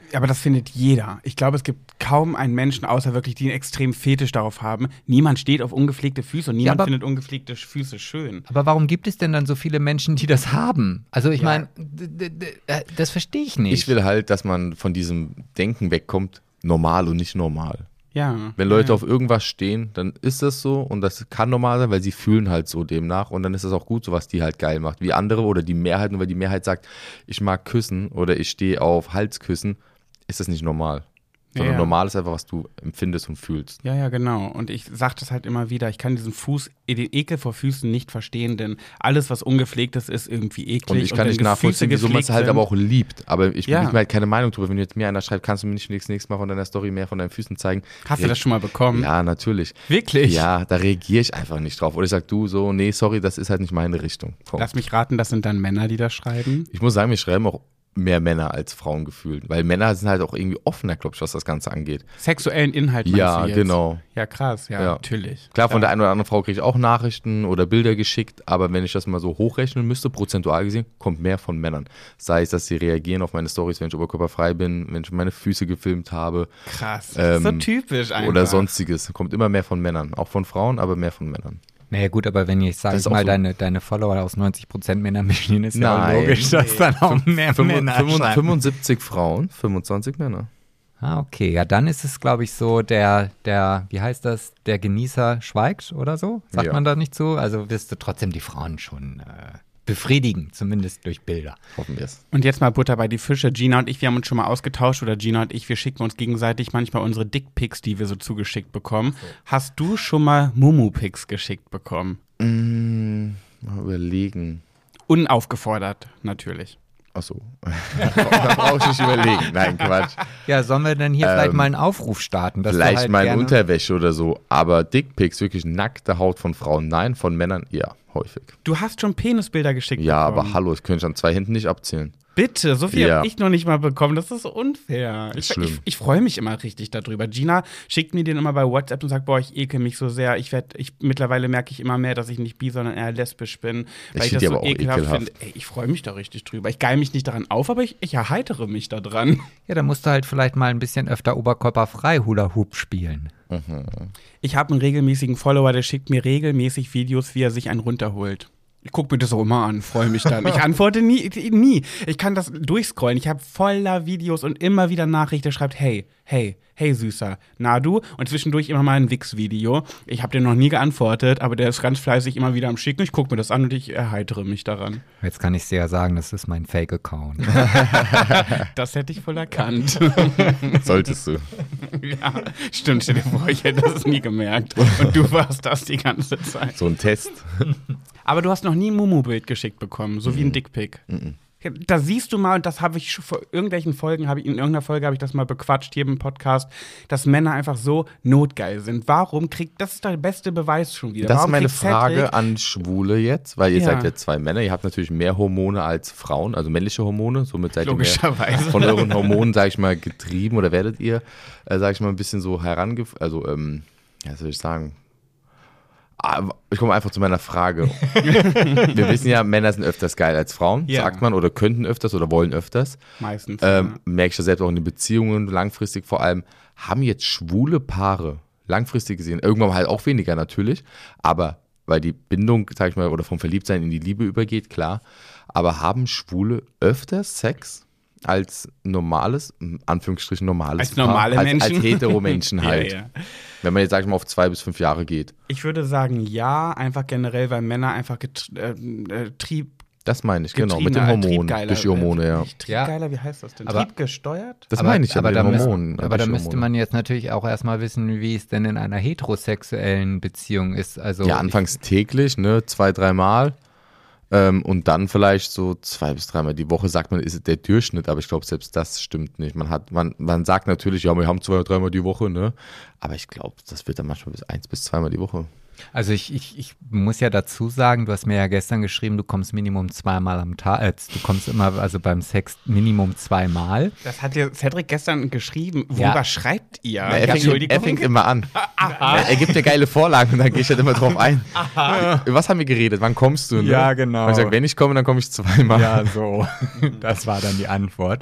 [SPEAKER 1] Aber das findet jeder. Ich glaube, es gibt kaum einen Menschen, außer wirklich, die einen extremen Fetisch darauf haben. Niemand steht auf ungepflegte Füße und niemand
[SPEAKER 2] aber-
[SPEAKER 1] findet ungepflegte Füße schön.
[SPEAKER 2] Aber warum gibt es denn dann so viele Menschen, die das haben? Also ich
[SPEAKER 1] Ja.
[SPEAKER 2] meine, d- d- d- äh, das verstehe ich nicht.
[SPEAKER 3] Ich will halt, dass man von diesem Denken wegkommt, normal und nicht normal.
[SPEAKER 1] Ja.
[SPEAKER 3] Wenn Leute
[SPEAKER 1] ja.
[SPEAKER 3] auf irgendwas stehen, dann ist das so und das kann normal sein, weil sie fühlen halt so demnach und dann ist das auch gut, so was die halt geil macht. Wie andere oder die Mehrheit, nur weil die Mehrheit sagt, ich mag küssen oder ich stehe auf Halsküssen, ist das nicht normal. Sondern
[SPEAKER 1] Ja, ja.
[SPEAKER 3] normal ist einfach, was du empfindest und fühlst.
[SPEAKER 1] Ja, ja, genau. Und ich sage das halt immer wieder, ich kann diesen Fuß, den Ekel vor Füßen nicht verstehen, denn alles, was ungepflegtes ist, irgendwie eklig.
[SPEAKER 3] Und ich kann
[SPEAKER 1] wenn
[SPEAKER 3] nicht
[SPEAKER 1] die
[SPEAKER 3] nachvollziehen,
[SPEAKER 1] Füße
[SPEAKER 3] wieso man es
[SPEAKER 1] gepflegt
[SPEAKER 3] halt
[SPEAKER 1] sind-
[SPEAKER 3] aber auch liebt. Aber ich
[SPEAKER 1] Ja.
[SPEAKER 3] bilde mir halt keine Meinung drüber. Wenn jetzt mir einer schreibt, kannst du mir nicht nächstes, nächstes Mal von deiner Story mehr von deinen Füßen zeigen.
[SPEAKER 1] Hast du das schon mal bekommen?
[SPEAKER 3] Ja, natürlich.
[SPEAKER 1] Wirklich?
[SPEAKER 3] Ja, da reagiere ich einfach nicht drauf. Oder ich sag du so, nee, sorry, das ist halt nicht meine Richtung. Punkt.
[SPEAKER 1] Lass mich raten, das sind dann Männer, die das schreiben.
[SPEAKER 3] Ich muss sagen, wir schreiben auch mehr Männer als Frauen gefühlt. Weil Männer sind halt auch irgendwie offener, glaube ich, was das Ganze angeht.
[SPEAKER 1] Sexuellen Inhalt meinst
[SPEAKER 3] Ja,
[SPEAKER 1] du jetzt?
[SPEAKER 3] genau.
[SPEAKER 1] Ja, krass, ja,
[SPEAKER 3] Ja.
[SPEAKER 1] natürlich.
[SPEAKER 3] Klar, von der einen oder anderen Frau kriege ich auch Nachrichten oder Bilder geschickt, aber wenn ich das mal so hochrechnen müsste, prozentual gesehen, kommt mehr von Männern. Sei es, dass sie reagieren auf meine Stories, wenn ich oberkörperfrei bin, wenn ich meine Füße gefilmt habe
[SPEAKER 1] Krass.
[SPEAKER 3] Ähm,
[SPEAKER 1] so typisch einfach.
[SPEAKER 3] oder sonstiges. Kommt immer mehr von Männern. Auch von Frauen, aber mehr von Männern.
[SPEAKER 2] Naja gut, aber wenn ich, sag
[SPEAKER 3] Das
[SPEAKER 2] ich
[SPEAKER 3] ist auch
[SPEAKER 2] mal,
[SPEAKER 3] so.
[SPEAKER 2] deine, deine Follower aus neunzig Prozent Männer bestehen, ist ja auch
[SPEAKER 3] Nein.
[SPEAKER 2] logisch, dass dann auch mehr
[SPEAKER 3] Fünf-
[SPEAKER 2] Männer
[SPEAKER 3] fünf-
[SPEAKER 2] schreiben.
[SPEAKER 3] fünfundsiebzig Frauen, fünfundzwanzig Männer.
[SPEAKER 2] Ah, okay. Ja, dann ist es, glaube ich, so, der, der, wie heißt das, der Genießer schweigt oder so? Sagt
[SPEAKER 3] Ja.
[SPEAKER 2] man da nicht so? Also wirst du trotzdem die Frauen schon äh, befriedigen, zumindest durch Bilder.
[SPEAKER 3] Hoffen wir es.
[SPEAKER 1] Und jetzt mal Butter bei die Fische. Gina und ich, wir haben uns schon mal ausgetauscht, oder Gina und ich, wir schicken uns gegenseitig manchmal unsere Dickpics, die wir so zugeschickt bekommen. Hast du schon mal Mumu-Pics geschickt bekommen?
[SPEAKER 3] Mm, mal überlegen.
[SPEAKER 1] Unaufgefordert, natürlich.
[SPEAKER 3] Achso. da brauche ich nicht überlegen. Nein, Quatsch.
[SPEAKER 2] Ja, sollen wir denn hier
[SPEAKER 3] Ähm,
[SPEAKER 2] vielleicht mal einen Aufruf starten? Dass du
[SPEAKER 3] Vielleicht
[SPEAKER 2] halt
[SPEAKER 3] mal in
[SPEAKER 2] gerne-
[SPEAKER 3] Unterwäsche oder so. Aber Dickpics, wirklich nackte Haut von Frauen, nein. Von Männern, ja, häufig.
[SPEAKER 1] Du hast schon Penisbilder geschickt
[SPEAKER 3] Ja,
[SPEAKER 1] bekommen.
[SPEAKER 3] aber hallo, das könnte ich an zwei Händen nicht abzählen.
[SPEAKER 1] Bitte, so viel
[SPEAKER 3] Ja.
[SPEAKER 1] habe ich noch nicht mal bekommen. Das ist so unfair. Ich,
[SPEAKER 3] Ist schlimm.
[SPEAKER 1] ich, ich freue mich immer richtig darüber. Gina schickt mir den immer bei WhatsApp und sagt, boah, ich ekel mich so sehr. Ich werd, ich, mittlerweile merke ich immer mehr, dass ich nicht bi, sondern eher lesbisch bin. Weil
[SPEAKER 3] Ich
[SPEAKER 1] ich,
[SPEAKER 3] find
[SPEAKER 1] das
[SPEAKER 3] die
[SPEAKER 1] so
[SPEAKER 3] aber auch
[SPEAKER 1] ekelhaft
[SPEAKER 3] ekelhaft.
[SPEAKER 1] finde. Ey, ich freue mich da richtig drüber. Ich geil mich nicht daran auf, aber ich, ich erheitere mich da dran.
[SPEAKER 2] Ja, dann musst du halt vielleicht mal ein bisschen öfter oberkörperfrei Hula Hoop spielen.
[SPEAKER 1] Ich habe einen regelmäßigen Follower, der schickt mir regelmäßig Videos, wie er sich einen runterholt. Ich gucke mir das auch immer an, freue mich dann. Ich antworte nie, nie. Ich kann das durchscrollen. Ich habe voller Videos und immer wieder Nachrichten, der schreibt, hey, hey, hey Süßer, na du? Und zwischendurch immer mal ein Wix-Video. Ich habe dir noch nie geantwortet, aber der ist ganz fleißig immer wieder am Schicken. Ich gucke mir das an und ich erheitere mich daran.
[SPEAKER 2] Jetzt kann ich dir ja sagen, das ist mein Fake-Account.
[SPEAKER 1] Das hätte ich voll erkannt.
[SPEAKER 3] Solltest du.
[SPEAKER 1] Ja, stimmt, stell dir vor, ich hätte das nie gemerkt. Und du warst das die ganze Zeit.
[SPEAKER 3] So ein Test.
[SPEAKER 1] Aber du hast noch nie ein Mumu-Bild geschickt bekommen, so wie ein Dickpic. Da siehst du mal, und das habe ich schon vor irgendwelchen Folgen, habe ich in irgendeiner Folge habe ich das mal bequatscht hier im Podcast, dass Männer einfach so notgeil sind. Warum kriegt, das ist der beste Beweis schon wieder.
[SPEAKER 3] Das ist
[SPEAKER 1] Warum
[SPEAKER 3] meine
[SPEAKER 1] kriegt
[SPEAKER 3] Frage
[SPEAKER 1] Cedric-
[SPEAKER 3] an Schwule jetzt, weil ihr
[SPEAKER 1] Ja.
[SPEAKER 3] seid ja zwei Männer, ihr habt natürlich mehr Hormone als Frauen, also männliche Hormone, somit seid ihr mehr
[SPEAKER 1] Logischerweise.
[SPEAKER 3] von euren Hormonen, sage ich mal, getrieben oder werdet ihr, äh, sage ich mal, ein bisschen so herangef... Also, ähm, ja, was soll ich sagen? Ah, Ich komme einfach zu meiner Frage. Wir wissen ja, Männer sind öfters geil als Frauen,
[SPEAKER 1] Ja.
[SPEAKER 3] sagt man, oder könnten öfters oder wollen öfters.
[SPEAKER 1] Meistens.
[SPEAKER 3] Ähm,
[SPEAKER 1] ja.
[SPEAKER 3] merke ich das selbst auch in den Beziehungen, langfristig vor allem. Haben jetzt schwule Paare, langfristig gesehen, irgendwann halt auch weniger natürlich, aber weil die Bindung, sag ich mal, oder vom Verliebtsein in die Liebe übergeht, klar. Aber haben Schwule öfters Sex als normales, in Anführungsstrichen normales
[SPEAKER 1] Als normale
[SPEAKER 3] Paar,
[SPEAKER 1] Menschen?
[SPEAKER 3] Als, als Hetero-Menschen halt.
[SPEAKER 1] Ja, ja.
[SPEAKER 3] Wenn man jetzt, sag ich mal, auf zwei bis fünf Jahre geht.
[SPEAKER 1] Ich würde sagen, ja, einfach generell, weil Männer einfach getr- äh, äh, trieb
[SPEAKER 3] Das meine ich, genau, mit den
[SPEAKER 1] getriebener,
[SPEAKER 3] Hormonen,
[SPEAKER 1] triebgeiler,
[SPEAKER 3] durch die Hormone,
[SPEAKER 1] äh,
[SPEAKER 3] ja.
[SPEAKER 1] Nicht triebgeiler, wie heißt das denn?
[SPEAKER 2] Aber-
[SPEAKER 1] Triebgesteuert?
[SPEAKER 3] Das meine ich ja
[SPEAKER 2] aber
[SPEAKER 3] mit
[SPEAKER 2] da
[SPEAKER 3] den
[SPEAKER 2] müsst-
[SPEAKER 3] Hormonen.
[SPEAKER 2] aber da
[SPEAKER 3] durch die
[SPEAKER 2] müsste
[SPEAKER 3] Hormone.
[SPEAKER 2] man jetzt natürlich auch erstmal wissen, wie es denn in einer heterosexuellen Beziehung ist. Also
[SPEAKER 3] Ja, anfangs täglich, ne, zwei, dreimal. Ähm, und dann vielleicht so zwei bis dreimal die Woche, sagt man, ist der Durchschnitt, aber ich glaube, selbst das stimmt nicht. Man hat, man, man sagt natürlich, ja, wir haben zwei oder dreimal die Woche, ne? Aber ich glaube, das wird dann manchmal bis eins bis zweimal die Woche.
[SPEAKER 2] Also ich, ich, ich muss ja dazu sagen, du hast mir ja gestern geschrieben, du kommst Minimum zweimal am Tag, äh, du kommst immer, also beim Sex Minimum zweimal.
[SPEAKER 1] Das hat dir Cedric gestern geschrieben. Worüber
[SPEAKER 2] Ja.
[SPEAKER 1] schreibt ihr?
[SPEAKER 3] Na, er, fängt,
[SPEAKER 1] Entschuldigung.
[SPEAKER 3] er fängt immer an. Er, er gibt dir geile Vorlagen und dann gehe ich halt immer drauf ein. Über was haben wir geredet? Wann kommst du? Ne?
[SPEAKER 2] Ja, genau.
[SPEAKER 3] Und ich sage, wenn ich komme, dann komme ich zweimal.
[SPEAKER 2] Ja, so. Das war dann die Antwort.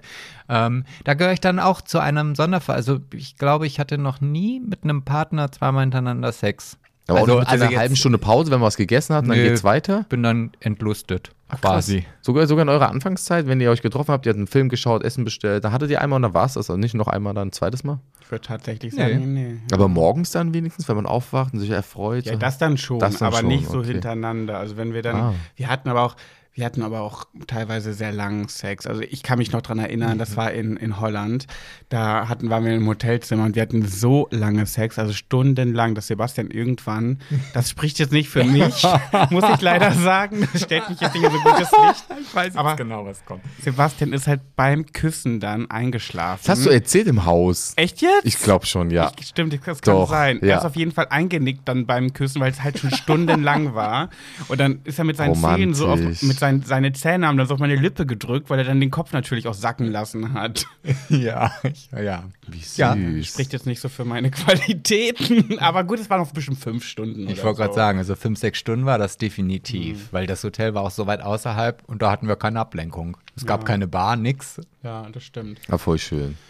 [SPEAKER 2] Ähm, da gehöre ich dann auch zu einem Sonderfall. Also ich glaube, ich hatte noch nie mit einem Partner zweimal hintereinander Sex.
[SPEAKER 3] Aber
[SPEAKER 2] also,
[SPEAKER 3] auch nicht mit
[SPEAKER 2] also
[SPEAKER 3] einer
[SPEAKER 2] jetzt-
[SPEAKER 3] halben Stunde Pause, wenn man was gegessen hat, und dann
[SPEAKER 2] Nö.
[SPEAKER 3] geht's weiter?
[SPEAKER 2] Bin dann entlustet,
[SPEAKER 3] Ach,
[SPEAKER 2] quasi.
[SPEAKER 3] krass. Sogar, sogar in eurer Anfangszeit, wenn ihr euch getroffen habt, ihr habt einen Film geschaut, Essen bestellt, da hattet ihr einmal und dann war es das, also nicht noch einmal dann ein zweites Mal?
[SPEAKER 1] Ich würde tatsächlich sagen, nee.
[SPEAKER 3] Aber morgens dann wenigstens, wenn man aufwacht und sich erfreut?
[SPEAKER 1] Ja,
[SPEAKER 3] so?
[SPEAKER 1] das dann schon,
[SPEAKER 3] Das dann
[SPEAKER 1] aber
[SPEAKER 3] schon,
[SPEAKER 1] nicht so
[SPEAKER 3] okay.
[SPEAKER 1] hintereinander. Also wenn wir dann,
[SPEAKER 3] Ah.
[SPEAKER 1] wir hatten aber auch, wir hatten aber auch teilweise sehr langen Sex. Also ich kann mich noch dran erinnern, das war in, in Holland. Da hatten, waren wir im Hotelzimmer und wir hatten so lange Sex, also stundenlang, dass Sebastian irgendwann, das spricht jetzt nicht für mich, muss ich leider sagen, das stellt mich jetzt nicht in so gutes Licht.
[SPEAKER 2] Ich weiß
[SPEAKER 1] Aber
[SPEAKER 2] genau, was kommt.
[SPEAKER 1] Sebastian ist halt beim Küssen dann eingeschlafen.
[SPEAKER 3] Das hast du erzählt im Haus.
[SPEAKER 1] Echt jetzt?
[SPEAKER 3] Ich glaube schon, ja.
[SPEAKER 1] Ich, stimmt, das kann
[SPEAKER 3] Doch,
[SPEAKER 1] sein.
[SPEAKER 3] ja.
[SPEAKER 1] Er ist auf jeden Fall eingenickt dann beim Küssen, weil es halt schon stundenlang war. Und dann ist er mit seinen Zähnen so auf,
[SPEAKER 3] Romantisch.
[SPEAKER 1] mit seinen, seine Zähne haben dann so auf meine Lippe gedrückt, weil er dann den Kopf natürlich auch sacken lassen hat.
[SPEAKER 2] Ja, ich, ja.
[SPEAKER 3] Wie süß.
[SPEAKER 2] Ja,
[SPEAKER 1] Spricht jetzt nicht so für meine Qualitäten. Aber gut, es waren noch bestimmt fünf Stunden.
[SPEAKER 2] Ich
[SPEAKER 1] oder
[SPEAKER 2] wollte gerade
[SPEAKER 1] so.
[SPEAKER 2] sagen, also fünf, sechs Stunden war das definitiv, weil das Hotel war auch so weit außerhalb und da hatten wir keine Ablenkung. Es gab
[SPEAKER 1] Ja.
[SPEAKER 2] keine Bar, nix.
[SPEAKER 1] Ja, das stimmt.
[SPEAKER 3] Ja, voll schön.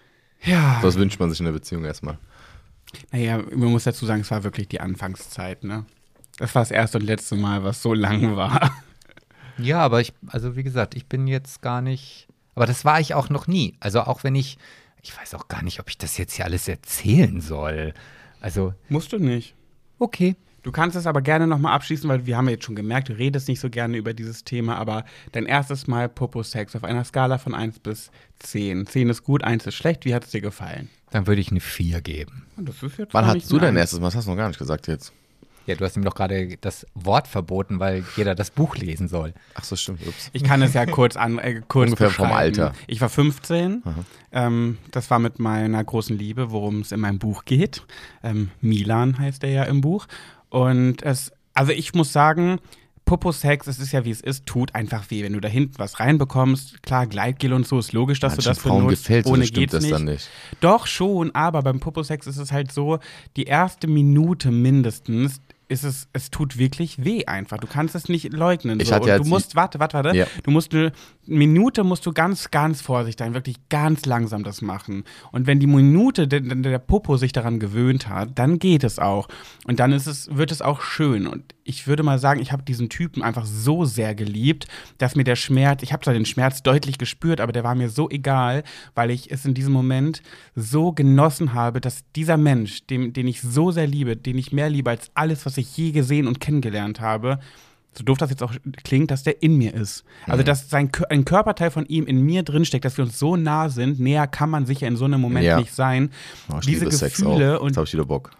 [SPEAKER 1] Ja.
[SPEAKER 3] Das wünscht man sich in der Beziehung erstmal.
[SPEAKER 1] Naja, man muss dazu sagen, es war wirklich die Anfangszeit, ne? Das war das erste und letzte Mal, was so lang war.
[SPEAKER 2] Ja, aber ich, also wie gesagt, ich bin jetzt gar nicht, aber das war ich auch noch nie. Also auch wenn ich, ich weiß auch gar nicht, ob ich das jetzt hier alles erzählen soll. Also,
[SPEAKER 1] Musst du nicht.
[SPEAKER 2] okay.
[SPEAKER 1] Du kannst es aber gerne nochmal abschließen, weil wir haben ja jetzt schon gemerkt, du redest nicht so gerne über dieses Thema, aber dein erstes Mal Popo-Sex auf einer Skala von eins bis zehn. zehn ist gut, eins ist schlecht. Wie hat es dir gefallen?
[SPEAKER 2] Dann würde ich eine vier geben.
[SPEAKER 1] Das ist jetzt
[SPEAKER 3] Wann
[SPEAKER 1] noch
[SPEAKER 3] hattest
[SPEAKER 1] nicht
[SPEAKER 3] du dein
[SPEAKER 1] ein-
[SPEAKER 3] erstes Mal? Das hast du noch gar nicht gesagt jetzt.
[SPEAKER 2] Ja, du hast ihm doch gerade das Wort verboten, weil jeder das Buch lesen soll.
[SPEAKER 3] Ach so, stimmt. Ups.
[SPEAKER 1] Ich kann es ja kurz an äh, kurz
[SPEAKER 3] Ungefähr vom
[SPEAKER 1] beschreiben.
[SPEAKER 3] Alter.
[SPEAKER 1] Ich war fünfzehn. Ähm, das war mit meiner großen Liebe, worum es in meinem Buch geht. Ähm, Milan heißt er ja im Buch. Und es, also ich muss sagen, Popo-Sex, es ist ja wie es ist, tut einfach weh. Wenn du da hinten was reinbekommst, klar, Gleitgel und so, ist logisch, dass
[SPEAKER 3] Manchen
[SPEAKER 1] du das
[SPEAKER 3] Frauen
[SPEAKER 1] benutzt.
[SPEAKER 3] gefällt
[SPEAKER 1] Ohne
[SPEAKER 3] das, stimmt
[SPEAKER 1] geht's
[SPEAKER 3] das
[SPEAKER 1] nicht.
[SPEAKER 3] dann nicht.
[SPEAKER 1] Doch schon, aber beim Popo-Sex ist es halt so, die erste Minute mindestens ist es, es tut wirklich weh einfach. Du kannst es nicht leugnen.
[SPEAKER 3] Ich
[SPEAKER 1] So.
[SPEAKER 3] hatte
[SPEAKER 1] Und
[SPEAKER 3] ja
[SPEAKER 1] du
[SPEAKER 3] jetzt-
[SPEAKER 1] musst, warte, warte, warte.
[SPEAKER 3] Ja.
[SPEAKER 1] Du musst eine Minute musst du ganz, ganz vorsichtig sein, wirklich ganz langsam das machen. Und wenn die Minute der, der Popo sich daran gewöhnt hat, dann geht es auch. Und dann ist es, wird es auch schön. Und ich würde mal sagen, ich habe diesen Typen einfach so sehr geliebt, dass mir der Schmerz, ich habe zwar den Schmerz deutlich gespürt, aber der war mir so egal, weil ich es in diesem Moment so genossen habe, dass dieser Mensch, dem, den ich so sehr liebe, den ich mehr liebe als alles, was ich je gesehen und kennengelernt habe, so doof das jetzt auch klingt, dass der in mir ist. Also, dass sein, Kör- ein Körperteil von ihm in mir drinsteckt, dass wir uns so nah sind, näher kann man sicher in so einem Moment
[SPEAKER 3] Ja.
[SPEAKER 1] nicht sein.
[SPEAKER 3] Oh, ich
[SPEAKER 1] Diese
[SPEAKER 3] liebe Sex
[SPEAKER 1] Gefühle
[SPEAKER 3] auch.
[SPEAKER 1] und
[SPEAKER 3] Jetzt habe ich wieder Bock.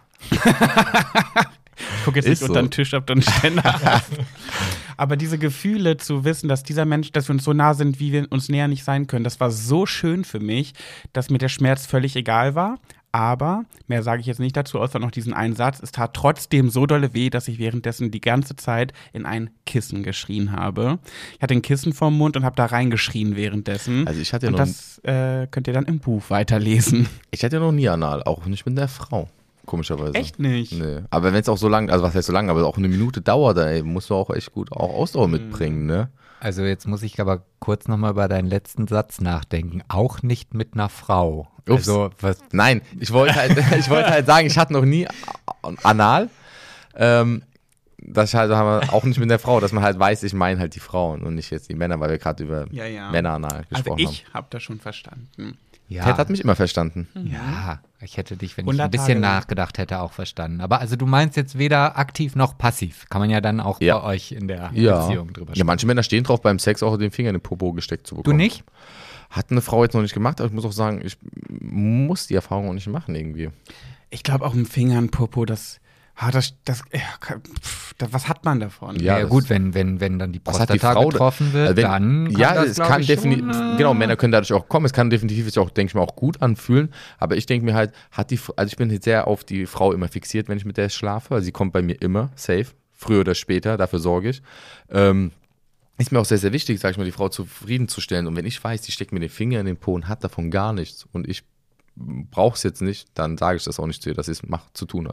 [SPEAKER 1] ich gucke jetzt
[SPEAKER 3] Ist
[SPEAKER 1] nicht unter
[SPEAKER 3] so.
[SPEAKER 1] den Tisch, ob du einen Ständer hast. Aber diese Gefühle zu wissen, dass dieser Mensch, dass wir uns so nah sind, wie wir uns näher nicht sein können, das war so schön für mich, dass mir der Schmerz völlig egal war. Aber, mehr sage ich jetzt nicht dazu, außer noch diesen einen Satz, es tat trotzdem so dolle weh, dass ich währenddessen die ganze Zeit in ein Kissen geschrien habe. Ich hatte ein Kissen vorm Mund und habe da reingeschrien währenddessen.
[SPEAKER 3] Also ich hatte ja
[SPEAKER 1] und
[SPEAKER 3] noch,
[SPEAKER 1] das äh, könnt ihr dann im Buch weiterlesen.
[SPEAKER 3] ich hatte ja noch nie Anal, auch nicht mit der Frau. Komischerweise.
[SPEAKER 1] Echt nicht?
[SPEAKER 3] Nee. Aber wenn es auch so lang, also was heißt so lang, aber auch eine Minute dauert, ey, musst du auch echt gut auch Ausdauer mitbringen, ne?
[SPEAKER 2] Also jetzt muss ich aber kurz nochmal über deinen letzten Satz nachdenken. Auch nicht mit einer Frau.
[SPEAKER 3] Ups.
[SPEAKER 2] Also was,
[SPEAKER 3] Nein, ich wollte halt, ich wollte halt sagen, ich hatte noch nie Anal. Ähm, das halt haben wir auch nicht mit der Frau, dass man halt weiß, ich meine halt die Frauen und nicht jetzt die Männer, weil wir gerade über
[SPEAKER 1] Ja, ja.
[SPEAKER 3] Männeranal
[SPEAKER 1] Also
[SPEAKER 3] gesprochen
[SPEAKER 1] ich habe das schon verstanden.
[SPEAKER 2] ja,
[SPEAKER 3] haben. Ted hat mich immer verstanden.
[SPEAKER 2] ja, ich hätte dich, wenn ich
[SPEAKER 1] hundert
[SPEAKER 2] ein bisschen
[SPEAKER 1] Tage lang.
[SPEAKER 2] nachgedacht hätte, auch verstanden. Aber also du meinst jetzt weder aktiv noch passiv. Kann man ja dann auch
[SPEAKER 3] Ja.
[SPEAKER 2] bei euch in der
[SPEAKER 3] Ja.
[SPEAKER 2] Beziehung drüber
[SPEAKER 3] Ja,
[SPEAKER 2] sprechen.
[SPEAKER 3] manche Männer stehen drauf, beim Sex auch den Finger in den Popo gesteckt zu
[SPEAKER 2] Du
[SPEAKER 3] bekommen.
[SPEAKER 2] nicht?
[SPEAKER 3] Hat eine Frau jetzt noch nicht gemacht, aber ich muss auch sagen, ich muss die Erfahrung auch nicht machen irgendwie.
[SPEAKER 1] Ich glaube auch im Fingern, Popo, das, ah, das, das, ja, pff, das, was hat man davon?
[SPEAKER 3] Ja,
[SPEAKER 2] Ja,
[SPEAKER 3] das-
[SPEAKER 2] gut, wenn, wenn, wenn dann die
[SPEAKER 3] Was hat die
[SPEAKER 2] Prostata
[SPEAKER 3] Frau da-
[SPEAKER 2] getroffen wird,
[SPEAKER 3] Also wenn-
[SPEAKER 2] dann kann
[SPEAKER 3] ja,
[SPEAKER 2] das,
[SPEAKER 3] es
[SPEAKER 2] glaub
[SPEAKER 3] kann
[SPEAKER 2] ich,
[SPEAKER 3] definitiv,
[SPEAKER 2] schon, äh,
[SPEAKER 3] genau, Männer können dadurch auch kommen. Es kann definitiv sich auch, denke ich mal, auch gut anfühlen. Aber ich denke mir halt, hat die, F- also ich bin jetzt sehr auf die Frau immer fixiert, wenn ich mit der schlafe. Also sie kommt bei mir immer safe, früher oder später, dafür sorge ich. Ähm, ist mir auch sehr, sehr wichtig, sage ich mal, die Frau zufriedenzustellen. Und wenn ich weiß, die steckt mir den Finger in den Po und hat davon gar nichts und ich brauche es jetzt nicht, dann sage ich das auch nicht zu ihr, dass sie es macht, zu tun hat.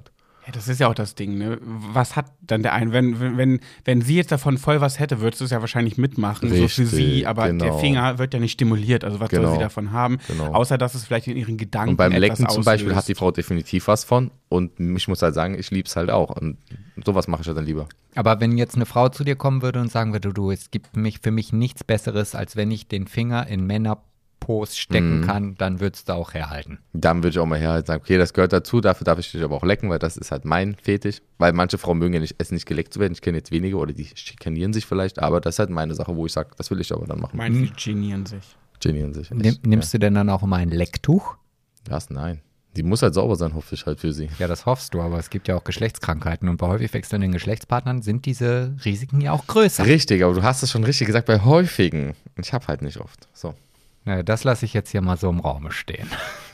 [SPEAKER 1] Ja, das ist ja auch das Ding, ne? Was hat dann der eine? Wenn, wenn, wenn sie jetzt davon voll was hätte, würdest du es ja wahrscheinlich mitmachen,
[SPEAKER 3] Richtig,
[SPEAKER 1] so für sie, aber
[SPEAKER 3] genau.
[SPEAKER 1] der Finger wird ja nicht stimuliert, also was
[SPEAKER 3] Genau.
[SPEAKER 1] soll sie davon haben?
[SPEAKER 3] Genau.
[SPEAKER 1] Außer, dass es vielleicht in ihren Gedanken
[SPEAKER 3] Und beim
[SPEAKER 1] etwas
[SPEAKER 3] Lecken zum Beispiel
[SPEAKER 1] auslöst.
[SPEAKER 3] hat die Frau definitiv was von. Und ich muss halt sagen, ich liebe es halt auch. Und sowas mache ich ja dann lieber.
[SPEAKER 2] Aber wenn jetzt eine Frau zu dir kommen würde und sagen würde, du, es gibt mich, für mich nichts Besseres, als wenn ich den Finger in Männerpos stecken
[SPEAKER 3] Mhm.
[SPEAKER 2] kann, dann würdest du auch herhalten.
[SPEAKER 3] Dann würde ich auch mal herhalten sagen, okay, das gehört dazu, dafür darf ich dich aber auch lecken, weil das ist halt mein Fetisch. Weil manche Frauen mögen ja nicht essen, nicht geleckt zu werden. Ich kenne jetzt wenige oder die schikanieren sich vielleicht, aber das ist halt meine Sache, wo ich sage, das will ich aber dann machen.
[SPEAKER 1] Meinst du, die genieren sich?
[SPEAKER 3] Genieren sich.
[SPEAKER 2] Nimm,
[SPEAKER 3] echt,
[SPEAKER 2] nimmst du denn dann auch immer ein Lecktuch?
[SPEAKER 3] ja. Was? Nein. Die muss halt sauber sein, hoffe ich halt für sie.
[SPEAKER 2] Ja, das hoffst du, aber es gibt ja auch Geschlechtskrankheiten und bei häufig wechselnden Geschlechtspartnern sind diese Risiken ja auch größer.
[SPEAKER 3] Richtig, aber du hast es schon richtig gesagt, bei häufigen. Ich habe halt nicht oft. So.
[SPEAKER 2] Ja, das lasse ich jetzt hier mal so im Raume stehen.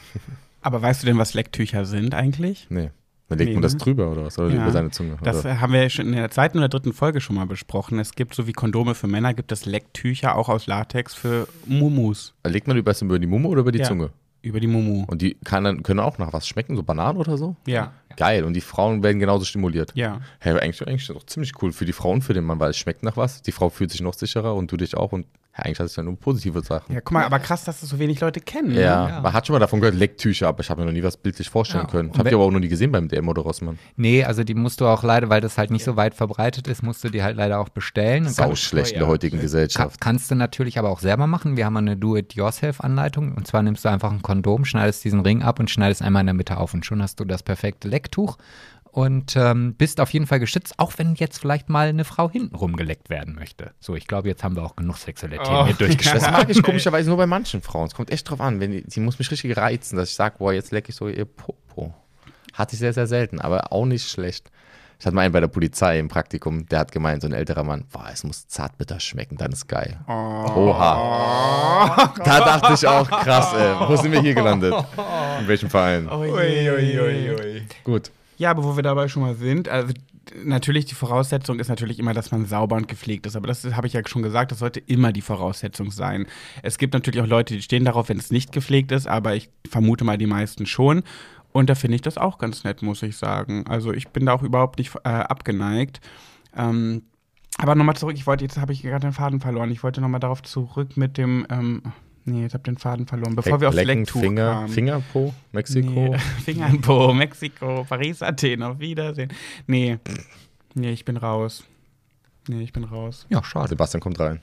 [SPEAKER 1] Aber weißt du denn, was Lecktücher sind eigentlich?
[SPEAKER 3] Nee. Dann legt
[SPEAKER 1] Nee,
[SPEAKER 3] man das
[SPEAKER 1] ne?
[SPEAKER 3] drüber oder was? Oder
[SPEAKER 1] Ja.
[SPEAKER 3] über seine Zunge?
[SPEAKER 1] Das
[SPEAKER 3] oder?
[SPEAKER 1] äh, haben wir ja schon in der zweiten oder dritten Folge schon mal besprochen. Es gibt so wie Kondome für Männer, gibt es Lecktücher auch aus Latex für Mumus.
[SPEAKER 3] Legt man über, über die Mumme oder über die
[SPEAKER 1] Ja.
[SPEAKER 3] Zunge?
[SPEAKER 1] Über die Mumu.
[SPEAKER 3] Und die kann dann, können auch nach was schmecken, so Bananen oder so?
[SPEAKER 1] Ja,
[SPEAKER 3] Geil. Und die Frauen werden genauso stimuliert.
[SPEAKER 1] ja.
[SPEAKER 3] Hey, eigentlich, eigentlich ist das doch ziemlich cool für die Frau und für den Mann, weil es schmeckt nach was. Die Frau fühlt sich noch sicherer und du dich auch. Und ja, eigentlich hat es ja nur positive Sachen.
[SPEAKER 1] Ja, guck mal, aber krass, dass das so wenig Leute kennen. Ne?
[SPEAKER 3] Ja,
[SPEAKER 2] Ja.
[SPEAKER 3] man hat schon mal davon gehört, Lecktücher, aber ich habe mir noch nie was bildlich vorstellen
[SPEAKER 2] Ja.
[SPEAKER 3] können.
[SPEAKER 2] Und
[SPEAKER 3] Hab ich
[SPEAKER 2] wenn-
[SPEAKER 3] aber auch noch nie gesehen beim D M oder Rossmann.
[SPEAKER 2] Nee, also die musst du auch leider, weil das halt nicht so weit verbreitet ist, musst du die halt leider auch bestellen. Und
[SPEAKER 3] Sau
[SPEAKER 2] kann-
[SPEAKER 3] schlecht in
[SPEAKER 1] ja.
[SPEAKER 3] der heutigen
[SPEAKER 2] Kann,
[SPEAKER 3] Gesellschaft.
[SPEAKER 2] kannst du natürlich aber auch selber machen. Wir haben eine Do-it-yourself-Anleitung. Und zwar nimmst du einfach ein Kondom, schneidest diesen Ring ab und schneidest einmal in der Mitte auf. Und schon hast du das perfekte Lecktuch. Und ähm, bist auf jeden Fall geschützt, auch wenn jetzt vielleicht mal eine Frau hintenrum geleckt werden möchte. So, ich glaube, jetzt haben wir auch genug sexuelle Themen
[SPEAKER 1] Oh,
[SPEAKER 2] hier
[SPEAKER 3] Das
[SPEAKER 2] durchgesprochen.
[SPEAKER 3] mag ich komischerweise nur bei manchen Frauen. Es kommt echt drauf an. Wenn die, die muss mich richtig reizen, dass ich sage, boah, jetzt lecke ich so ihr Popo. Hatte ich sehr, sehr selten, aber auch nicht schlecht. Ich hatte mal einen bei der Polizei im Praktikum, der hat gemeint, so ein älterer Mann, boah, es muss zartbitter schmecken, dann ist geil. Oha. Da dachte ich auch, krass, ey, wo sind wir hier gelandet? In welchem Verein?
[SPEAKER 1] Ui, ui, ui, ui.
[SPEAKER 3] Gut.
[SPEAKER 1] Ja, aber wo wir dabei schon mal sind, also natürlich die Voraussetzung ist natürlich immer, dass man sauber und gepflegt ist. Aber das habe ich ja schon gesagt, das sollte immer die Voraussetzung sein. Es gibt natürlich auch Leute, die stehen darauf, wenn es nicht gepflegt ist, aber ich vermute mal die meisten schon. Und da finde ich das auch ganz nett, muss ich sagen. Also ich bin da auch überhaupt nicht äh, abgeneigt. Ähm, aber nochmal zurück, ich wollte, jetzt habe ich gerade den Faden verloren. Ich wollte nochmal darauf zurück mit dem, ähm, nee, jetzt habe ich den Faden verloren. Bevor wir aufs
[SPEAKER 3] Lecken,
[SPEAKER 1] Lecktuch
[SPEAKER 3] Finger,
[SPEAKER 1] kamen.
[SPEAKER 3] Finger, Po, Mexiko.
[SPEAKER 1] Nee, Finger in Po, Mexiko, Paris, Athen, auf Wiedersehen. Nee, nee, ich bin raus. Nee, ich bin raus.
[SPEAKER 2] Ja, schade.
[SPEAKER 3] Sebastian kommt rein.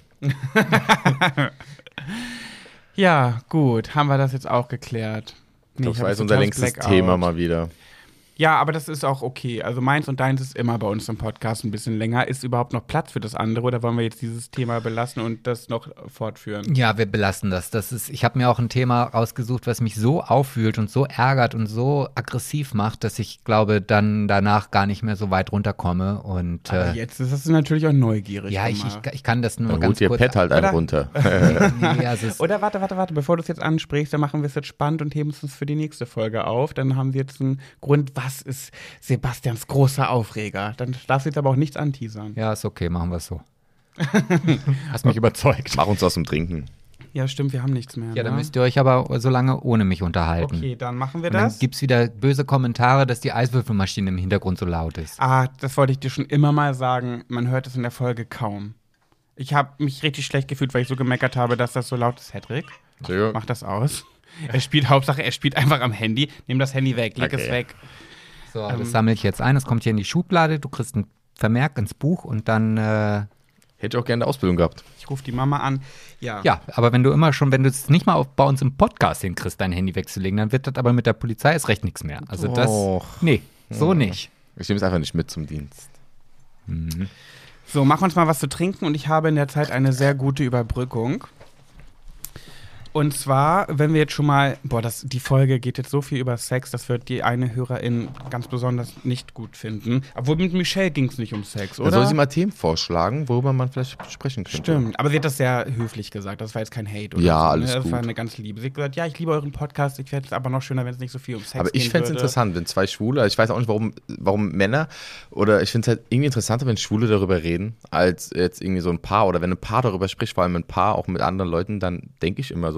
[SPEAKER 1] Ja, gut, haben wir das jetzt auch geklärt. Nee,
[SPEAKER 3] Das
[SPEAKER 1] hab
[SPEAKER 3] war jetzt
[SPEAKER 1] jetzt
[SPEAKER 3] unser
[SPEAKER 1] totales
[SPEAKER 3] längstes
[SPEAKER 1] Blackout.
[SPEAKER 3] Thema mal wieder.
[SPEAKER 1] Ja, aber das ist auch okay. Also meins und deins ist immer bei uns im Podcast ein bisschen länger. Ist überhaupt noch Platz für das andere oder wollen wir jetzt dieses Thema belassen und das noch fortführen?
[SPEAKER 2] Ja, wir belassen das. Das ist, ich habe mir auch ein Thema rausgesucht, was mich so aufwühlt und so ärgert und so aggressiv macht, dass ich glaube, dann danach gar nicht mehr so weit runterkomme. Und
[SPEAKER 1] Aber
[SPEAKER 2] äh,
[SPEAKER 1] jetzt ist das natürlich auch neugierig.
[SPEAKER 2] ja, ich,
[SPEAKER 1] immer.
[SPEAKER 2] ich, ich kann das nur
[SPEAKER 3] Dann
[SPEAKER 2] ganz
[SPEAKER 3] holt ihr
[SPEAKER 2] kurz.
[SPEAKER 3] Pet halt einen
[SPEAKER 1] Oder?
[SPEAKER 3] runter.
[SPEAKER 2] Nee, also es,
[SPEAKER 1] Oder warte, warte, warte, bevor du es jetzt ansprichst, dann machen wir es jetzt spannend und heben es uns für die nächste Folge auf. Dann haben wir jetzt einen Grund, was ist Sebastians großer Aufreger. Dann darfst du jetzt aber auch nichts anteasern.
[SPEAKER 2] ja, ist okay, machen wir es so. Hast mich überzeugt.
[SPEAKER 3] Mach uns was zum Trinken.
[SPEAKER 1] Ja, stimmt, wir haben nichts mehr.
[SPEAKER 2] Ja, dann
[SPEAKER 1] ne?
[SPEAKER 2] müsst ihr euch aber so lange ohne mich unterhalten.
[SPEAKER 1] Okay, dann machen wir
[SPEAKER 2] Und dann
[SPEAKER 1] das.
[SPEAKER 2] gibt es wieder böse Kommentare, dass die Eiswürfelmaschine im Hintergrund so laut ist.
[SPEAKER 1] Ah, das wollte ich dir schon immer mal sagen. Man hört es in der Folge kaum. Ich habe mich richtig schlecht gefühlt, weil ich so gemeckert habe, dass das so laut ist. Hedrick,
[SPEAKER 3] Entschuldigung.
[SPEAKER 1] mach das aus. Er spielt Hauptsache, er spielt einfach am Handy. Nimm das Handy weg, leg
[SPEAKER 3] Okay.
[SPEAKER 1] es weg.
[SPEAKER 2] So,
[SPEAKER 1] Ähm.
[SPEAKER 2] das sammle ich jetzt ein. Das kommt hier in die Schublade. Du kriegst einen Vermerk ins Buch und dann, äh,
[SPEAKER 3] Hätte ich auch gerne eine Ausbildung gehabt.
[SPEAKER 1] Ich rufe die Mama an. Ja.
[SPEAKER 2] ja, aber wenn du immer schon, wenn du es nicht mal auf, bei uns im Podcast hinkriegst, dein Handy wegzulegen, dann wird das aber mit der Polizei erst recht nichts mehr. Also das,
[SPEAKER 3] Och.
[SPEAKER 2] nee, so nicht.
[SPEAKER 3] Ich nehme es einfach nicht mit zum Dienst.
[SPEAKER 1] So, mach uns mal was zu trinken und ich habe in der Zeit eine sehr gute Überbrückung. Und zwar, wenn wir jetzt schon mal, boah, das, die Folge geht jetzt so viel über Sex, das wird die eine Hörerin ganz besonders nicht gut finden. Obwohl mit Michelle ging es nicht um Sex,
[SPEAKER 3] Da
[SPEAKER 1] oder?
[SPEAKER 3] soll sie mal Themen vorschlagen, worüber man vielleicht sprechen könnte.
[SPEAKER 1] Stimmt, aber sie hat das sehr höflich gesagt, das war jetzt kein Hate oder
[SPEAKER 3] Ja,
[SPEAKER 1] so.
[SPEAKER 3] alles
[SPEAKER 1] ne? Das
[SPEAKER 3] gut.
[SPEAKER 1] war eine ganz liebe. Sie hat gesagt, ja, ich liebe euren Podcast, ich fände es aber noch schöner, wenn es nicht so viel um Sex
[SPEAKER 3] Aber
[SPEAKER 1] gehen
[SPEAKER 3] ich fände es
[SPEAKER 1] würde.
[SPEAKER 3] interessant, wenn zwei Schwule, ich weiß auch nicht, warum, warum Männer, oder ich finde es halt irgendwie interessanter, wenn Schwule darüber reden, als jetzt irgendwie so ein Paar, oder wenn ein Paar darüber spricht, vor allem ein Paar, auch mit anderen Leuten, dann denke ich immer so,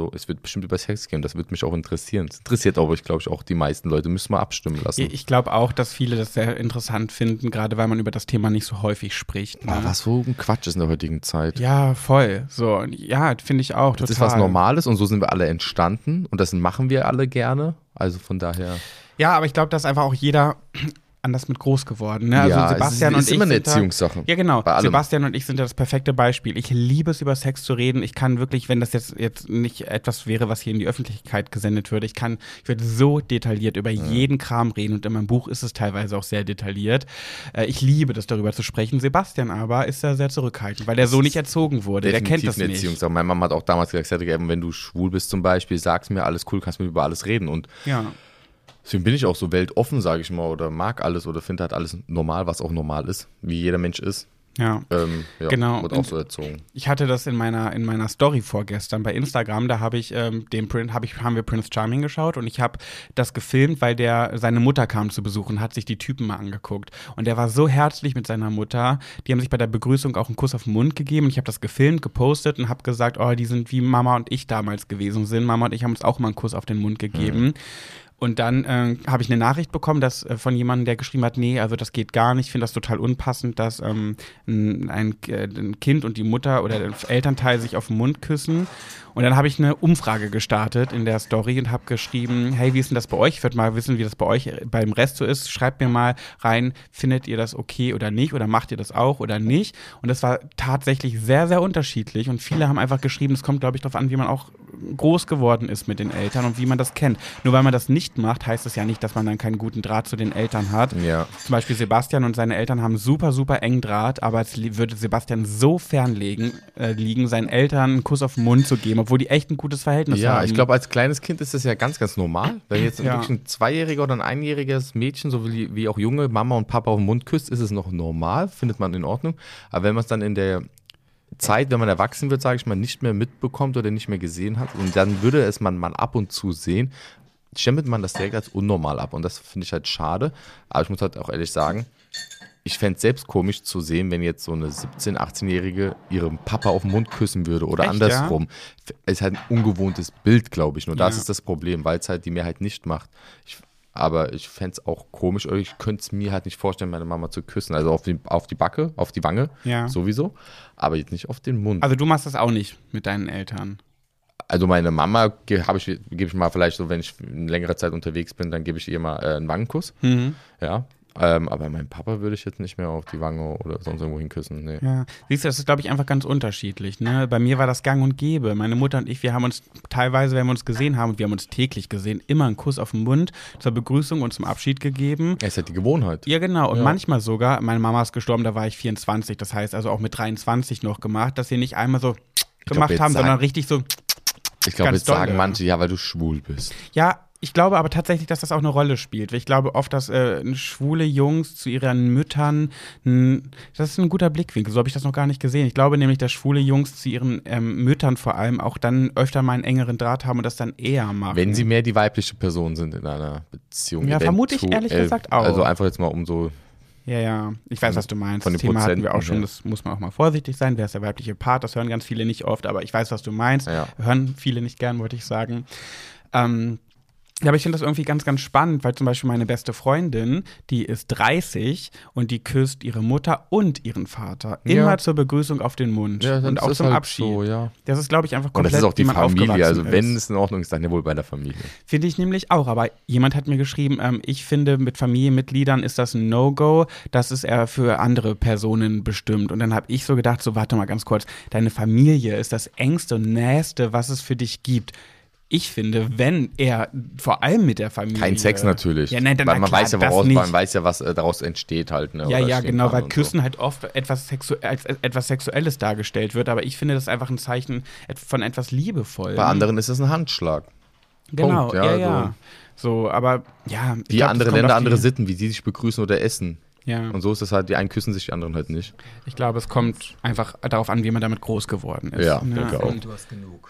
[SPEAKER 3] so. Es wird bestimmt über Sex gehen. Das wird mich auch interessieren. Das interessiert aber, ich glaube ich, auch die meisten Leute. Müssen wir abstimmen lassen.
[SPEAKER 1] Ich glaube auch, dass viele das sehr interessant finden, gerade weil man über das Thema nicht so häufig spricht. Ne?
[SPEAKER 3] Boah, was für ein Quatsch ist in der heutigen Zeit.
[SPEAKER 1] Ja, voll. So, und ja, finde ich auch
[SPEAKER 3] Das
[SPEAKER 1] total.
[SPEAKER 3] ist was Normales und so sind wir alle entstanden und das machen wir alle gerne. Also von daher.
[SPEAKER 1] Ja, aber ich glaube, dass einfach auch jeder anders mit groß geworden. Ne? Also
[SPEAKER 3] ja,
[SPEAKER 1] Sebastian
[SPEAKER 3] es ist,
[SPEAKER 1] und
[SPEAKER 3] ist immer
[SPEAKER 1] ich
[SPEAKER 3] eine
[SPEAKER 1] sind da-
[SPEAKER 3] Erziehungssache.
[SPEAKER 1] Ja, genau.
[SPEAKER 3] Bei allem.
[SPEAKER 1] Sebastian und ich sind ja das perfekte Beispiel. Ich liebe es, über Sex zu reden. Ich kann wirklich, wenn das jetzt, jetzt nicht etwas wäre, was hier in die Öffentlichkeit gesendet würde, ich kann, ich würde so detailliert über
[SPEAKER 3] Mhm.
[SPEAKER 1] jeden Kram reden und in meinem Buch ist es teilweise auch sehr detailliert. Äh, ich liebe das, darüber zu sprechen. Sebastian aber ist da sehr zurückhaltend, weil der so nicht erzogen wurde. Der kennt das
[SPEAKER 3] eine
[SPEAKER 1] nicht.
[SPEAKER 3] Erziehungssache. Meine Mama hat auch damals gesagt, eben, wenn du schwul bist zum Beispiel, sag's mir, alles cool, kannst mit mir über alles reden. Und
[SPEAKER 1] Ja.
[SPEAKER 3] deswegen bin ich auch so weltoffen, sage ich mal, oder mag alles oder finde halt alles normal, was auch normal ist, wie jeder Mensch ist.
[SPEAKER 1] Ja.
[SPEAKER 3] Ähm, ja,
[SPEAKER 1] Genau.
[SPEAKER 3] Wird auch so erzogen.
[SPEAKER 1] Ich hatte das in meiner, in meiner Story vorgestern bei Instagram, da habe ich ähm, den Prin- hab ich, haben wir Prince Charming geschaut und ich habe das gefilmt, weil der seine Mutter kam zu Besuch und hat sich die Typen mal angeguckt. Und der war so herzlich mit seiner Mutter. Die haben sich bei der Begrüßung auch einen Kuss auf den Mund gegeben. Und ich habe das gefilmt, gepostet und habe gesagt, oh, die sind wie Mama und ich damals gewesen sind. Mama und ich haben uns auch mal einen Kuss auf den Mund gegeben. Mhm. Und dann äh, habe ich eine Nachricht bekommen, dass äh, von jemandem, der geschrieben hat, nee, also das geht gar nicht, ich finde das total unpassend, dass ähm, ein, ein, äh, ein Kind und die Mutter oder der Elternteil sich auf den Mund küssen. Und dann habe ich eine Umfrage gestartet in der Story und habe geschrieben, hey, wie ist denn das bei euch? Ich würde mal wissen, wie das bei euch beim Rest so ist. Schreibt mir mal rein, findet ihr das okay oder nicht? Oder macht ihr das auch oder nicht? Und das war tatsächlich sehr, sehr unterschiedlich. Und viele haben einfach geschrieben, es kommt, glaube ich, darauf an, wie man auch groß geworden ist mit den Eltern und wie man das kennt. Nur weil man das nicht macht, heißt es ja nicht, dass man dann keinen guten Draht zu den Eltern hat.
[SPEAKER 3] Ja.
[SPEAKER 1] Zum Beispiel Sebastian und seine Eltern haben super, super engen Draht, aber es li- würde Sebastian so fernlegen, äh, liegen, seinen Eltern einen Kuss auf den Mund zu geben, obwohl die echt ein gutes Verhältnis haben.
[SPEAKER 3] Ja, ich glaube, als kleines Kind ist das ja ganz, ganz normal. Wenn jetzt
[SPEAKER 1] Ja.
[SPEAKER 3] wirklich ein Zweijähriger oder ein Einjähriges Mädchen, so wie, wie auch Junge, Mama und Papa auf den Mund küsst, ist es noch normal, findet man in Ordnung. Aber wenn man es dann in der Zeit, wenn man erwachsen wird, sage ich mal, nicht mehr mitbekommt oder nicht mehr gesehen hat, und dann würde es man mal ab und zu sehen, stempelt man das direkt als unnormal ab. Und das finde ich halt schade. Aber ich muss halt auch ehrlich sagen, ich fände es selbst komisch zu sehen, wenn jetzt so eine siebzehn-, achtzehnjährige ihrem Papa auf den Mund küssen würde oder
[SPEAKER 1] Echt,
[SPEAKER 3] andersrum. Es ist halt ein ungewohntes Bild, glaube ich. Nur das
[SPEAKER 1] Ja.
[SPEAKER 3] ist das Problem, weil es halt die Mehrheit nicht macht. Ich, aber ich fände es auch komisch, oder ich könnte es mir halt nicht vorstellen, meine Mama zu küssen. Also auf die, auf die Backe, auf die Wange,
[SPEAKER 1] Ja.
[SPEAKER 3] sowieso. Aber jetzt nicht auf den Mund.
[SPEAKER 1] Also du machst das auch nicht mit deinen Eltern.
[SPEAKER 3] Also meine Mama ge- habe ich, gebe ich mal vielleicht so, wenn ich eine längere Zeit unterwegs bin, dann gebe ich ihr mal äh, einen Wangenkuss.
[SPEAKER 1] Mhm.
[SPEAKER 3] Ja. Ähm, aber meinen Papa würde ich jetzt nicht mehr auf die Wange oder sonst irgendwo hinküssen. Nee.
[SPEAKER 1] Ja, siehst du, das ist, glaube ich, einfach ganz unterschiedlich. Ne? Bei mir war das gang und gäbe. Meine Mutter und ich, wir haben uns teilweise, wenn wir uns gesehen haben, und wir haben uns täglich gesehen, immer einen Kuss auf den Mund zur Begrüßung und zum Abschied gegeben.
[SPEAKER 3] Es ist halt die Gewohnheit.
[SPEAKER 1] Ja, genau. Und
[SPEAKER 3] Ja.
[SPEAKER 1] manchmal sogar, meine Mama ist gestorben, da war ich vierundzwanzig, das heißt also auch mit dreiundzwanzig noch gemacht, dass sie nicht einmal so
[SPEAKER 3] glaub,
[SPEAKER 1] gemacht
[SPEAKER 3] jetzt
[SPEAKER 1] haben,
[SPEAKER 3] sagen-
[SPEAKER 1] sondern richtig so.
[SPEAKER 3] Ich glaube,
[SPEAKER 1] Ganz
[SPEAKER 3] jetzt sagen
[SPEAKER 1] dolle.
[SPEAKER 3] manche, ja, weil du schwul bist.
[SPEAKER 1] Ja, ich glaube aber tatsächlich, dass das auch eine Rolle spielt. Ich glaube oft, dass äh, schwule Jungs zu ihren Müttern, n, das ist ein guter Blickwinkel, so habe ich das noch gar nicht gesehen. Ich glaube nämlich, dass schwule Jungs zu ihren ähm, Müttern vor allem auch dann öfter mal einen engeren Draht haben und das dann eher machen.
[SPEAKER 3] Wenn sie mehr die weibliche Person sind in einer Beziehung.
[SPEAKER 1] Ja, vermute ich ehrlich
[SPEAKER 3] eventuell.
[SPEAKER 1] gesagt auch.
[SPEAKER 3] Also einfach jetzt mal um so,
[SPEAKER 1] Ja, ja, ich weiß, was du meinst.
[SPEAKER 3] Von
[SPEAKER 1] Das
[SPEAKER 3] den
[SPEAKER 1] Thema hatten wir
[SPEAKER 3] Prozenten
[SPEAKER 1] auch schon,
[SPEAKER 3] her.
[SPEAKER 1] das muss man auch mal vorsichtig sein. Wer ist der weibliche Part? Das hören ganz viele nicht oft, aber ich weiß, was du meinst.
[SPEAKER 3] Ja.
[SPEAKER 1] Hören viele nicht gern, wollte ich sagen. Ähm, ja, aber ich finde das irgendwie ganz, ganz spannend, weil zum Beispiel meine beste Freundin, die ist dreißig und die küsst ihre Mutter und ihren Vater
[SPEAKER 3] Ja.
[SPEAKER 1] immer zur Begrüßung auf den Mund
[SPEAKER 3] ja,
[SPEAKER 1] und
[SPEAKER 3] das
[SPEAKER 1] auch
[SPEAKER 3] ist
[SPEAKER 1] zum
[SPEAKER 3] halt
[SPEAKER 1] Abschied.
[SPEAKER 3] so, ja.
[SPEAKER 1] Das ist, glaube ich, einfach
[SPEAKER 3] Und
[SPEAKER 1] komplett,
[SPEAKER 3] das ist auch die
[SPEAKER 1] wie man
[SPEAKER 3] Familie,
[SPEAKER 1] aufgewachsen
[SPEAKER 3] also wenn
[SPEAKER 1] ist.
[SPEAKER 3] es in Ordnung ist, dann ja wohl bei der Familie.
[SPEAKER 1] Finde ich nämlich auch, aber jemand hat mir geschrieben, ähm, ich finde, mit Familienmitgliedern ist das ein No-Go, das ist eher für andere Personen bestimmt. Und dann habe ich so gedacht, so warte mal ganz kurz, deine Familie ist das engste und nächste, was es für dich gibt. Ich finde, wenn er, vor allem mit der Familie.
[SPEAKER 3] Kein Sex natürlich.
[SPEAKER 1] Ja, nein, dann,
[SPEAKER 3] weil man
[SPEAKER 1] klar,
[SPEAKER 3] weiß ja,
[SPEAKER 1] das
[SPEAKER 3] woraus,
[SPEAKER 1] nicht.
[SPEAKER 3] man weiß ja, was äh, daraus entsteht halt. Ne,
[SPEAKER 1] Ja,
[SPEAKER 3] oder
[SPEAKER 1] ja,
[SPEAKER 3] stehen
[SPEAKER 1] genau,
[SPEAKER 3] kann
[SPEAKER 1] weil
[SPEAKER 3] und
[SPEAKER 1] Küssen
[SPEAKER 3] so.
[SPEAKER 1] halt oft etwas sexu als etwas Sexuelles dargestellt wird, aber ich finde das einfach ein Zeichen et- von etwas Liebevoll.
[SPEAKER 3] Bei anderen ist es ein Handschlag.
[SPEAKER 1] Genau,
[SPEAKER 3] Punkt,
[SPEAKER 1] ja,
[SPEAKER 3] ja,
[SPEAKER 1] ja. So, aber ja. ich
[SPEAKER 3] Wie
[SPEAKER 1] glaub, das
[SPEAKER 3] andere
[SPEAKER 1] kommt
[SPEAKER 3] Länder,
[SPEAKER 1] auf
[SPEAKER 3] andere
[SPEAKER 1] die-
[SPEAKER 3] Sitten, wie sie sich begrüßen oder essen.
[SPEAKER 1] Ja.
[SPEAKER 3] Und so ist es halt, die einen küssen sich, die anderen halt nicht.
[SPEAKER 1] Ich glaube, es kommt einfach darauf an, wie man damit groß geworden ist.
[SPEAKER 3] Ja,
[SPEAKER 1] ne?
[SPEAKER 3] denke auch.
[SPEAKER 2] Und du hast genug.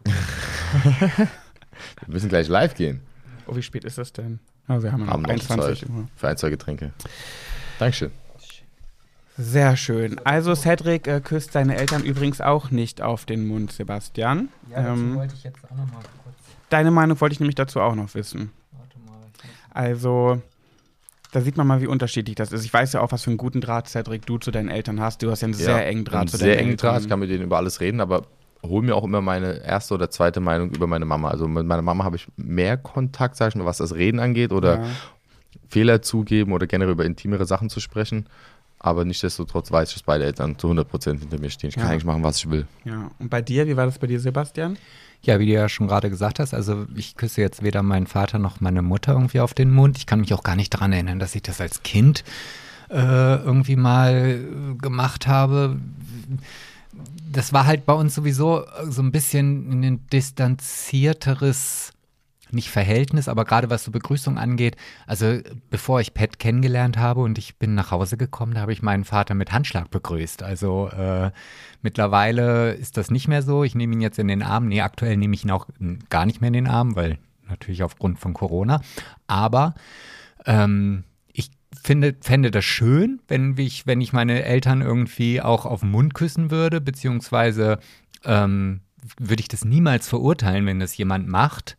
[SPEAKER 3] Wir müssen gleich live gehen.
[SPEAKER 1] Oh, wie spät ist das denn? Oh, wir haben ja noch
[SPEAKER 3] Haben noch
[SPEAKER 1] einundzwanzig
[SPEAKER 3] Zeit
[SPEAKER 1] Uhr.
[SPEAKER 3] für ein, zwei Getränke. Dankeschön.
[SPEAKER 1] Sehr schön. Also Cedric äh, küsst seine Eltern übrigens auch nicht auf den Mund, Sebastian.
[SPEAKER 2] Ja, dazu
[SPEAKER 1] ähm,
[SPEAKER 2] wollte ich jetzt auch noch mal kurz.
[SPEAKER 1] Deine Meinung wollte ich nämlich dazu auch noch wissen.
[SPEAKER 2] Warte mal.
[SPEAKER 1] Also, da sieht man mal, wie unterschiedlich das ist. Ich weiß ja auch, was für einen guten Draht, Cedric, du zu deinen Eltern hast. Du hast ja einen sehr engen Draht
[SPEAKER 3] einen
[SPEAKER 1] zu
[SPEAKER 3] sehr
[SPEAKER 1] deinen
[SPEAKER 3] engen
[SPEAKER 1] Eltern.
[SPEAKER 3] Draht, ich kann mit denen über alles reden, aber hol mir auch immer meine erste oder zweite Meinung über meine Mama. Also mit meiner Mama habe ich mehr Kontakt, sag ich mal, was das Reden angeht oder
[SPEAKER 1] Ja.
[SPEAKER 3] Fehler zugeben oder generell über intimere Sachen zu sprechen. Aber nichtsdestotrotz weiß ich, dass beide Eltern zu hundert Prozent hinter mir stehen. Ich kann
[SPEAKER 1] Ja.
[SPEAKER 3] eigentlich machen, was ich will.
[SPEAKER 1] Ja. Und bei dir, wie war das bei dir, Sebastian?
[SPEAKER 2] Ja, wie du ja schon gerade gesagt hast, also ich küsse jetzt weder meinen Vater noch meine Mutter irgendwie auf den Mund. Ich kann mich auch gar nicht daran erinnern, dass ich das als Kind äh, irgendwie mal äh, gemacht habe. Das war halt bei uns sowieso so ein bisschen ein distanzierteres, nicht Verhältnis, aber gerade was so Begrüßung angeht. Also bevor ich Pat kennengelernt habe und ich bin nach Hause gekommen, da habe ich meinen Vater mit Handschlag begrüßt. Also äh, mittlerweile ist das nicht mehr so. Ich nehme ihn jetzt in den Arm. Nee, aktuell nehme ich ihn auch gar nicht mehr in den Arm, weil natürlich aufgrund von Corona. Aber ähm, ich finde, fände das schön, wenn ich, wenn ich meine Eltern irgendwie auch auf den Mund küssen würde, beziehungsweise ähm, würde ich das niemals verurteilen, wenn das jemand macht.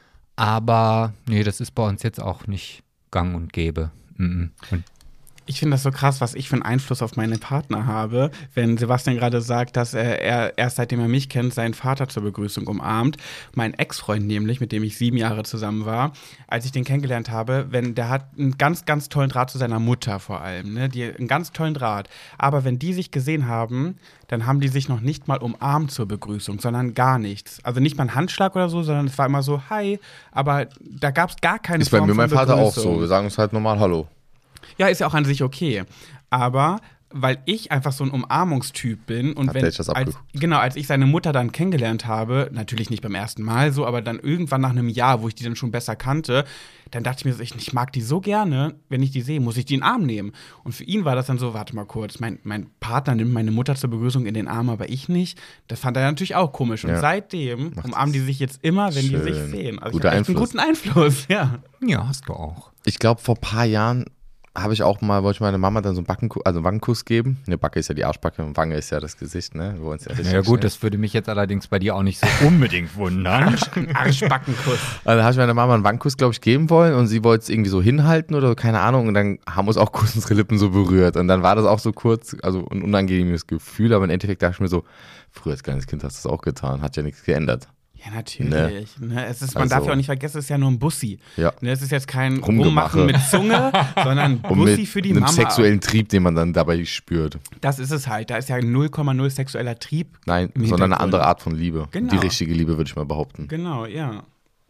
[SPEAKER 2] Aber nee, das ist bei uns jetzt auch nicht gang und gäbe. Mhm. Und
[SPEAKER 1] Ich finde das so krass, was ich für einen Einfluss auf meine Partner habe, wenn Sebastian gerade sagt, dass er, er erst seitdem er mich kennt, seinen Vater zur Begrüßung umarmt. Mein Ex-Freund nämlich, mit dem ich sieben Jahre zusammen war, als ich den kennengelernt habe, wenn der hat einen ganz, ganz tollen Draht zu seiner Mutter vor allem, ne? Die, einen ganz tollen Draht. Aber wenn die sich gesehen haben, dann haben die sich noch nicht mal umarmt zur Begrüßung, sondern gar nichts. Also nicht mal ein Handschlag oder so, sondern es war immer so, hi, aber da gab es gar keine
[SPEAKER 3] Ist bei
[SPEAKER 1] Form
[SPEAKER 3] mir
[SPEAKER 1] von
[SPEAKER 3] mein Vater auch
[SPEAKER 1] Begrüßung.
[SPEAKER 3] so. Wir sagen uns halt normal Hallo.
[SPEAKER 1] Ja, ist ja auch an sich okay. Aber weil ich einfach so ein Umarmungstyp bin und
[SPEAKER 3] Hat
[SPEAKER 1] wenn
[SPEAKER 3] der sich das
[SPEAKER 1] als,
[SPEAKER 3] abgeguckt?
[SPEAKER 1] genau, als ich seine Mutter dann kennengelernt habe, natürlich nicht beim ersten Mal so, aber dann irgendwann nach einem Jahr, wo ich die dann schon besser kannte, dann dachte ich mir so, ich, ich mag die so gerne, wenn ich die sehe, muss ich die in den Arm nehmen. Und für ihn war das dann so, warte mal kurz, mein, mein Partner nimmt meine Mutter zur Begrüßung in den Arm, aber ich nicht. Das fand er natürlich auch komisch. Und
[SPEAKER 3] Ja.
[SPEAKER 1] seitdem
[SPEAKER 3] Macht
[SPEAKER 1] umarmen die sich jetzt immer, wenn die
[SPEAKER 3] schön.
[SPEAKER 1] sich sehen. Also
[SPEAKER 3] Guter
[SPEAKER 1] ich hab echt einen
[SPEAKER 3] Einfluss.
[SPEAKER 1] guten Einfluss, ja.
[SPEAKER 2] ja, hast du auch.
[SPEAKER 3] Ich glaube, vor ein paar Jahren habe ich auch mal, wollte ich meiner Mama dann so einen Backenkuss, also einen Wangenkuss geben. Eine Backe ist ja die Arschbacke und Wange ist ja das Gesicht, ne? Wir wollen es ja richtig
[SPEAKER 2] Ja gut,
[SPEAKER 3] schnell.
[SPEAKER 2] das würde mich jetzt allerdings bei dir auch nicht so unbedingt wundern.
[SPEAKER 1] Arschbackenkuss.
[SPEAKER 3] Also da habe ich meiner Mama einen Wangenkuss, glaube ich, geben wollen und sie wollte es irgendwie so hinhalten oder so, keine Ahnung. Und dann haben uns auch kurz unsere Lippen so berührt. Und dann war das auch so kurz, also ein unangenehmes Gefühl. Aber im Endeffekt dachte ich mir so, früher als kleines Kind hast du es auch getan, hat ja nichts geändert.
[SPEAKER 1] Ja, natürlich. Ne? Es ist, man
[SPEAKER 3] Also-
[SPEAKER 1] darf ja auch nicht vergessen, es ist ja nur ein Bussi.
[SPEAKER 3] Ja.
[SPEAKER 1] Ne? Es ist jetzt kein
[SPEAKER 3] Rumgemache.
[SPEAKER 1] Rummachen mit Zunge, sondern
[SPEAKER 3] Und
[SPEAKER 1] Bussi
[SPEAKER 3] mit
[SPEAKER 1] für die
[SPEAKER 3] einem
[SPEAKER 1] Mama.
[SPEAKER 3] sexuellen Trieb, den man dann dabei spürt.
[SPEAKER 1] Das ist es halt. Da ist ja null Komma null sexueller Trieb.
[SPEAKER 3] Nein,
[SPEAKER 1] Im
[SPEAKER 3] sondern eine
[SPEAKER 1] Hintergrund.
[SPEAKER 3] andere Art von Liebe.
[SPEAKER 1] Genau.
[SPEAKER 3] Die richtige Liebe, würde ich mal behaupten.
[SPEAKER 1] Genau, ja.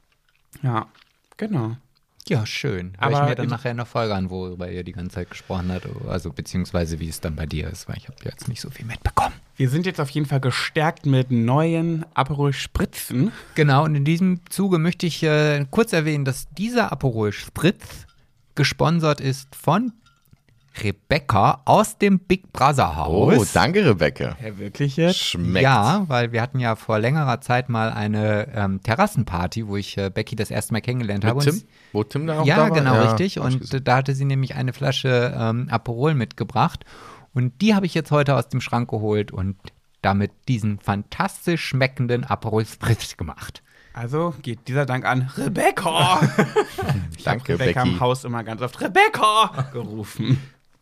[SPEAKER 1] Ja, genau.
[SPEAKER 2] Ja, schön. Hör ich
[SPEAKER 1] Aber
[SPEAKER 2] mir dann
[SPEAKER 1] in-
[SPEAKER 2] nachher eine Folge an, worüber ihr die ganze Zeit gesprochen habt. Also beziehungsweise wie es dann bei dir ist, weil ich habe jetzt nicht so viel mitbekommen.
[SPEAKER 1] Wir sind jetzt auf jeden Fall gestärkt mit neuen Aperol Spritzen.
[SPEAKER 2] Genau, und in diesem Zuge möchte ich äh, kurz erwähnen, dass dieser Aperol Spritz gesponsert ist von Rebecca aus dem Big Brother Haus.
[SPEAKER 3] Oh, danke, Rebecca.
[SPEAKER 1] Ja, wirklich jetzt?
[SPEAKER 3] Schmeckt.
[SPEAKER 2] Ja, weil wir hatten ja vor längerer Zeit mal eine ähm, Terrassenparty, wo ich äh, Becky das erste Mal kennengelernt habe.
[SPEAKER 3] Mit
[SPEAKER 2] Und
[SPEAKER 3] Tim? Wo Tim da auch
[SPEAKER 2] ja,
[SPEAKER 3] da war?
[SPEAKER 2] genau,
[SPEAKER 3] Ja,
[SPEAKER 2] richtig.
[SPEAKER 3] hab ich
[SPEAKER 2] Und
[SPEAKER 3] gesehen.
[SPEAKER 2] äh, da hatte sie nämlich eine Flasche ähm, Aperol mitgebracht. Und die habe ich jetzt heute aus dem Schrank geholt und damit diesen fantastisch schmeckenden Aperol Spritz gemacht.
[SPEAKER 1] Also geht dieser Dank an Rebecca. Ich habe
[SPEAKER 3] Danke,
[SPEAKER 1] Rebecca
[SPEAKER 3] Becky.
[SPEAKER 1] im Haus immer ganz oft Rebecca gerufen.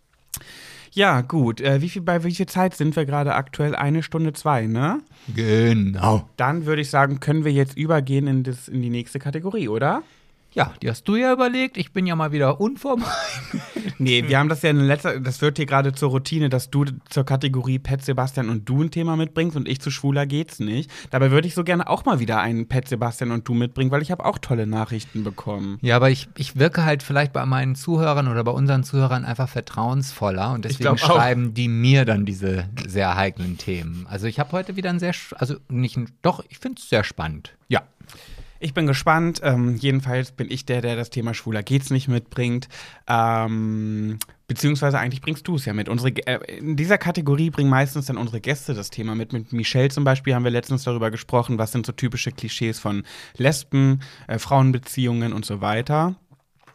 [SPEAKER 1] Ja, gut. Äh, wie viel, bei wie viel Zeit sind wir gerade aktuell? Eine Stunde zwei, ne?
[SPEAKER 2] Genau.
[SPEAKER 1] Dann würde ich sagen, können wir jetzt übergehen in, das, in die nächste Kategorie, oder?
[SPEAKER 2] Ja, die hast du ja überlegt. Ich bin ja mal wieder unvorbereitet.
[SPEAKER 1] Nee, wir haben das ja in letzter, das wird hier gerade zur Routine, dass du zur Kategorie Pet Sebastian und du ein Thema mitbringst und ich zu Schwuler geht's nicht. Dabei würde ich so gerne auch mal wieder einen Pet Sebastian und du mitbringen, weil ich habe auch tolle Nachrichten bekommen.
[SPEAKER 2] Ja, aber ich, ich wirke halt vielleicht bei meinen Zuhörern oder bei unseren Zuhörern einfach vertrauensvoller und deswegen
[SPEAKER 1] glaub auch.
[SPEAKER 2] schreiben die mir dann diese sehr heiklen Themen. Also ich habe heute wieder ein sehr, sch- also nicht ein, doch, ich finde es sehr spannend. Ja.
[SPEAKER 1] Ich bin gespannt. Ähm, jedenfalls bin ich der, der das Thema Schwuler geht's nicht mitbringt. Ähm, beziehungsweise eigentlich bringst du es ja mit. Unsere, äh, in dieser Kategorie bringen meistens dann unsere Gäste das Thema mit. Mit Michelle zum Beispiel haben wir letztens darüber gesprochen, was sind so typische Klischees von Lesben, äh, Frauenbeziehungen und so weiter.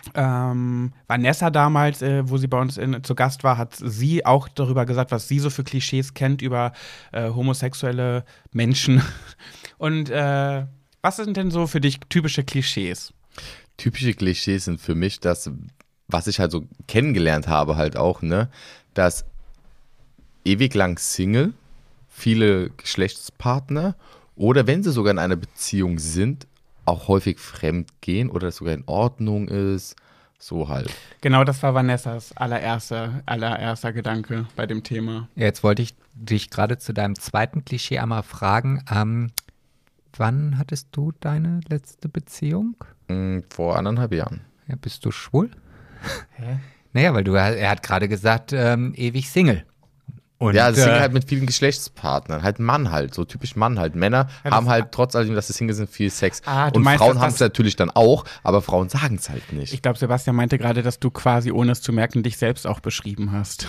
[SPEAKER 1] Ähm, Vanessa damals, äh, wo sie bei uns in, zu Gast war, hat sie auch darüber gesagt, was sie so für Klischees kennt über äh, homosexuelle Menschen. Und äh, was sind denn so für dich typische Klischees?
[SPEAKER 3] Typische Klischees sind für mich das, was ich halt so kennengelernt habe halt auch, ne, dass ewig lang Single, viele Geschlechtspartner oder wenn sie sogar in einer Beziehung sind, auch häufig fremd gehen oder das sogar in Ordnung ist, so halt.
[SPEAKER 1] Genau, das war Vanessas allererster, allererster Gedanke bei dem Thema.
[SPEAKER 2] Ja, jetzt wollte ich dich gerade zu deinem zweiten Klischee einmal fragen. Ähm, wann hattest du deine letzte Beziehung?
[SPEAKER 3] Mm, Vor anderthalb Jahren.
[SPEAKER 2] Ja, bist du schwul?
[SPEAKER 1] Hä?
[SPEAKER 2] Naja, weil du, er hat gerade gesagt, ähm, ewig Single. Und,
[SPEAKER 3] ja, das
[SPEAKER 2] äh,
[SPEAKER 3] Single halt mit vielen Geschlechtspartnern, halt Mann halt, so typisch Mann halt. Männer
[SPEAKER 1] Ja,
[SPEAKER 3] haben
[SPEAKER 1] das-
[SPEAKER 3] halt trotz alledem, dass sie Single sind, viel Sex.
[SPEAKER 1] Ah, du
[SPEAKER 3] und
[SPEAKER 1] meinst,
[SPEAKER 3] Frauen
[SPEAKER 1] dass
[SPEAKER 3] haben es
[SPEAKER 1] das-
[SPEAKER 3] natürlich dann auch, aber Frauen sagen es halt nicht.
[SPEAKER 1] Ich glaube, Sebastian meinte gerade, dass du quasi, ohne es zu merken, dich selbst auch beschrieben hast.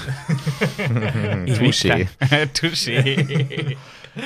[SPEAKER 3] Touché.
[SPEAKER 1] Touché.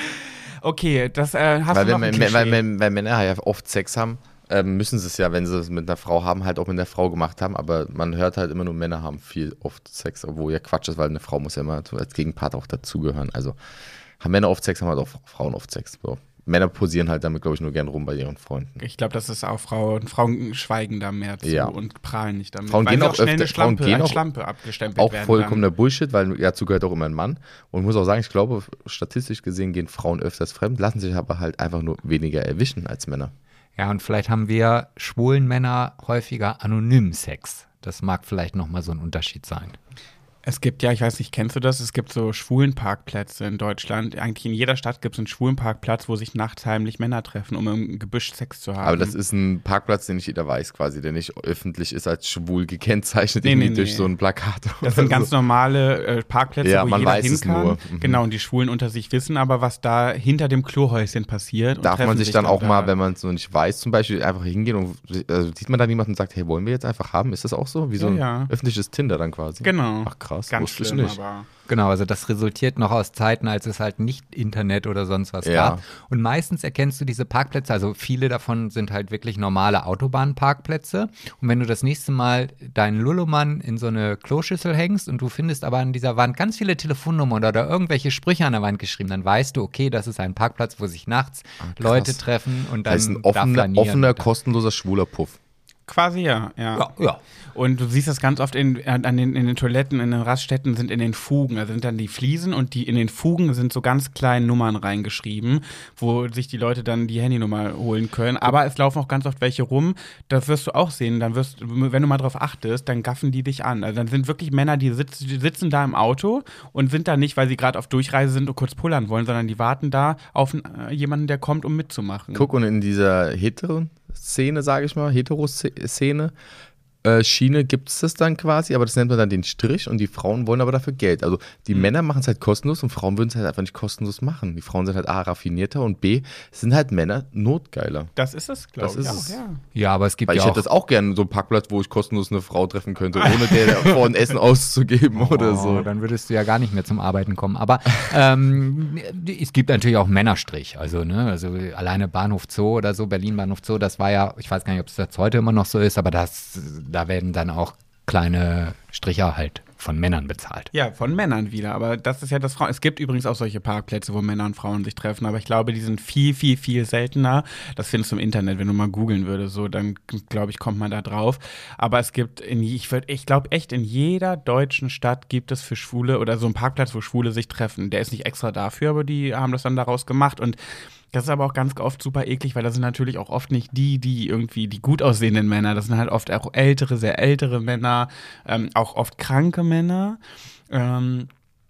[SPEAKER 1] Okay, das äh, hast
[SPEAKER 3] Weil
[SPEAKER 1] du noch
[SPEAKER 3] wenn,
[SPEAKER 1] ein
[SPEAKER 3] weil, weil,
[SPEAKER 1] Klischee.
[SPEAKER 3] weil, weil Männer ja oft Sex haben, ähm, müssen sie es ja, wenn sie es mit einer Frau haben, halt auch mit einer Frau gemacht haben. Aber man hört halt immer nur, Männer haben viel oft Sex, obwohl ja Quatsch ist, weil eine Frau muss ja immer so als Gegenpart auch dazugehören. Also haben Männer oft Sex, haben halt auch Frauen oft Sex. So. Männer posieren halt damit, glaube ich, nur gern rum bei ihren Freunden.
[SPEAKER 1] Ich glaube, das ist auch Frauen. Frauen schweigen da mehr zu
[SPEAKER 3] Ja.
[SPEAKER 1] und prahlen nicht damit.
[SPEAKER 3] Frauen
[SPEAKER 1] weil
[SPEAKER 3] gehen
[SPEAKER 1] sie
[SPEAKER 3] auch
[SPEAKER 1] schnell
[SPEAKER 3] öfter-
[SPEAKER 1] eine Schlampe,
[SPEAKER 3] Frauen gehen
[SPEAKER 1] als
[SPEAKER 3] auch-
[SPEAKER 1] Schlampe abgestempelt
[SPEAKER 3] Auch
[SPEAKER 1] werden.
[SPEAKER 3] vollkommener Bullshit, weil dazu gehört auch immer ein Mann. Und ich muss auch sagen, ich glaube, statistisch gesehen gehen Frauen öfters fremd, lassen sich aber halt einfach nur weniger erwischen als Männer.
[SPEAKER 2] Ja, und vielleicht haben wir schwulen Männer häufiger anonymen Sex. Das mag vielleicht nochmal so ein Unterschied sein.
[SPEAKER 1] Es gibt ja, ich weiß nicht, kennst du das? Es gibt so Schwulenparkplätze in Deutschland. Eigentlich in jeder Stadt gibt es einen Schwulenparkplatz, wo sich nachts heimlich Männer treffen, um im Gebüsch Sex zu haben.
[SPEAKER 3] Aber das ist ein Parkplatz, den nicht jeder weiß quasi, der nicht öffentlich ist als schwul gekennzeichnet,
[SPEAKER 1] Nee,
[SPEAKER 3] irgendwie
[SPEAKER 1] nee,
[SPEAKER 3] durch
[SPEAKER 1] nee.
[SPEAKER 3] so ein Plakat.
[SPEAKER 1] Das
[SPEAKER 3] oder
[SPEAKER 1] sind ganz
[SPEAKER 3] so.
[SPEAKER 1] normale äh, Parkplätze,
[SPEAKER 3] Ja,
[SPEAKER 1] wo
[SPEAKER 3] man
[SPEAKER 1] jeder
[SPEAKER 3] weiß
[SPEAKER 1] hin
[SPEAKER 3] es
[SPEAKER 1] kann.
[SPEAKER 3] nur. Mhm.
[SPEAKER 1] Genau, und die Schwulen unter sich wissen aber, was da hinter dem Klohäuschen passiert. Und
[SPEAKER 3] Darf man
[SPEAKER 1] treffen
[SPEAKER 3] sich dann auch
[SPEAKER 1] da.
[SPEAKER 3] mal, wenn man es noch nicht weiß, zum Beispiel einfach hingehen und also sieht man da jemanden und sagt, hey, wollen wir jetzt einfach haben? Ist das auch so? Wie so
[SPEAKER 1] Ja,
[SPEAKER 3] ein
[SPEAKER 1] ja.
[SPEAKER 3] öffentliches Tinder dann quasi?
[SPEAKER 1] Genau.
[SPEAKER 3] Ach krass,
[SPEAKER 1] Ganz
[SPEAKER 3] wusste ich
[SPEAKER 1] schlimm,
[SPEAKER 3] nicht.
[SPEAKER 1] aber
[SPEAKER 2] Genau, also das resultiert noch aus Zeiten, als es halt nicht Internet oder sonst was
[SPEAKER 3] Ja.
[SPEAKER 2] gab. Und meistens erkennst du diese Parkplätze, also viele davon sind halt wirklich normale Autobahnparkplätze. Und wenn du das nächste Mal deinen Lullumann in so eine Kloschüssel hängst und du findest aber an dieser Wand ganz viele Telefonnummern oder irgendwelche Sprüche an der Wand geschrieben, dann weißt du, okay, das ist ein Parkplatz, wo sich nachts Leute treffen und dann
[SPEAKER 3] Das heißt ein
[SPEAKER 2] da
[SPEAKER 3] offener,
[SPEAKER 2] flanieren
[SPEAKER 3] offener
[SPEAKER 2] und dann-
[SPEAKER 3] kostenloser schwuler Puff.
[SPEAKER 1] quasi ja, ja.
[SPEAKER 2] Ja, ja.
[SPEAKER 1] Und du siehst das ganz oft in, an den, in den Toiletten, in den Raststätten sind in den Fugen, also sind dann die Fliesen und die in den Fugen sind so ganz kleine Nummern reingeschrieben, wo sich die Leute dann die Handynummer holen können. Aber es laufen auch ganz oft welche rum, das wirst du auch sehen, dann wirst wenn du mal drauf achtest, dann gaffen die dich an. Also dann sind wirklich Männer, die, sitz, die sitzen da im Auto und sind da nicht, weil sie gerade auf Durchreise sind und kurz pullern wollen, sondern die warten da auf äh, jemanden, der kommt, um mitzumachen.
[SPEAKER 3] Guck, und in dieser Hetero-Szene, sage ich mal, Hetero-Szene, äh, Schiene gibt es das dann quasi, aber das nennt man dann den Strich und die Frauen wollen aber dafür Geld. Also die
[SPEAKER 1] Mhm.
[SPEAKER 3] Männer machen es halt kostenlos und Frauen würden es halt einfach nicht kostenlos machen. Die Frauen sind halt A, raffinierter und B, sind halt Männer notgeiler.
[SPEAKER 1] Das ist es, glaube
[SPEAKER 3] Das
[SPEAKER 1] ich.
[SPEAKER 3] ist
[SPEAKER 1] auch,
[SPEAKER 3] es.
[SPEAKER 1] ja.
[SPEAKER 2] Ja, aber es gibt
[SPEAKER 3] Weil
[SPEAKER 2] ja
[SPEAKER 3] ich
[SPEAKER 2] auch
[SPEAKER 3] hätte das auch gerne, so einen Parkplatz, wo ich kostenlos eine Frau treffen könnte, ohne der vorhin Essen auszugeben oder
[SPEAKER 2] Oh,
[SPEAKER 3] so.
[SPEAKER 2] dann würdest du ja gar nicht mehr zum Arbeiten kommen. Aber ähm, es gibt natürlich auch Männerstrich. Also, ne, also alleine Bahnhof Zoo oder so, Berlin Bahnhof Zoo, das war ja, ich weiß gar nicht, ob es jetzt heute immer noch so ist, aber das, da werden dann auch kleine Stricher halt von Männern bezahlt.
[SPEAKER 1] Ja, von Männern wieder. Aber das ist ja das Frauen. Es gibt übrigens auch solche Parkplätze, wo Männer und Frauen sich treffen. Aber ich glaube, die sind viel, viel, viel seltener. Das findest du im Internet, wenn du mal googeln würdest. So, dann glaube ich, kommt man da drauf. Aber es gibt, in, ich, würd- ich glaube echt, in jeder deutschen Stadt gibt es für Schwule oder so einen Parkplatz, wo Schwule sich treffen. Der ist nicht extra dafür, aber die haben das dann daraus gemacht. Und das ist aber auch ganz oft super eklig, weil das sind natürlich auch oft nicht die, die irgendwie die gut aussehenden Männer. Das sind halt oft auch ältere, sehr ältere Männer, ähm, auch oft kranke Männer. Ähm,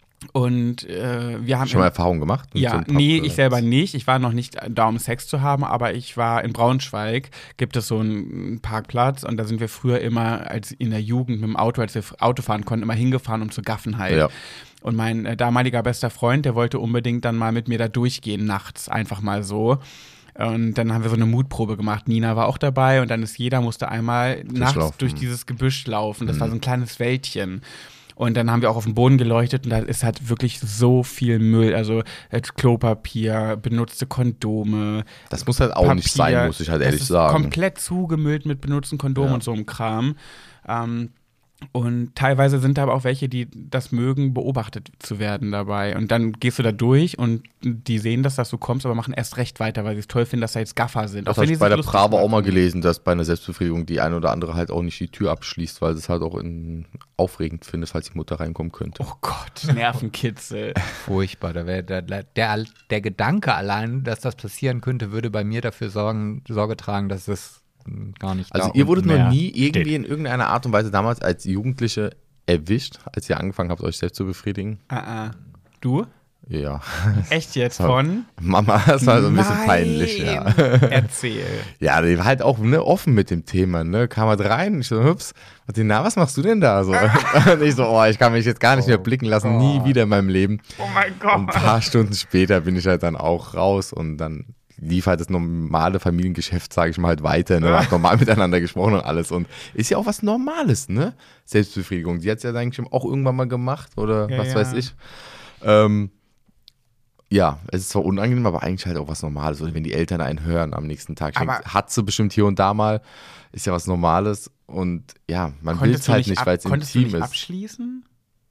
[SPEAKER 1] und äh, wir haben
[SPEAKER 3] Schon mal Erfahrung gemacht? mit so
[SPEAKER 1] ja,
[SPEAKER 3] einem
[SPEAKER 1] nee,
[SPEAKER 3] Parkplatz?
[SPEAKER 1] ich selber nicht. Ich war noch nicht da, um Sex zu haben, aber ich war in Braunschweig, gibt es so einen Parkplatz und da sind wir früher immer als in der Jugend mit dem Auto, als wir Auto fahren konnten, immer hingefahren, um zu gaffen halt.
[SPEAKER 3] Ja.
[SPEAKER 1] Und mein äh, damaliger bester Freund, der wollte unbedingt dann mal mit mir da durchgehen, nachts, einfach mal so. Und dann haben wir so eine Mutprobe gemacht. Nina war auch dabei und dann ist jeder musste einmal nachts
[SPEAKER 3] Durchlaufen.
[SPEAKER 1] durch dieses Gebüsch laufen. Das war so ein kleines Wäldchen. Und dann haben wir auch auf den Boden geleuchtet und da ist halt wirklich so viel Müll. Also äh, Klopapier, benutzte Kondome.
[SPEAKER 3] Das muss halt auch
[SPEAKER 1] Papier.
[SPEAKER 3] nicht sein, muss ich halt ehrlich
[SPEAKER 1] das ist
[SPEAKER 3] sagen.
[SPEAKER 1] Komplett zugemüllt mit benutzten Kondomen
[SPEAKER 3] Ja.
[SPEAKER 1] und so einem Kram. Ähm, Und teilweise sind da aber auch welche, die das mögen, beobachtet zu werden dabei. Und dann gehst du da durch und die sehen das, dass du kommst, aber machen erst recht weiter, weil sie es toll finden, dass da jetzt Gaffer sind.
[SPEAKER 3] Das
[SPEAKER 1] Auch wenn
[SPEAKER 3] habe
[SPEAKER 1] die
[SPEAKER 3] ich bei
[SPEAKER 1] sich
[SPEAKER 3] der
[SPEAKER 1] lustig
[SPEAKER 3] Bravo auch mal
[SPEAKER 1] machen.
[SPEAKER 3] gelesen, dass bei einer Selbstbefriedigung die eine oder andere halt auch nicht die Tür abschließt, weil sie es halt auch in, aufregend findet, falls die Mutter reinkommen könnte.
[SPEAKER 1] Oh Gott, Nervenkitzel.
[SPEAKER 2] Furchtbar. Da wär, der, der, der Gedanke allein, dass das passieren könnte, würde bei mir dafür sorgen, Sorge tragen, dass es gar nicht
[SPEAKER 3] Also
[SPEAKER 2] da
[SPEAKER 3] ihr wurdet
[SPEAKER 2] unten
[SPEAKER 3] noch
[SPEAKER 2] mehr
[SPEAKER 3] nie irgendwie
[SPEAKER 2] steht.
[SPEAKER 3] in irgendeiner Art und Weise damals als Jugendliche erwischt, als ihr angefangen habt, euch selbst zu befriedigen?
[SPEAKER 1] Ah, ah. Du?
[SPEAKER 3] Ja.
[SPEAKER 1] Echt jetzt
[SPEAKER 3] So.
[SPEAKER 1] von?
[SPEAKER 3] Mama, das war so ein bisschen
[SPEAKER 1] Nein.
[SPEAKER 3] peinlich, ja.
[SPEAKER 1] Erzähl.
[SPEAKER 3] Ja, die war halt auch ne, offen mit dem Thema, ne? Kam halt rein, ich so, hups, und die, na, was machst du denn da so? Und ich so, oh, ich kann mich jetzt gar nicht mehr blicken lassen, nie
[SPEAKER 1] Gott.
[SPEAKER 3] wieder in meinem Leben.
[SPEAKER 1] Oh mein
[SPEAKER 3] Und ein
[SPEAKER 1] Gott.
[SPEAKER 3] paar Stunden später bin ich halt dann auch raus und dann lief halt das normale Familiengeschäft, sage ich mal, halt weiter, ne? Hat normal miteinander gesprochen und alles und ist ja auch was Normales, ne? Selbstbefriedigung, die hat es ja eigentlich auch irgendwann mal gemacht oder
[SPEAKER 1] Ja,
[SPEAKER 3] was
[SPEAKER 1] ja.
[SPEAKER 3] weiß ich. Ähm, ja, es ist zwar unangenehm, aber eigentlich halt auch was Normales. Oder wenn die Eltern einen hören am nächsten Tag,
[SPEAKER 1] Aber-
[SPEAKER 3] denkt, hat sie bestimmt hier und da mal, ist ja was Normales und ja, man will
[SPEAKER 1] Konntest
[SPEAKER 3] es
[SPEAKER 1] du
[SPEAKER 3] halt
[SPEAKER 1] nicht,
[SPEAKER 3] nicht,
[SPEAKER 1] ab,
[SPEAKER 3] weil es
[SPEAKER 1] konntest du
[SPEAKER 3] intim
[SPEAKER 1] nicht
[SPEAKER 3] ist.
[SPEAKER 1] abschließen?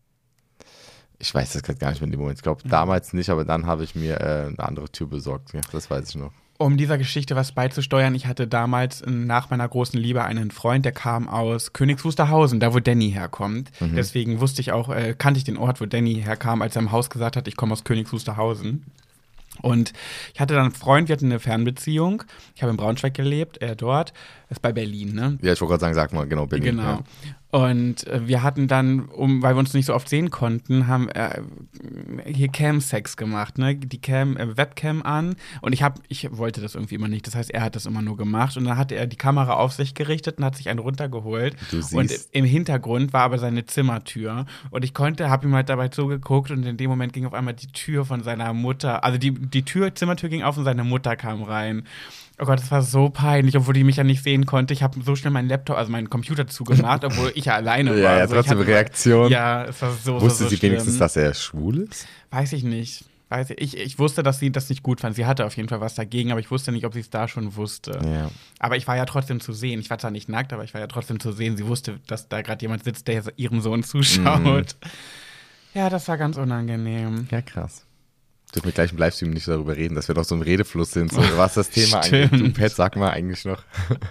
[SPEAKER 3] Ich weiß das gerade gar nicht mehr in dem Moment. Ich glaube, damals nicht, aber dann habe ich mir äh, eine andere Tür besorgt. Ja, das weiß ich noch.
[SPEAKER 1] Um dieser Geschichte was beizusteuern, ich hatte damals äh, nach meiner großen Liebe einen Freund, der kam aus Königs Wusterhausen, da wo Danny herkommt.
[SPEAKER 3] Mhm.
[SPEAKER 1] Deswegen wusste ich auch, äh, kannte ich den Ort, wo Danny herkam, als er im Haus gesagt hat, ich komme aus Königs Wusterhausen. Und ich hatte dann einen Freund, wir hatten eine Fernbeziehung. Ich habe in Braunschweig gelebt, er dort. Das ist bei Berlin, ne?
[SPEAKER 3] Ja, ich wollte gerade sagen, sag mal, genau, Berlin.
[SPEAKER 1] Genau.
[SPEAKER 3] Ja.
[SPEAKER 1] Und äh, wir hatten dann, um, weil wir uns nicht so oft sehen konnten, haben äh, hier Cam-Sex gemacht, ne? Die Cam, äh, Webcam an. Und ich hab, ich wollte das irgendwie immer nicht. Das heißt, er hat das immer nur gemacht. Und dann hatte er die Kamera auf sich gerichtet und hat sich einen runtergeholt.
[SPEAKER 3] Du siehst.
[SPEAKER 1] Und im Hintergrund war aber seine Zimmertür. Und ich konnte, habe ihm halt dabei zugeguckt und in dem Moment ging auf einmal die Tür von seiner Mutter, also die, die Tür, Zimmertür ging auf und seine Mutter kam rein. Oh Gott, das war so peinlich, obwohl die mich ja nicht sehen konnte. Ich habe so schnell meinen Laptop, also meinen Computer zugemacht, obwohl ich ja alleine war.
[SPEAKER 3] Ja, ja,
[SPEAKER 1] Also ich
[SPEAKER 3] trotzdem
[SPEAKER 1] hatte-
[SPEAKER 3] Reaktion.
[SPEAKER 1] Ja, es war so,
[SPEAKER 3] Wusste
[SPEAKER 1] so, so
[SPEAKER 3] sie
[SPEAKER 1] schlimm.
[SPEAKER 3] wenigstens, dass er schwul ist?
[SPEAKER 1] Weiß ich nicht. Weiß ich. ich. Ich wusste, dass sie das nicht gut fand. Sie hatte auf jeden Fall was dagegen, aber ich wusste nicht, ob sie es da schon wusste.
[SPEAKER 3] Ja.
[SPEAKER 1] Aber ich war ja trotzdem zu sehen. Ich war zwar nicht nackt, aber ich war ja trotzdem zu sehen. Sie wusste, dass da gerade jemand sitzt, der ihrem Sohn zuschaut.
[SPEAKER 3] Mhm.
[SPEAKER 1] Ja, das war ganz unangenehm.
[SPEAKER 3] Ja, krass. Dürfen wir gleich im Livestream nicht darüber reden, dass wir doch so im Redefluss sind. So, was das Thema
[SPEAKER 1] Stimmt.
[SPEAKER 3] angeht. Du, Pat, sag mal eigentlich noch.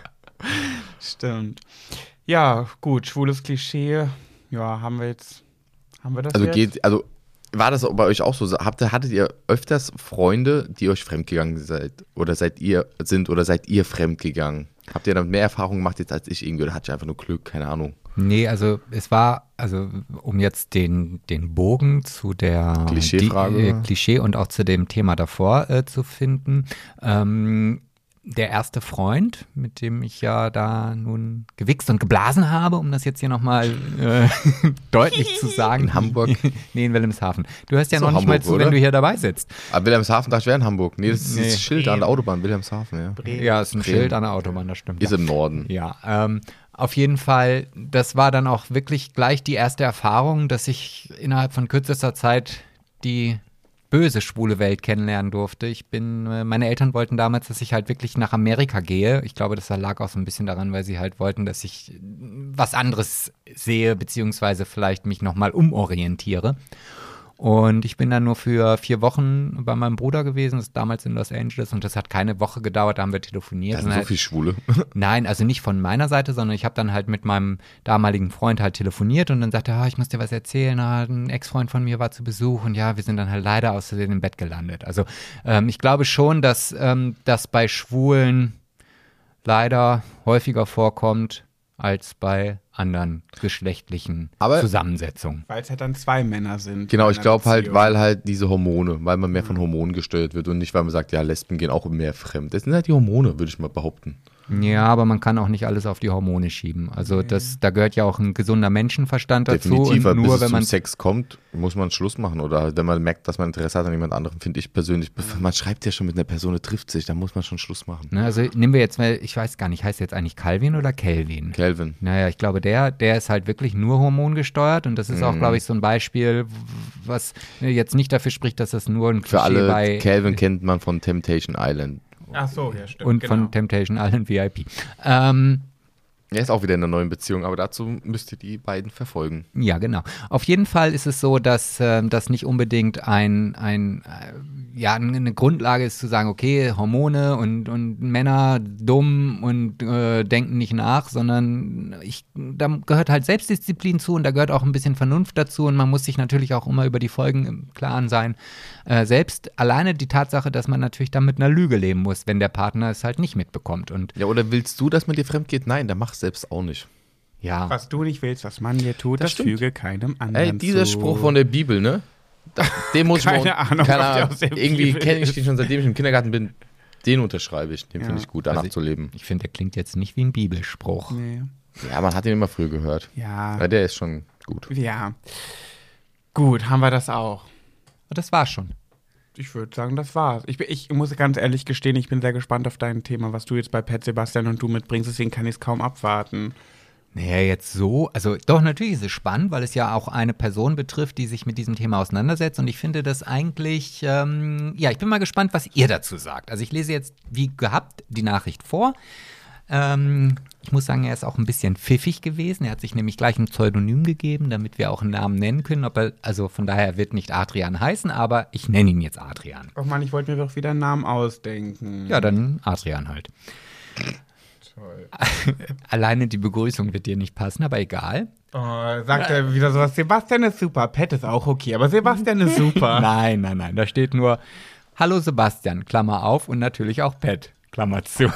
[SPEAKER 1] Stimmt. Ja, gut, schwules Klischee. Ja, haben wir jetzt. Haben wir das
[SPEAKER 3] Also
[SPEAKER 1] jetzt?
[SPEAKER 3] geht, also war das bei euch auch so? Habt, ihr- hattet ihr öfters Freunde, die euch fremdgegangen seid? Oder seid ihr sind oder seid ihr fremdgegangen? Habt ihr damit mehr Erfahrung gemacht jetzt als ich irgendwie? Oder hatte ich einfach nur Glück? Keine Ahnung.
[SPEAKER 2] Nee, also es war, also um jetzt den, den Bogen zu der
[SPEAKER 3] Klischeefrage.
[SPEAKER 2] Die, äh, Klischee und auch zu dem Thema davor äh, zu finden. Ähm, der erste Freund, mit dem ich ja da nun gewichst und geblasen habe, um das jetzt hier nochmal äh, deutlich zu sagen.
[SPEAKER 3] In Hamburg?
[SPEAKER 2] Nee, in Wilhelmshaven. Du hörst ja
[SPEAKER 3] Ist
[SPEAKER 2] noch
[SPEAKER 3] doch
[SPEAKER 2] nicht mal
[SPEAKER 3] Hamburg,
[SPEAKER 2] zu,
[SPEAKER 3] oder?
[SPEAKER 2] wenn du hier dabei sitzt.
[SPEAKER 3] Aber Wilhelmshaven dachte ich wäre in Hamburg. Nee, das ist
[SPEAKER 2] Nee.
[SPEAKER 3] das Schild an der Autobahn, Wilhelmshaven, ja.
[SPEAKER 1] Bremen.
[SPEAKER 2] Ja, ist ein
[SPEAKER 3] Bremen.
[SPEAKER 2] Schild an der Autobahn, das stimmt.
[SPEAKER 3] Ist im Norden.
[SPEAKER 2] Ja, ähm, auf jeden Fall, das war dann auch wirklich gleich die erste Erfahrung, dass ich innerhalb von kürzester Zeit die böse schwule Welt kennenlernen durfte. Ich bin, äh, meine Eltern wollten damals, dass ich halt wirklich nach Amerika gehe. Ich glaube, das lag auch so ein bisschen daran, weil sie halt wollten, dass ich äh, was anderes sehe, beziehungsweise vielleicht mich nochmal umorientiere. Und ich bin dann nur für vier Wochen bei meinem Bruder gewesen, das ist damals in Los Angeles, und das hat keine Woche gedauert, da haben wir telefoniert.
[SPEAKER 3] Da
[SPEAKER 2] und
[SPEAKER 3] sind so
[SPEAKER 2] halt,
[SPEAKER 3] viele Schwule.
[SPEAKER 2] Nein, also nicht von meiner Seite, sondern ich habe dann halt mit meinem damaligen Freund halt telefoniert und dann sagte er, ah, ich muss dir was erzählen, ah, ein Ex-Freund von mir war zu Besuch und ja, wir sind dann halt leider aus Versehen im Bett gelandet. Also ähm, ich glaube schon, dass ähm, das bei Schwulen leider häufiger vorkommt als bei anderen geschlechtlichen
[SPEAKER 3] Aber-
[SPEAKER 2] Zusammensetzungen.
[SPEAKER 1] Weil es halt dann zwei Männer sind.
[SPEAKER 3] Genau,
[SPEAKER 1] in
[SPEAKER 3] ich
[SPEAKER 1] einer
[SPEAKER 3] glaube halt,
[SPEAKER 1] Beziehung.
[SPEAKER 3] weil halt diese Hormone, weil man mehr von Hormonen gesteuert wird und nicht, weil man sagt, ja, Lesben gehen auch mehr fremd. Das sind halt die Hormone, würde ich mal behaupten.
[SPEAKER 2] Ja, aber man kann auch nicht alles auf die Hormone schieben. Also das, da gehört ja auch ein gesunder Menschenverstand dazu.
[SPEAKER 3] Definitiv, weil
[SPEAKER 2] und
[SPEAKER 3] bis
[SPEAKER 2] nur
[SPEAKER 3] es
[SPEAKER 2] wenn
[SPEAKER 3] zum
[SPEAKER 2] man
[SPEAKER 3] Sex kommt, muss man Schluss machen. Oder wenn man merkt, dass man Interesse hat an jemand anderem, finde ich persönlich, man schreibt ja schon mit einer Person, die trifft sich, da muss man schon Schluss machen.
[SPEAKER 2] Ne, also nehmen wir jetzt mal, ich weiß gar nicht, heißt jetzt eigentlich Calvin oder Kelvin?
[SPEAKER 3] Kelvin.
[SPEAKER 2] Naja, ich glaube, der, der ist halt wirklich nur hormongesteuert und das ist auch, glaube ich, so ein Beispiel, was jetzt nicht dafür spricht, dass das nur ein Klischee
[SPEAKER 3] Für alle,
[SPEAKER 2] bei
[SPEAKER 3] Calvin kennt man von Temptation Island.
[SPEAKER 1] Ach so, ja, stimmt.
[SPEAKER 2] und
[SPEAKER 1] genau.
[SPEAKER 2] von Temptation Island V I P. Ähm,
[SPEAKER 3] Er ist auch wieder in einer neuen Beziehung, aber dazu müsst ihr die beiden verfolgen.
[SPEAKER 2] Ja, genau. Auf jeden Fall ist es so, dass äh, das nicht unbedingt ein, ein äh, ja, eine Grundlage ist zu sagen, okay, Hormone und, und Männer dumm und äh, denken nicht nach, sondern ich, da gehört halt Selbstdisziplin zu und da gehört auch ein bisschen Vernunft dazu und man muss sich natürlich auch immer über die Folgen im Klaren sein. Äh, selbst alleine die Tatsache, dass man natürlich dann mit einer Lüge leben muss, wenn der Partner es halt nicht mitbekommt. Und
[SPEAKER 3] Ja, oder willst du, dass man dir fremd geht? Nein, dann mach es selbst auch nicht.
[SPEAKER 2] ja,
[SPEAKER 1] Was du nicht willst, was man dir tut,
[SPEAKER 3] Das
[SPEAKER 1] das,
[SPEAKER 3] stimmt.
[SPEAKER 1] füge keinem anderen
[SPEAKER 3] Ey, dieser
[SPEAKER 1] zu.
[SPEAKER 3] Spruch von der Bibel, ne? Da, den muss
[SPEAKER 1] Keine
[SPEAKER 3] ich
[SPEAKER 1] Ahnung,
[SPEAKER 3] keine
[SPEAKER 1] ob der
[SPEAKER 3] Ahnung,
[SPEAKER 1] aus der
[SPEAKER 3] irgendwie
[SPEAKER 1] Bibel
[SPEAKER 3] kenne ich
[SPEAKER 1] ist.
[SPEAKER 3] den schon, seitdem ich im Kindergarten bin. Den unterschreibe ich. Den
[SPEAKER 1] Ja.
[SPEAKER 3] finde ich gut, danach
[SPEAKER 2] Also
[SPEAKER 3] zu leben.
[SPEAKER 2] ich finde, der klingt jetzt nicht wie ein Bibelspruch.
[SPEAKER 1] Nee.
[SPEAKER 3] Ja, man hat ihn immer früher gehört.
[SPEAKER 1] Ja.
[SPEAKER 3] Ja, der ist schon gut.
[SPEAKER 1] Ja. Gut, haben wir das auch.
[SPEAKER 2] Das war's schon.
[SPEAKER 1] Ich würde sagen, das war's. Ich, bin- ich muss ganz ehrlich gestehen, ich bin sehr gespannt auf dein Thema, was du jetzt bei Pet Sebastian und du mitbringst, deswegen kann ich es kaum abwarten.
[SPEAKER 2] Naja, jetzt so, also doch, natürlich ist es spannend, weil es ja auch eine Person betrifft, die sich mit diesem Thema auseinandersetzt und ich finde das eigentlich, ähm, ja, ich bin mal gespannt, was ihr dazu sagt. Also ich lese jetzt wie gehabt die Nachricht vor. Ähm, ich muss sagen, er ist auch ein bisschen pfiffig gewesen. Er hat sich nämlich gleich ein Pseudonym gegeben, damit wir auch einen Namen nennen können. Ob er, also von daher wird nicht Adrian heißen, aber ich nenne ihn jetzt Adrian.
[SPEAKER 1] Oh Mann, ich wollte mir doch wieder einen Namen ausdenken.
[SPEAKER 2] Ja, dann Adrian halt.
[SPEAKER 1] Toll.
[SPEAKER 2] Alleine die Begrüßung wird dir nicht passen, aber egal.
[SPEAKER 1] Oh, sagt er wieder sowas, Sebastian ist super, Pet ist auch okay, aber Sebastian ist super.
[SPEAKER 2] Nein, nein, nein. Da steht nur Hallo Sebastian, Klammer auf und natürlich auch Pet, Klammer zu.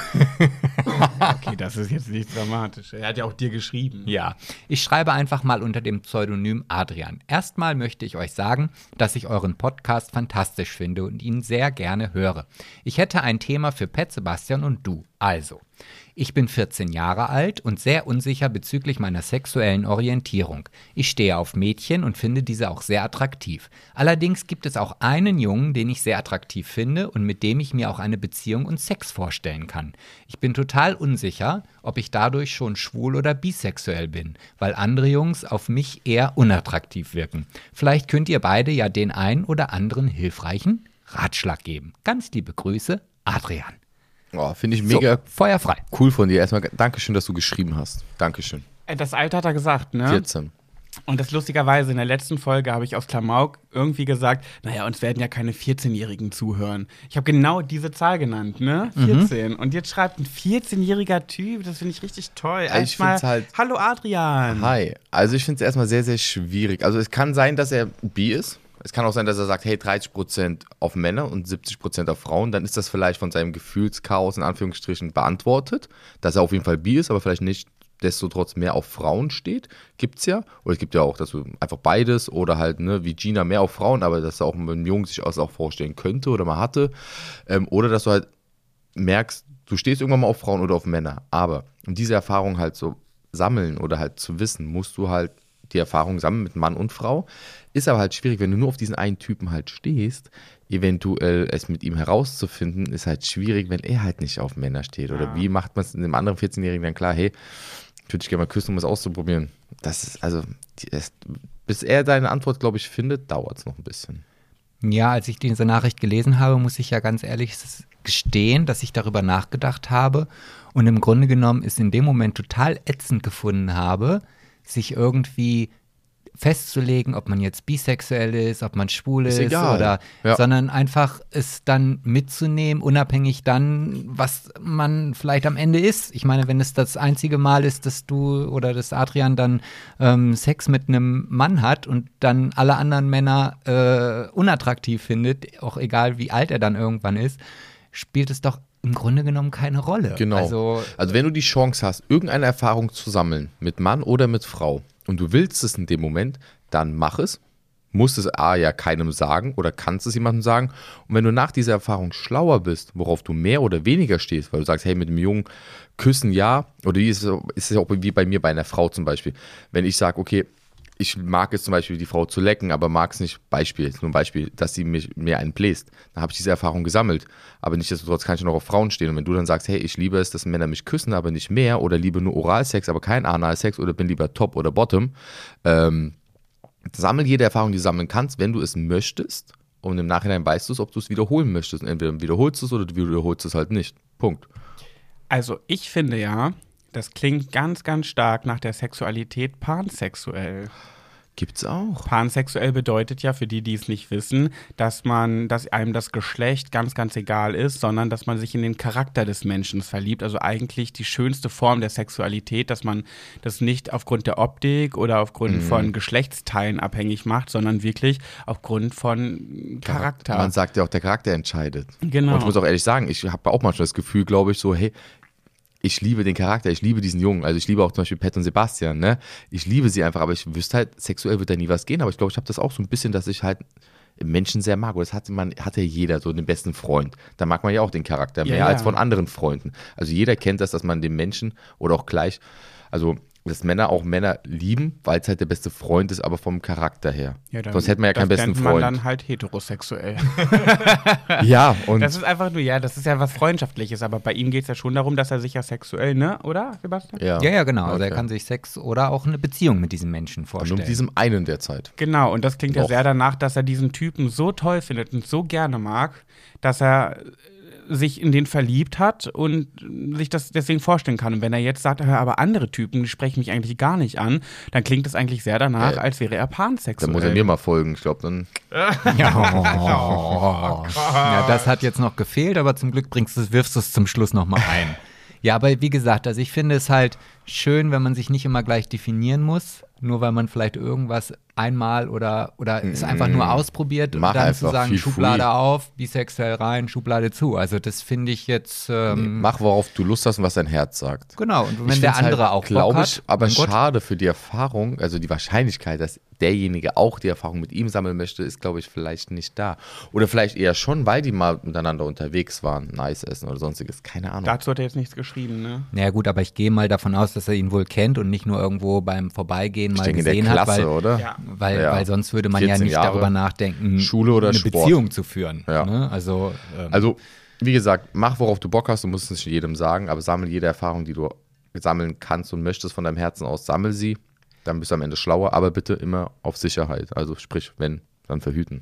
[SPEAKER 1] Okay, das ist jetzt nicht dramatisch. Er hat ja auch dir geschrieben.
[SPEAKER 2] Ja, ich schreibe einfach mal unter dem Pseudonym Adrian. Erstmal möchte ich euch sagen, dass ich euren Podcast fantastisch finde und ihn sehr gerne höre. Ich hätte ein Thema für Pet, Sebastian und du. Also, ich bin vierzehn Jahre alt und sehr unsicher bezüglich meiner sexuellen Orientierung. Ich stehe auf Mädchen und finde diese auch sehr attraktiv. Allerdings gibt es auch einen Jungen, den ich sehr attraktiv finde und mit dem ich mir auch eine Beziehung und Sex vorstellen kann. Ich bin total unsicher, ob ich dadurch schon schwul oder bisexuell bin, weil andere Jungs auf mich eher unattraktiv wirken. Vielleicht könnt ihr beide ja den einen oder anderen hilfreichen Ratschlag geben. Ganz liebe Grüße, Adrian.
[SPEAKER 3] Oh, finde ich mega
[SPEAKER 2] So, feuerfrei.
[SPEAKER 3] cool von dir. Erstmal Dankeschön, dass du geschrieben hast. Dankeschön.
[SPEAKER 1] Äh, Das Alter hat er gesagt, ne?
[SPEAKER 3] vierzehn.
[SPEAKER 1] Und das lustigerweise, in der letzten Folge habe ich aus Klamauk irgendwie gesagt, naja, uns werden ja keine vierzehnjährigen zuhören. Ich habe genau diese Zahl genannt, ne? vierzehn. Und jetzt schreibt ein vierzehnjähriger Typ, das finde ich richtig toll.
[SPEAKER 3] Ja, ich
[SPEAKER 1] Erstmal,
[SPEAKER 3] find's halt-
[SPEAKER 1] hallo Adrian.
[SPEAKER 3] Hi. Also ich finde es erstmal sehr, sehr schwierig. Also es kann sein, dass er bi ist. Es kann auch sein, dass er sagt, hey, dreißig Prozent auf Männer und siebzig Prozent auf Frauen. Dann ist das vielleicht von seinem Gefühlschaos in Anführungsstrichen beantwortet, dass er auf jeden Fall bi ist, aber vielleicht nicht desto trotz mehr auf Frauen steht. Gibt's ja. Oder es gibt ja auch, dass du einfach beides oder halt, ne, wie Gina mehr auf Frauen, aber dass er auch mit einem Jungen sich das auch vorstellen könnte oder mal hatte. Ähm, oder dass du halt merkst, du stehst irgendwann mal auf Frauen oder auf Männer. Aber um diese Erfahrung halt so sammeln oder halt zu wissen, musst du halt die Erfahrung sammeln mit Mann und Frau. Ist aber halt schwierig, wenn du nur auf diesen einen Typen halt stehst, eventuell es mit ihm herauszufinden, ist halt schwierig, wenn er halt nicht auf Männer steht. Oder
[SPEAKER 1] Ja.
[SPEAKER 3] wie macht man es einem anderen vierzehnjährigen dann klar, hey, ich würde dich gerne mal küssen, um es auszuprobieren. Das ist, also, die- es, bis er deine Antwort, glaube ich, findet, dauert es noch ein bisschen.
[SPEAKER 2] Ja, als ich diese Nachricht gelesen habe, muss ich ja ganz ehrlich gestehen, dass ich darüber nachgedacht habe und im Grunde genommen es in dem Moment total ätzend gefunden habe, sich irgendwie festzulegen, ob man jetzt bisexuell ist, ob man schwul
[SPEAKER 3] Ist
[SPEAKER 2] ist,
[SPEAKER 3] egal.
[SPEAKER 2] oder,
[SPEAKER 3] Ja.
[SPEAKER 2] sondern einfach es dann mitzunehmen, unabhängig dann, was man vielleicht am Ende ist. Ich meine, wenn es das einzige Mal ist, dass du oder dass Adrian dann ähm, Sex mit einem Mann hat und dann alle anderen Männer äh, unattraktiv findet, auch egal wie alt er dann irgendwann ist, spielt es doch im Grunde genommen keine Rolle.
[SPEAKER 3] Genau.
[SPEAKER 2] Also,
[SPEAKER 3] Also wenn du die Chance hast, irgendeine Erfahrung zu sammeln, mit Mann oder mit Frau, und du willst es in dem Moment, dann mach es. musst es A ja keinem sagen oder kannst es jemandem sagen. Und wenn du nach dieser Erfahrung schlauer bist, worauf du mehr oder weniger stehst, weil du sagst, hey, mit dem Jungen küssen ja, oder wie ist es, ist es auch wie bei mir bei einer Frau zum Beispiel. Wenn ich sage, okay, ich mag es zum Beispiel, die Frau zu lecken, aber mag es nicht, Beispiel, ist nur ein Beispiel, dass sie mich, mir einen bläst. Dann habe ich diese Erfahrung gesammelt. Aber nichtsdestotrotz kann ich noch auf Frauen stehen. Und wenn du dann sagst, hey, ich liebe es, dass Männer mich küssen, aber nicht mehr, oder liebe nur Oralsex, aber kein Analsex, oder bin lieber Top oder Bottom, ähm, sammel jede Erfahrung, die du sammeln kannst, wenn du es möchtest. Und im Nachhinein weißt du es, ob du es wiederholen möchtest. Und entweder wiederholst du es oder du wiederholst es halt nicht. Punkt.
[SPEAKER 1] Also ich finde ja, das klingt ganz, ganz stark nach der Sexualität pansexuell.
[SPEAKER 3] Gibt's auch.
[SPEAKER 1] Pansexuell bedeutet ja, für die, die es nicht wissen, dass man, dass einem das Geschlecht ganz, ganz egal ist, sondern dass man sich in den Charakter des Menschen verliebt. Also eigentlich die schönste Form der Sexualität, dass man das nicht aufgrund der Optik oder aufgrund mhm. von Geschlechtsteilen abhängig macht, sondern wirklich aufgrund von Charakter.
[SPEAKER 3] Man sagt ja auch, der Charakter entscheidet.
[SPEAKER 1] Genau.
[SPEAKER 3] Und ich muss auch ehrlich sagen, ich habe auch manchmal das Gefühl, glaube ich, so, hey, ich liebe den Charakter, ich liebe diesen Jungen, also ich liebe auch zum Beispiel Pat und Sebastian, ne? Ich liebe sie einfach, aber ich wüsste halt, sexuell wird da nie was gehen, aber ich glaube, ich habe das auch so ein bisschen, dass ich halt Menschen sehr mag. Und das hatte man, hatte jeder so den besten Freund. Da mag man ja auch den Charakter mehr
[SPEAKER 1] ja, ja.
[SPEAKER 3] als von anderen Freunden. Also jeder kennt das, dass man den Menschen oder auch gleich, also dass Männer auch Männer lieben, weil es halt der beste Freund ist, aber vom Charakter her.
[SPEAKER 1] Ja, dann,
[SPEAKER 3] sonst hätte man ja keinen besten Freund.
[SPEAKER 1] Das nennt man dann halt heterosexuell.
[SPEAKER 3] Ja, und
[SPEAKER 1] das ist einfach nur, ja, das ist ja was Freundschaftliches, aber bei ihm geht es ja schon darum, dass er sich ja sexuell, ne, oder, Sebastian?
[SPEAKER 3] Ja,
[SPEAKER 2] ja, ja genau. Also
[SPEAKER 3] okay.
[SPEAKER 2] er kann sich Sex oder auch eine Beziehung mit diesem Menschen vorstellen.
[SPEAKER 3] Und mit diesem einen derzeit.
[SPEAKER 1] Genau, und das klingt ja
[SPEAKER 3] Doch.
[SPEAKER 1] sehr danach, dass er diesen Typen so toll findet und so gerne mag, dass er sich in den verliebt hat und sich das deswegen vorstellen kann. Und wenn er jetzt sagt, aber andere Typen, die sprechen mich eigentlich gar nicht an, dann klingt es eigentlich sehr danach,
[SPEAKER 3] Äh,
[SPEAKER 1] als wäre er pansexuell.
[SPEAKER 3] Dann muss er mir mal folgen, ich glaube dann.
[SPEAKER 2] Ja, ja, das hat jetzt noch gefehlt, aber zum Glück bringst du, wirfst du es zum Schluss nochmal ein. Ja, aber wie gesagt, also ich finde es halt schön, wenn man sich nicht immer gleich definieren muss, nur weil man vielleicht irgendwas einmal oder, oder es einfach nur ausprobiert
[SPEAKER 3] Mach
[SPEAKER 2] und dann
[SPEAKER 3] einfach
[SPEAKER 2] zu sagen,
[SPEAKER 3] feel
[SPEAKER 2] Schublade
[SPEAKER 3] free.
[SPEAKER 2] auf, bisexuell rein, Schublade zu. Also das finde ich jetzt ähm,
[SPEAKER 3] Mach, worauf du Lust hast und was dein Herz sagt.
[SPEAKER 2] genau. Und wenn
[SPEAKER 3] Ich
[SPEAKER 2] der
[SPEAKER 3] find's
[SPEAKER 2] andere
[SPEAKER 3] halt,
[SPEAKER 2] auch Bock
[SPEAKER 3] glaube
[SPEAKER 2] hat,
[SPEAKER 3] ich, aber
[SPEAKER 2] mein Gott.
[SPEAKER 3] schade für die Erfahrung, also die Wahrscheinlichkeit, dass derjenige auch die Erfahrung mit ihm sammeln möchte, ist, glaube ich, vielleicht nicht da. Oder vielleicht eher schon, weil die mal miteinander unterwegs waren, nice essen oder sonstiges, keine Ahnung.
[SPEAKER 1] Dazu hat er jetzt nichts geschrieben, ne?
[SPEAKER 2] Naja gut, aber ich gehe mal davon aus, dass er ihn wohl kennt und nicht nur irgendwo beim Vorbeigehen
[SPEAKER 3] ich
[SPEAKER 2] mal
[SPEAKER 3] denke in der
[SPEAKER 2] gesehen
[SPEAKER 3] Klasse,
[SPEAKER 2] hat, weil,
[SPEAKER 3] oder?
[SPEAKER 1] Ja.
[SPEAKER 2] weil,
[SPEAKER 3] Ja.
[SPEAKER 2] weil sonst würde man ja
[SPEAKER 3] vierzehn
[SPEAKER 2] nicht
[SPEAKER 3] Jahre.
[SPEAKER 2] darüber nachdenken,
[SPEAKER 3] Schule oder
[SPEAKER 2] eine
[SPEAKER 3] Sport.
[SPEAKER 2] Beziehung zu führen.
[SPEAKER 3] Ja.
[SPEAKER 2] Ne? Also, ähm,
[SPEAKER 3] Also, wie gesagt, mach, worauf du Bock hast, du musst es nicht jedem sagen, aber sammel jede Erfahrung, die du sammeln kannst und möchtest von deinem Herzen aus, sammel sie, dann bist du am Ende schlauer, aber bitte immer auf Sicherheit, also sprich, wenn, dann verhüten.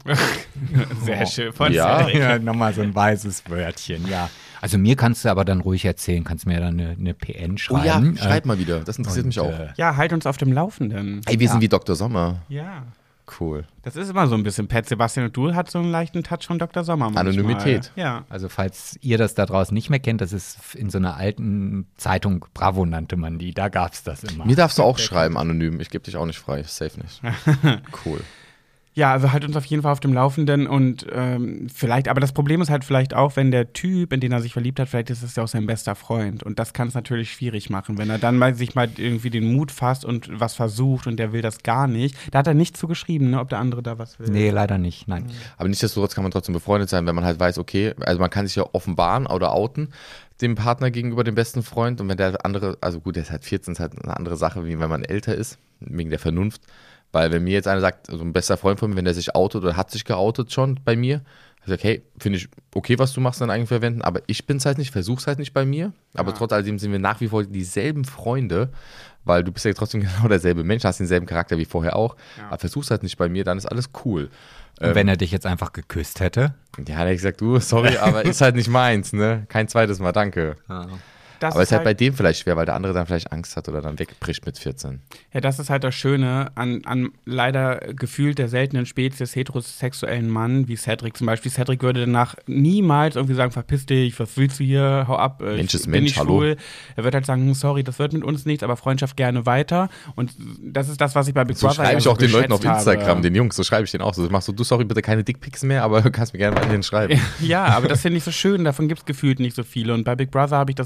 [SPEAKER 1] Sehr schön. Von
[SPEAKER 3] Ja.
[SPEAKER 1] Cedric.
[SPEAKER 2] ja, nochmal so ein weißes Wörtchen, ja. Also mir kannst du aber dann ruhig erzählen, kannst mir dann eine, eine P N
[SPEAKER 3] Oh
[SPEAKER 2] schreiben.
[SPEAKER 3] ja, schreib
[SPEAKER 2] Äh,
[SPEAKER 3] mal wieder, das interessiert
[SPEAKER 2] und,
[SPEAKER 3] mich auch.
[SPEAKER 2] äh,
[SPEAKER 1] Ja, halt uns auf dem Laufenden.
[SPEAKER 3] Ey, wir
[SPEAKER 2] ja.
[SPEAKER 3] sind wie Doktor Sommer.
[SPEAKER 1] Ja.
[SPEAKER 3] Cool.
[SPEAKER 1] Das ist immer so ein bisschen Pat Sebastian und du hat so einen leichten Touch von Doktor Sommer manchmal.
[SPEAKER 3] Anonymität.
[SPEAKER 1] Ja.
[SPEAKER 2] Also falls ihr das da draußen nicht mehr kennt, das ist in so einer alten Zeitung, Bravo nannte man die, da gab es das immer.
[SPEAKER 3] Mir darfst du auch schreiben, anonym. Ich gebe dich auch nicht frei. Safe nicht. Cool.
[SPEAKER 1] Ja, also halt uns auf jeden Fall auf dem Laufenden und ähm, vielleicht, aber das Problem ist halt vielleicht auch, wenn der Typ, in den er sich verliebt hat, vielleicht ist es ja auch sein bester Freund und das kann es natürlich schwierig machen, wenn er dann mal sich mal irgendwie den Mut fasst und was versucht und der will das gar nicht. Da hat er nicht zugeschrieben, ne, ob der andere da was will.
[SPEAKER 2] Nee, leider nicht, nein.
[SPEAKER 3] Aber nichtsdestotrotz kann man trotzdem befreundet sein, wenn man halt weiß, okay, also man kann sich ja offenbaren oder outen dem Partner gegenüber dem besten Freund und wenn der andere, also gut, der ist halt vierzehn, ist halt eine andere Sache, wie wenn man älter ist, wegen der Vernunft. Weil wenn mir jetzt einer sagt, also ein bester Freund von mir, wenn der sich outet oder hat sich geoutet schon bei mir, ich sage, hey, finde ich okay, was du machst, deinen eigenen Verwenden, aber ich bin es halt nicht, versuch's halt nicht bei mir. Aber
[SPEAKER 1] Ja.
[SPEAKER 3] trotz alledem sind wir nach wie vor dieselben Freunde, weil du bist ja trotzdem genau derselbe Mensch, hast denselben Charakter wie vorher auch,
[SPEAKER 1] Ja.
[SPEAKER 3] aber versuch's halt nicht bei mir, dann ist alles cool.
[SPEAKER 2] Und wenn er dich jetzt einfach geküsst hätte?
[SPEAKER 3] Ja, dann hätte ich gesagt, du, sorry, aber ist halt nicht meins, ne? Kein zweites Mal, danke.
[SPEAKER 1] Das
[SPEAKER 3] Aber ist halt bei dem vielleicht schwer, weil der andere dann vielleicht Angst hat oder dann wegbricht mit vierzehn.
[SPEAKER 1] Ja, das ist halt das Schöne an, an leider gefühlt der seltenen Spezies heterosexuellen Mann, wie Cedric zum Beispiel. Cedric würde danach niemals irgendwie sagen, verpiss dich, was willst du hier, hau ab, äh,
[SPEAKER 3] Mensch
[SPEAKER 1] ich
[SPEAKER 3] ist
[SPEAKER 1] bin
[SPEAKER 3] Mensch,
[SPEAKER 1] nicht
[SPEAKER 3] hallo.
[SPEAKER 1] schwul. Er wird halt sagen, sorry, das wird mit uns nichts, aber Freundschaft gerne weiter. Und das ist das, was ich bei Big
[SPEAKER 3] So
[SPEAKER 1] Brother
[SPEAKER 3] schreibe
[SPEAKER 1] ja
[SPEAKER 3] ich
[SPEAKER 1] so
[SPEAKER 3] auch den Leuten auf
[SPEAKER 1] geschätzt
[SPEAKER 3] Instagram,
[SPEAKER 1] habe.
[SPEAKER 3] den Jungs, so schreibe ich den auch so. Machst du, du, sorry, bitte keine Dickpics mehr, aber du kannst mir gerne weiterhin schreiben.
[SPEAKER 1] Ja, aber das finde ich so schön, davon gibt es gefühlt nicht so viele. Und bei Big Brother habe ich das so geschätzt,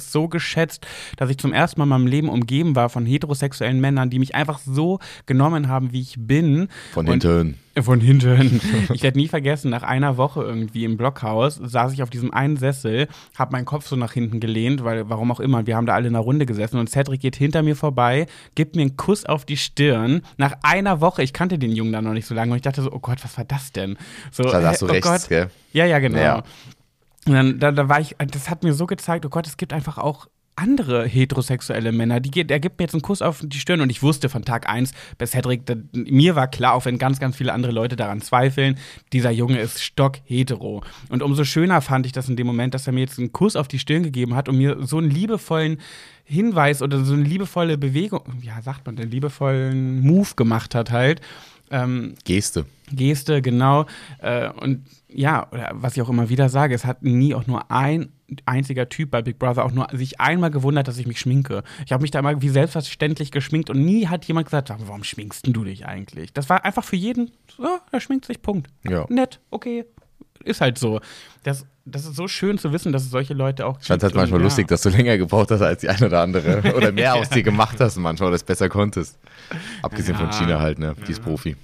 [SPEAKER 1] geschätzt, dass ich zum ersten Mal in meinem Leben umgeben war von heterosexuellen Männern, die mich einfach so genommen haben, wie ich bin.
[SPEAKER 3] Von hinten.
[SPEAKER 1] Von hinten. Ich werde nie vergessen, nach einer Woche irgendwie im Blockhaus saß ich auf diesem einen Sessel, habe meinen Kopf so nach hinten gelehnt, weil warum auch immer, wir haben da alle in einer Runde gesessen und Cedric geht hinter mir vorbei, gibt mir einen Kuss auf die Stirn. Nach einer Woche, ich kannte den Jungen da noch nicht so lange und ich dachte so, oh Gott, was war das denn? So,
[SPEAKER 3] Da hast du
[SPEAKER 1] äh, oh
[SPEAKER 3] rechts,
[SPEAKER 1] Gott.
[SPEAKER 3] gell?
[SPEAKER 1] Ja, ja, genau.
[SPEAKER 3] Ja.
[SPEAKER 1] Und dann da, da war ich, das hat mir so gezeigt, oh Gott, es gibt einfach auch andere heterosexuelle Männer, die geht, er gibt mir jetzt einen Kuss auf die Stirn und ich wusste von Tag eins bei Cedric, da, mir war klar, auch wenn ganz, ganz viele andere Leute daran zweifeln, dieser Junge ist stockhetero. Und umso schöner fand ich das in dem Moment, dass er mir jetzt einen Kuss auf die Stirn gegeben hat und mir so einen liebevollen Hinweis oder so eine liebevolle Bewegung, ja, sagt man, den liebevollen Move gemacht hat halt. Ähm,
[SPEAKER 3] Geste.
[SPEAKER 1] Geste, genau. Äh, und ja, oder was ich auch immer wieder sage, es hat nie auch nur ein einziger Typ bei Big Brother auch nur sich einmal gewundert, dass ich mich schminke. Ich habe mich da immer wie selbstverständlich geschminkt und nie hat jemand gesagt, warum schminkst denn du dich eigentlich? Das war einfach für jeden, so, er schminkt sich, Punkt.
[SPEAKER 3] Ja.
[SPEAKER 1] Nett, okay, ist halt so. Das, das ist so schön zu wissen, dass es solche Leute auch gibt.
[SPEAKER 3] Ich fand es halt manchmal
[SPEAKER 1] und,
[SPEAKER 3] lustig,
[SPEAKER 1] ja.
[SPEAKER 3] dass du länger gebraucht hast als die eine oder andere. Oder mehr aus dir gemacht hast manchmal, oder es besser konntest. Abgesehen
[SPEAKER 1] Ja.
[SPEAKER 3] von China halt, ne? Die ist Profi.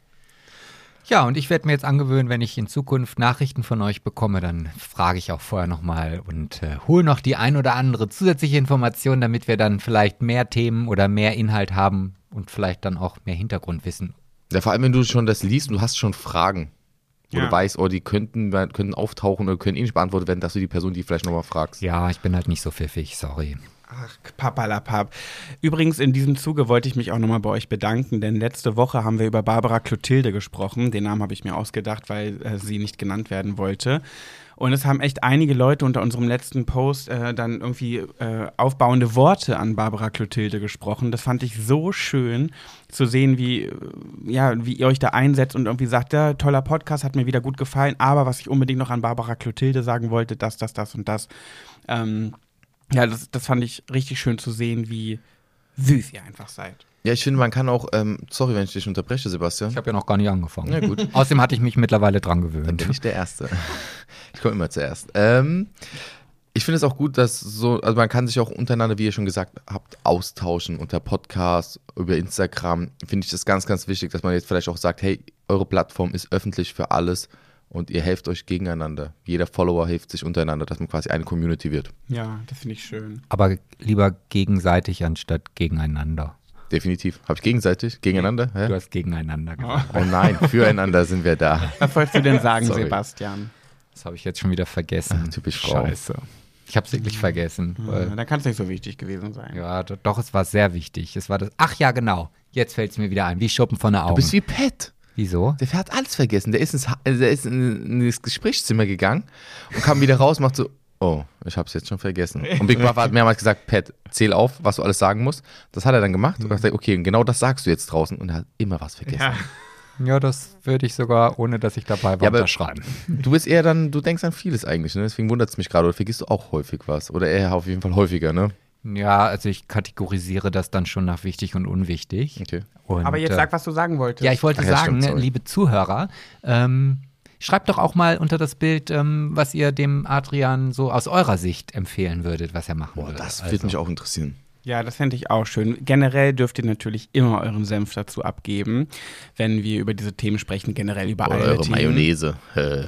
[SPEAKER 2] Ja, und ich werde mir jetzt angewöhnen, wenn ich in Zukunft Nachrichten von euch bekomme, dann frage ich auch vorher nochmal und äh, hole noch die ein oder andere zusätzliche Information, damit wir dann vielleicht mehr Themen oder mehr Inhalt haben und vielleicht dann auch mehr Hintergrundwissen.
[SPEAKER 3] Ja, vor allem, wenn du schon das liest und du hast schon Fragen, wo
[SPEAKER 1] Ja.
[SPEAKER 3] du weißt, oh, die könnten, könnten auftauchen oder können eh nicht beantwortet werden, dass du die Person, die vielleicht nochmal fragst.
[SPEAKER 2] Ja, ich bin halt nicht so pfiffig, sorry.
[SPEAKER 1] Ach, papalapap. Übrigens, in diesem Zuge wollte ich mich auch nochmal bei euch bedanken, denn letzte Woche haben wir über Barbara Clotilde gesprochen. Den Namen habe ich mir ausgedacht, weil äh, sie nicht genannt werden wollte. Und es haben echt einige Leute unter unserem letzten Post äh, dann irgendwie äh, aufbauende Worte an Barbara Clotilde gesprochen. Das fand ich so schön zu sehen, wie, äh, ja, wie ihr euch da einsetzt und irgendwie sagt, ja, toller Podcast, hat mir wieder gut gefallen, aber was ich unbedingt noch an Barbara Clotilde sagen wollte, das, das, das und das. Ähm, Ja, das, das fand ich richtig schön zu sehen, wie süß ihr einfach seid.
[SPEAKER 3] Ja, ich finde, man kann auch, ähm, sorry, wenn ich dich unterbreche, Sebastian.
[SPEAKER 2] Ich habe ja noch gar nicht angefangen.
[SPEAKER 3] Ja, gut.
[SPEAKER 2] Außerdem hatte ich mich mittlerweile dran
[SPEAKER 3] Dann
[SPEAKER 2] gewöhnt.
[SPEAKER 3] bin ich der Erste. Ich komme immer zuerst. Ähm, ich finde es auch gut, dass so, also man kann sich auch untereinander, wie ihr schon gesagt habt, austauschen unter Podcasts, über Instagram. Finde ich das ganz, ganz wichtig, dass man jetzt vielleicht auch sagt, hey, eure Plattform ist öffentlich für alles und ihr helft euch gegeneinander. Jeder Follower hilft sich untereinander, dass man quasi eine Community wird.
[SPEAKER 1] Ja, das finde ich schön.
[SPEAKER 2] Aber lieber gegenseitig anstatt gegeneinander.
[SPEAKER 3] Definitiv. Habe ich gegenseitig? Gegeneinander?
[SPEAKER 2] Du
[SPEAKER 3] Hä?
[SPEAKER 2] hast gegeneinander gesagt.
[SPEAKER 3] Oh nein, füreinander sind wir da.
[SPEAKER 1] Was wolltest du denn sagen,
[SPEAKER 3] Sorry.
[SPEAKER 1] Sebastian?
[SPEAKER 2] Das habe ich jetzt schon wieder vergessen.
[SPEAKER 3] Ach, typisch Frau.
[SPEAKER 2] Scheiße. Ich habe es wirklich vergessen.
[SPEAKER 1] Ja,
[SPEAKER 2] Weil,
[SPEAKER 1] da kann es nicht so wichtig gewesen sein.
[SPEAKER 2] ja, do- doch, es war sehr wichtig. Es war das. Ach ja, genau. Jetzt fällt es mir wieder ein. Wie Schuppen von der Augen.
[SPEAKER 3] Du bist wie Pat.
[SPEAKER 2] Wieso?
[SPEAKER 3] Der hat alles vergessen. Der ist, ins, Ha- der ist in, ins Gesprächszimmer gegangen und kam wieder raus und macht so, oh, ich hab's jetzt schon vergessen. Und Big Brother hat mehrmals gesagt, Pat, zähl auf, was du alles sagen musst. Das hat er dann gemacht und dachte, okay, genau das sagst du jetzt draußen. Und er hat immer was vergessen.
[SPEAKER 1] Ja.
[SPEAKER 2] Ja, das würde ich sogar, ohne dass ich dabei war,
[SPEAKER 3] Ja, aber-
[SPEAKER 2] unterschreiben.
[SPEAKER 3] Du bist eher dann, du denkst an vieles eigentlich, ne? Deswegen wundert es mich gerade. Oder vergisst du auch häufig was? Oder eher auf jeden Fall häufiger, ne?
[SPEAKER 2] Ja, also ich kategorisiere das dann schon nach wichtig und unwichtig.
[SPEAKER 3] Okay.
[SPEAKER 2] Und,
[SPEAKER 1] Aber jetzt
[SPEAKER 2] äh,
[SPEAKER 1] sag, was du sagen wolltest.
[SPEAKER 2] Ja, ich wollte
[SPEAKER 3] Ach ja,
[SPEAKER 2] sagen,
[SPEAKER 3] stimmt, sorry.
[SPEAKER 2] liebe Zuhörer, ähm, schreibt doch auch mal unter das Bild, ähm, was ihr dem Adrian so aus eurer Sicht empfehlen würdet, was er machen
[SPEAKER 3] Boah,
[SPEAKER 2] würde.
[SPEAKER 3] das
[SPEAKER 2] Also,
[SPEAKER 3] würde mich auch interessieren.
[SPEAKER 1] Ja, das fände ich auch schön. Generell dürft ihr natürlich immer euren Senf dazu abgeben, wenn wir über diese Themen sprechen, generell über
[SPEAKER 3] Oder
[SPEAKER 1] alle
[SPEAKER 3] eure
[SPEAKER 1] Themen.
[SPEAKER 3] Mayonnaise. Äh,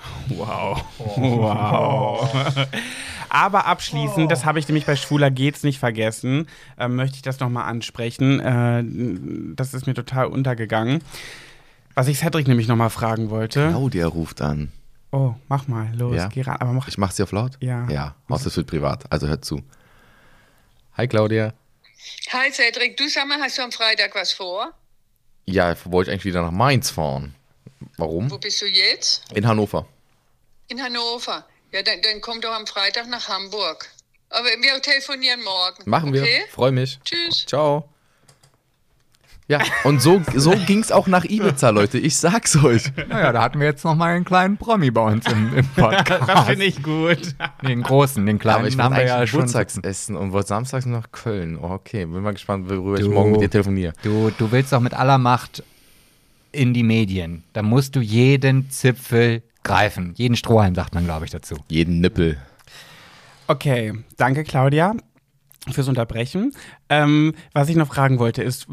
[SPEAKER 1] Wow. Wow. Aber abschließend, das habe ich nämlich bei Schwuler geht's nicht vergessen, äh, möchte ich das nochmal ansprechen. Äh, das ist mir total untergegangen. Was ich Cedric nämlich nochmal fragen wollte.
[SPEAKER 3] Claudia ruft an.
[SPEAKER 1] Oh, mach mal, los,
[SPEAKER 3] Ja.
[SPEAKER 1] geh ran. Aber mach.
[SPEAKER 3] Ich mach sie auf laut?
[SPEAKER 1] Ja.
[SPEAKER 3] Ja, außer es wird privat. Also hört zu. Hi Claudia.
[SPEAKER 4] Hi Cedric, du sag mal, hast du am Freitag was vor?
[SPEAKER 3] Ja, wollte ich eigentlich wieder nach Mainz fahren. Warum?
[SPEAKER 4] Wo bist du jetzt?
[SPEAKER 3] In Hannover.
[SPEAKER 4] In Hannover. Ja, dann, dann komm doch am Freitag nach Hamburg. Aber wir telefonieren morgen.
[SPEAKER 3] Machen wir.
[SPEAKER 4] Okay?
[SPEAKER 3] Freue mich.
[SPEAKER 4] Tschüss.
[SPEAKER 3] Ciao. Ja, und so, so ging es auch nach Ibiza, Leute. Ich sag's euch.
[SPEAKER 2] Naja, da hatten wir jetzt noch mal einen kleinen Promi bei uns im, im Podcast.
[SPEAKER 1] Das finde ich gut.
[SPEAKER 2] Nee, den großen, den kleinen
[SPEAKER 3] Aber ich
[SPEAKER 2] haben
[SPEAKER 3] wollte
[SPEAKER 2] wir
[SPEAKER 3] eigentlich
[SPEAKER 2] ja schon.
[SPEAKER 3] Geburtstagsessen und wollte samstags nach Köln. Oh, okay, bin mal gespannt, worüber ich
[SPEAKER 2] Du.
[SPEAKER 3] morgen mit dir telefoniere.
[SPEAKER 2] Du, du willst doch mit aller Macht in die Medien. Da musst du jeden Zipfel greifen. Jeden Strohhalm, sagt man, glaube ich, dazu.
[SPEAKER 3] Jeden Nippel.
[SPEAKER 1] Okay, danke Claudia fürs Unterbrechen. Ähm, was ich noch fragen wollte ist,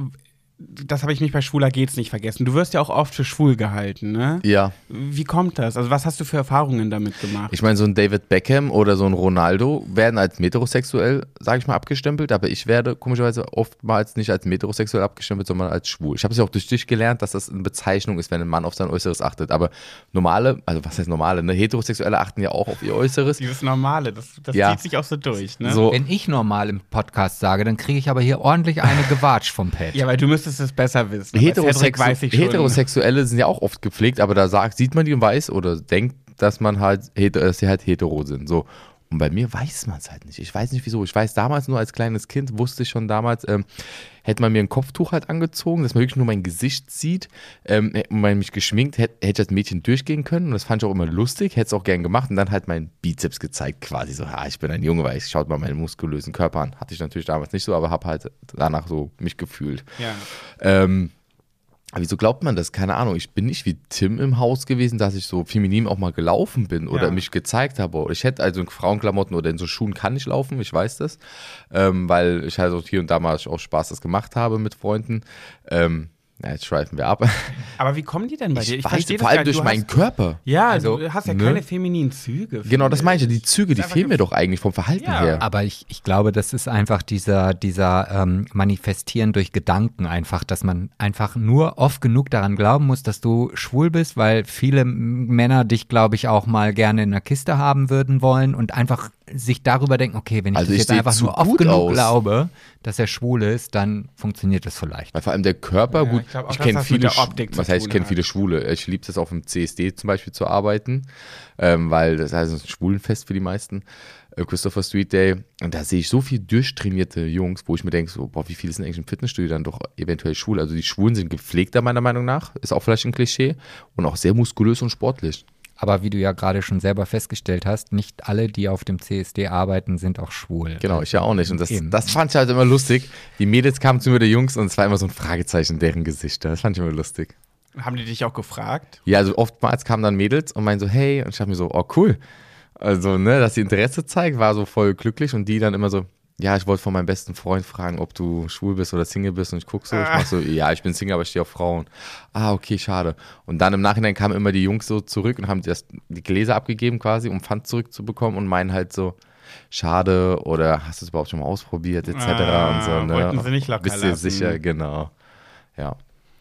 [SPEAKER 1] das habe ich mich bei Schwuler geht's nicht vergessen. Du wirst ja auch oft für schwul gehalten, ne?
[SPEAKER 3] Ja.
[SPEAKER 1] Wie kommt das? Also was hast du für Erfahrungen damit gemacht?
[SPEAKER 3] Ich meine, so ein David Beckham oder so ein Ronaldo werden als heterosexuell, sage ich mal, abgestempelt, aber ich werde komischerweise oftmals nicht als heterosexuell abgestempelt, sondern als schwul. Ich habe es ja auch durch dich gelernt, dass das eine Bezeichnung ist, wenn ein Mann auf sein Äußeres achtet. Aber normale, also was heißt normale, ne? Heterosexuelle achten ja auch auf ihr Äußeres.
[SPEAKER 1] Dieses Normale, das, das
[SPEAKER 3] Ja.
[SPEAKER 1] zieht sich auch so durch, ne?
[SPEAKER 3] So,
[SPEAKER 2] Wenn ich normal im Podcast sage, dann kriege ich aber hier ordentlich eine Gewatsch vom Pet.
[SPEAKER 1] Ja, weil du müsstest es besser wissen. Aber
[SPEAKER 3] Heterosexu
[SPEAKER 1] Cedric weiß ich schon.
[SPEAKER 3] Heterosexuelle sind ja auch oft gepflegt, aber da sagt, sieht man die und weiß oder denkt, dass man halt, heter- dass sie halt hetero sind. So. Und bei mir weiß man es halt nicht. Ich weiß nicht wieso. Ich weiß damals nur als kleines Kind, wusste ich schon damals, ähm, hätte man mir ein Kopftuch halt angezogen, dass man wirklich nur mein Gesicht sieht, ähm, hätte man mich geschminkt, hätte, hätte ich als Mädchen durchgehen können und das fand ich auch immer lustig, hätte es auch gern gemacht und dann halt meinen Bizeps gezeigt quasi so, ah, ich bin ein Junge, weil ich schaut mal meinen muskulösen Körper an. Hatte ich natürlich damals nicht so, aber habe halt danach so mich gefühlt.
[SPEAKER 1] Ja.
[SPEAKER 3] Ähm, aber wieso glaubt man das? Keine Ahnung. Ich bin nicht wie Tim im Haus gewesen, dass ich so feminin auch mal gelaufen bin oder
[SPEAKER 1] Ja.
[SPEAKER 3] mich gezeigt habe. Ich hätte also in Frauenklamotten oder in so Schuhen kann ich laufen, ich weiß das. Ähm, weil ich halt auch hier und da mal auch Spaß das gemacht habe mit Freunden. Ähm, ja, jetzt schweifen wir ab.
[SPEAKER 1] Aber wie kommen die denn bei dir?
[SPEAKER 3] Ich weiß,
[SPEAKER 1] verstehe
[SPEAKER 3] vor
[SPEAKER 1] das
[SPEAKER 3] allem
[SPEAKER 1] gar nicht.
[SPEAKER 3] durch
[SPEAKER 1] Du
[SPEAKER 3] meinen
[SPEAKER 1] hast,
[SPEAKER 3] Körper.
[SPEAKER 1] Ja,
[SPEAKER 2] Also,
[SPEAKER 1] du hast ja
[SPEAKER 3] ne?
[SPEAKER 1] keine femininen Züge.
[SPEAKER 3] Genau, das meine ich. Die Züge, die
[SPEAKER 1] Ist einfach
[SPEAKER 3] fehlen mir
[SPEAKER 1] gef-
[SPEAKER 3] doch eigentlich vom Verhalten
[SPEAKER 1] Ja.
[SPEAKER 3] her.
[SPEAKER 2] Aber ich, ich glaube, das ist einfach dieser, dieser ähm, Manifestieren durch Gedanken einfach, dass man einfach nur oft genug daran glauben muss, dass du schwul bist, weil viele M- Männer dich, glaube ich, auch mal gerne in der Kiste haben würden wollen und einfach sich darüber denken, okay, wenn ich
[SPEAKER 3] Also
[SPEAKER 2] das
[SPEAKER 3] ich
[SPEAKER 2] jetzt
[SPEAKER 3] seh
[SPEAKER 2] einfach
[SPEAKER 3] zu
[SPEAKER 2] nur oft
[SPEAKER 3] gut
[SPEAKER 2] genug
[SPEAKER 3] aus.
[SPEAKER 2] glaube, dass er schwul ist, dann funktioniert das vielleicht.
[SPEAKER 3] Weil vor allem der Körper,
[SPEAKER 1] Ja,
[SPEAKER 3] gut,
[SPEAKER 1] ich glaub auch,
[SPEAKER 3] ich
[SPEAKER 1] dass
[SPEAKER 3] kenne
[SPEAKER 1] das mit
[SPEAKER 3] viele,
[SPEAKER 1] der Optik
[SPEAKER 3] Sch-
[SPEAKER 1] zu
[SPEAKER 3] was heißt, ich
[SPEAKER 1] tun
[SPEAKER 3] kenne
[SPEAKER 1] hat.
[SPEAKER 3] viele Schwule. Ich liebe es auf dem C S D zum Beispiel zu arbeiten, ähm, weil das heißt, es ist ein Schwulenfest für die meisten, äh, Christopher Street Day. Und da sehe ich so viel durchtrainierte Jungs, wo ich mir denke, so, boah, wie viele sind eigentlich im Fitnessstudio dann doch eventuell schwul? Also die Schwulen sind gepflegter meiner Meinung nach, ist auch vielleicht ein Klischee und auch sehr muskulös und sportlich.
[SPEAKER 2] Aber wie du ja gerade schon selber festgestellt hast, nicht alle, die auf dem C S D arbeiten, sind auch schwul.
[SPEAKER 3] Genau, ich ja auch nicht. Und das,
[SPEAKER 2] Eben.
[SPEAKER 3] das fand ich halt immer lustig. Die Mädels kamen zu mir, der Jungs, und es war immer so ein Fragezeichen in deren Gesichter. Das fand ich immer lustig.
[SPEAKER 1] Haben die dich auch gefragt?
[SPEAKER 3] Ja, also oftmals kamen dann Mädels und meinen so, hey, und ich dachte mir so, oh cool. Also, ne, dass sie Interesse zeigt, war so voll glücklich und die dann immer so, ja, ich wollte von meinem besten Freund fragen, ob du schwul bist oder Single bist und ich guck so, ich mach so, ja, ich bin Single, aber ich stehe auf Frauen. Ah, okay, schade. Und dann im Nachhinein kamen immer die Jungs so zurück und haben das, die Gläser abgegeben quasi, um Pfand zurückzubekommen und meinen halt so, schade oder hast du es überhaupt schon mal ausprobiert, et cetera.
[SPEAKER 1] Ah,
[SPEAKER 3] und so, ne?
[SPEAKER 1] wollten sie nicht locker
[SPEAKER 3] Bist du
[SPEAKER 1] lassen.
[SPEAKER 3] sicher, genau. Ja.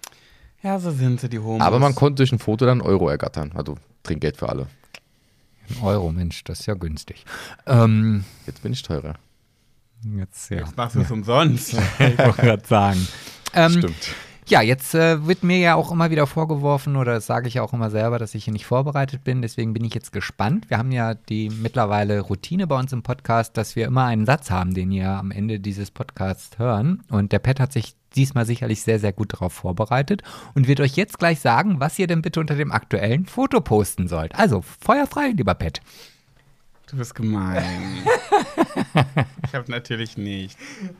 [SPEAKER 1] Ja, so sind sie, die Homos.
[SPEAKER 3] Aber man konnte durch ein Foto dann Euro ergattern, also Trinkgeld für alle.
[SPEAKER 2] Ein Euro, Mensch, das ist ja günstig. Ähm,
[SPEAKER 3] Jetzt bin ich teurer.
[SPEAKER 2] jetzt, ja.
[SPEAKER 1] Jetzt machst du es umsonst.
[SPEAKER 2] Ich wollte gerade sagen. Ähm,
[SPEAKER 3] Stimmt.
[SPEAKER 2] Ja, jetzt äh, wird mir ja auch immer wieder vorgeworfen, oder das sage ich auch immer selber, dass ich hier nicht vorbereitet bin. Deswegen bin ich jetzt gespannt. Wir haben ja die mittlerweile Routine bei uns im Podcast, dass wir immer einen Satz haben, den ihr am Ende dieses Podcasts hören. Und der Pat hat sich diesmal sicherlich sehr, sehr gut darauf vorbereitet und wird euch jetzt gleich sagen, was ihr denn bitte unter dem aktuellen Foto posten sollt. Also, feuerfrei, lieber Pat.
[SPEAKER 1] Du bist gemein. Ich habe natürlich nicht.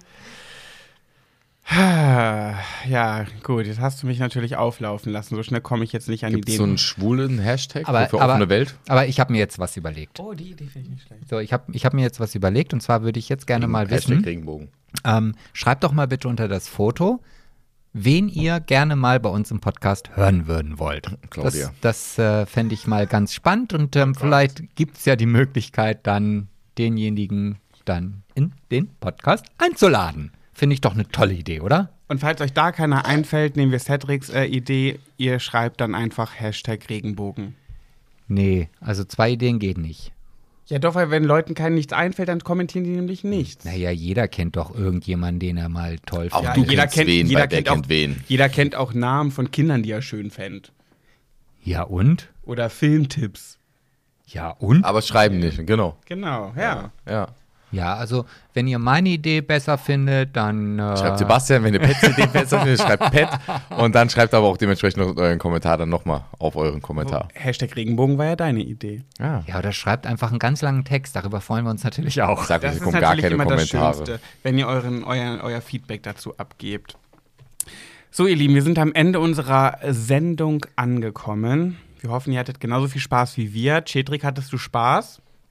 [SPEAKER 1] Ja, gut, jetzt hast du mich natürlich auflaufen lassen. So schnell komme ich jetzt nicht an
[SPEAKER 3] Gibt es
[SPEAKER 1] Ideen.
[SPEAKER 3] so einen schwulen Hashtag
[SPEAKER 2] Aber,
[SPEAKER 3] für
[SPEAKER 2] aber,
[SPEAKER 3] offene Welt?
[SPEAKER 2] aber ich habe mir jetzt was überlegt.
[SPEAKER 1] Oh, die Idee finde ich nicht schlecht.
[SPEAKER 2] So, ich habe ich hab mir jetzt was überlegt und zwar würde ich jetzt gerne mal
[SPEAKER 3] Hashtag
[SPEAKER 2] wissen,
[SPEAKER 3] Regenbogen.
[SPEAKER 2] ähm, schreibt doch mal bitte unter das Foto, wen ihr gerne mal bei uns im Podcast hören würden wollt.
[SPEAKER 3] Claudia.
[SPEAKER 2] Das, das äh, fände ich mal ganz spannend und ähm, vielleicht gibt es ja die Möglichkeit, dann denjenigen dann in den Podcast einzuladen. Finde ich doch eine tolle Idee, oder?
[SPEAKER 1] Und falls euch da keiner einfällt, nehmen wir Cedrics äh, Idee. Ihr schreibt dann einfach Hashtag Regenbogen.
[SPEAKER 2] Nee, also zwei Ideen geht nicht.
[SPEAKER 1] Ja doch, weil wenn Leuten kein nichts einfällt, dann kommentieren die nämlich nichts.
[SPEAKER 2] Naja, jeder kennt doch irgendjemanden, den er mal toll
[SPEAKER 3] Auch
[SPEAKER 2] findet.
[SPEAKER 3] du
[SPEAKER 1] jeder
[SPEAKER 3] kennst
[SPEAKER 1] kennt-
[SPEAKER 3] wen,
[SPEAKER 1] jeder
[SPEAKER 3] weil wer
[SPEAKER 1] kennt auch-
[SPEAKER 3] kennt wen.
[SPEAKER 1] Jeder kennt auch Namen von Kindern, die er schön fände.
[SPEAKER 2] Ja und?
[SPEAKER 1] Oder Filmtipps.
[SPEAKER 2] Ja und?
[SPEAKER 3] Aber schreiben nicht, genau.
[SPEAKER 1] Genau, ja.
[SPEAKER 3] Ja.
[SPEAKER 2] Ja, also wenn ihr meine Idee besser findet, dann äh,
[SPEAKER 3] Schreibt Sebastian, wenn ihr Pets Idee besser findet, schreibt Pet. Und dann schreibt aber auch dementsprechend noch euren Kommentar dann nochmal auf euren Kommentar.
[SPEAKER 1] Hashtag Regenbogen war ja deine Idee.
[SPEAKER 3] Ja.
[SPEAKER 2] ja, oder schreibt einfach einen ganz langen Text. Darüber freuen wir uns natürlich auch.
[SPEAKER 3] Sag mir,
[SPEAKER 1] Das
[SPEAKER 3] hier
[SPEAKER 1] ist
[SPEAKER 3] kommen gar
[SPEAKER 1] natürlich
[SPEAKER 3] keine
[SPEAKER 1] immer das
[SPEAKER 3] Kommentare.
[SPEAKER 1] Schönste, wenn ihr euren, euer, euer Feedback dazu abgebt. So, ihr Lieben, wir sind am Ende unserer Sendung angekommen. Wir hoffen, ihr hattet genauso viel Spaß wie wir. Cedric, hattest du Spaß?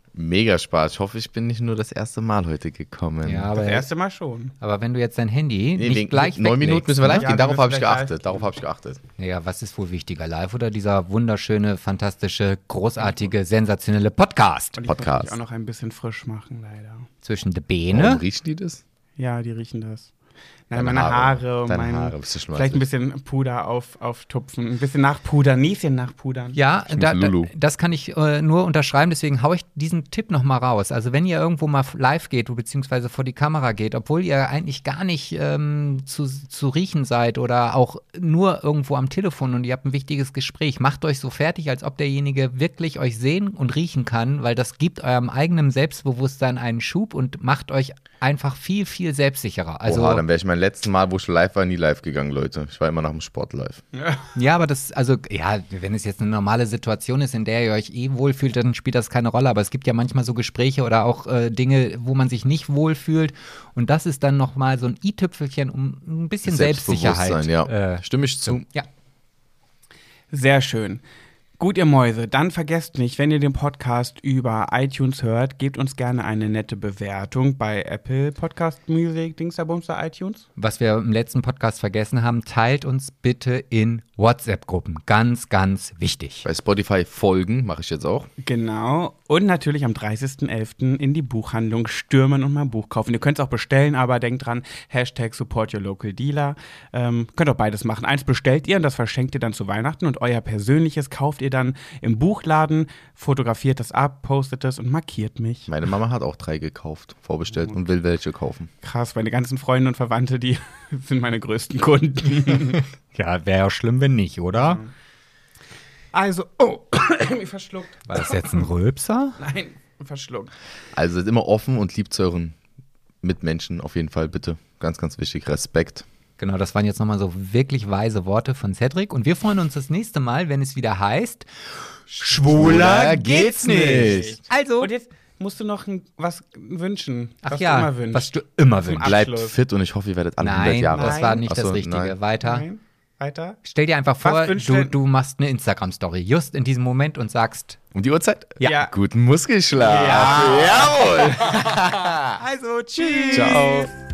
[SPEAKER 3] Mega Spaß. Ich hoffe, ich bin nicht nur das erste Mal heute gekommen.
[SPEAKER 2] Ja, aber,
[SPEAKER 1] Das erste Mal schon.
[SPEAKER 2] aber wenn du jetzt dein Handy
[SPEAKER 3] Nee,
[SPEAKER 2] nicht
[SPEAKER 3] wegen
[SPEAKER 2] gleich
[SPEAKER 3] neun Minuten
[SPEAKER 2] weglegst,
[SPEAKER 3] müssen wir live
[SPEAKER 2] ne?
[SPEAKER 1] Ja,
[SPEAKER 3] gehen.
[SPEAKER 1] wir
[SPEAKER 3] Darauf
[SPEAKER 1] müssen
[SPEAKER 3] habe ich
[SPEAKER 1] gleich live
[SPEAKER 3] geachtet. Darauf habe ich geachtet.
[SPEAKER 2] Ja, was ist wohl wichtiger, live oder dieser wunderschöne, fantastische, großartige, sensationelle Podcast
[SPEAKER 1] Und ich
[SPEAKER 3] Podcast.
[SPEAKER 1] muss mich auch noch ein bisschen frisch machen, leider.
[SPEAKER 2] zwischen den
[SPEAKER 3] Warum
[SPEAKER 2] Beine?
[SPEAKER 3] riechen die das?
[SPEAKER 1] Ja, die riechen das. Nein,
[SPEAKER 3] Deine
[SPEAKER 1] meine
[SPEAKER 3] Haare.
[SPEAKER 1] Haare, und
[SPEAKER 3] Deine
[SPEAKER 1] mein,
[SPEAKER 3] Haare, bist du schon
[SPEAKER 1] vielleicht ein
[SPEAKER 3] was?
[SPEAKER 1] bisschen Puder auf, auftupfen, ein bisschen nachpudern, Näschen nachpudern.
[SPEAKER 2] Ja,
[SPEAKER 3] bin
[SPEAKER 2] da, da,
[SPEAKER 3] Lulu.
[SPEAKER 2] das kann ich äh, nur unterschreiben, deswegen haue ich diesen Tipp noch mal raus. Also wenn ihr irgendwo mal live geht, beziehungsweise vor die Kamera geht, obwohl ihr eigentlich gar nicht ähm, zu, zu riechen seid oder auch nur irgendwo am Telefon und ihr habt ein wichtiges Gespräch, macht euch so fertig, als ob derjenige wirklich euch sehen und riechen kann, weil das gibt eurem eigenen Selbstbewusstsein einen Schub und macht euch einfach viel, viel selbstsicherer. Also,
[SPEAKER 3] Oha, dann wäre ich mein letzten Mal, wo ich live war, nie live gegangen, Leute. Ich war immer nach dem Sport live.
[SPEAKER 2] ja, aber das, also, ja, wenn es jetzt eine normale Situation ist, in der ihr euch eh wohlfühlt, dann spielt das keine Rolle. Aber es gibt ja manchmal so Gespräche oder auch äh, Dinge, wo man sich nicht wohlfühlt. Und das ist dann nochmal so ein i-Tüpfelchen, um ein bisschen Selbstsicherheit.
[SPEAKER 3] Selbstbewusstsein, ja.
[SPEAKER 2] Äh,
[SPEAKER 3] Stimme ich zu.
[SPEAKER 2] ja.
[SPEAKER 1] Sehr schön. Gut, ihr Mäuse, dann vergesst nicht, wenn ihr den Podcast über iTunes hört, gebt uns gerne eine nette Bewertung bei Apple Podcast Music, Dingsabumster, iTunes.
[SPEAKER 2] Was wir im letzten Podcast vergessen haben, teilt uns bitte in WhatsApp-Gruppen. Ganz, ganz wichtig.
[SPEAKER 3] Bei Spotify folgen, mache ich jetzt auch.
[SPEAKER 1] Genau. Und natürlich am dreißigsten elften in die Buchhandlung stürmen und mal ein Buch kaufen. Ihr könnt es auch bestellen, aber denkt dran, Hashtag Support Your Local Dealer. Ähm, könnt auch beides machen. Eins bestellt ihr und das verschenkt ihr dann zu Weihnachten und euer persönliches kauft ihr dann im Buchladen, fotografiert das ab, postet es und markiert mich.
[SPEAKER 3] Meine Mama hat auch drei gekauft, vorbestellt und will welche kaufen.
[SPEAKER 1] Krass, meine ganzen Freunde und Verwandte, die sind meine größten Kunden.
[SPEAKER 2] Ja, wäre ja schlimm, wenn nicht, oder?
[SPEAKER 1] Also, oh, mich verschluckt.
[SPEAKER 2] War das jetzt ein Rülpser?
[SPEAKER 1] Nein, verschluckt.
[SPEAKER 3] Also seid immer offen und lieb zu euren Mitmenschen auf jeden Fall, bitte. Ganz, ganz wichtig. Respekt.
[SPEAKER 2] Genau, das waren jetzt nochmal so wirklich weise Worte von Cedric. Und wir freuen uns das nächste Mal, wenn es wieder heißt
[SPEAKER 3] Schwuler geht's nicht.
[SPEAKER 2] Also,
[SPEAKER 1] Und jetzt musst du noch ein, was wünschen,
[SPEAKER 2] ach
[SPEAKER 1] was
[SPEAKER 2] ja,
[SPEAKER 1] du immer wünschst.
[SPEAKER 2] was du immer
[SPEAKER 1] Zum
[SPEAKER 2] wünschst.
[SPEAKER 3] Bleibt
[SPEAKER 1] Abschluss.
[SPEAKER 3] fit und ich hoffe, ihr werdet alle hundert
[SPEAKER 2] Nein,
[SPEAKER 3] Jahre.
[SPEAKER 2] das war nicht
[SPEAKER 3] Ach so,
[SPEAKER 2] das Richtige.
[SPEAKER 3] nein.
[SPEAKER 2] Weiter.
[SPEAKER 1] Nein, weiter.
[SPEAKER 2] Stell dir einfach vor,
[SPEAKER 1] wünschst
[SPEAKER 2] du,
[SPEAKER 1] du-
[SPEAKER 2] du machst eine Instagram-Story just in diesem Moment und sagst,
[SPEAKER 3] Um die Uhrzeit?
[SPEAKER 1] Ja. Ja.
[SPEAKER 3] Guten Muskelschlaf.
[SPEAKER 1] Ja.
[SPEAKER 3] Jawohl.
[SPEAKER 1] Also, tschüss.
[SPEAKER 3] Ciao.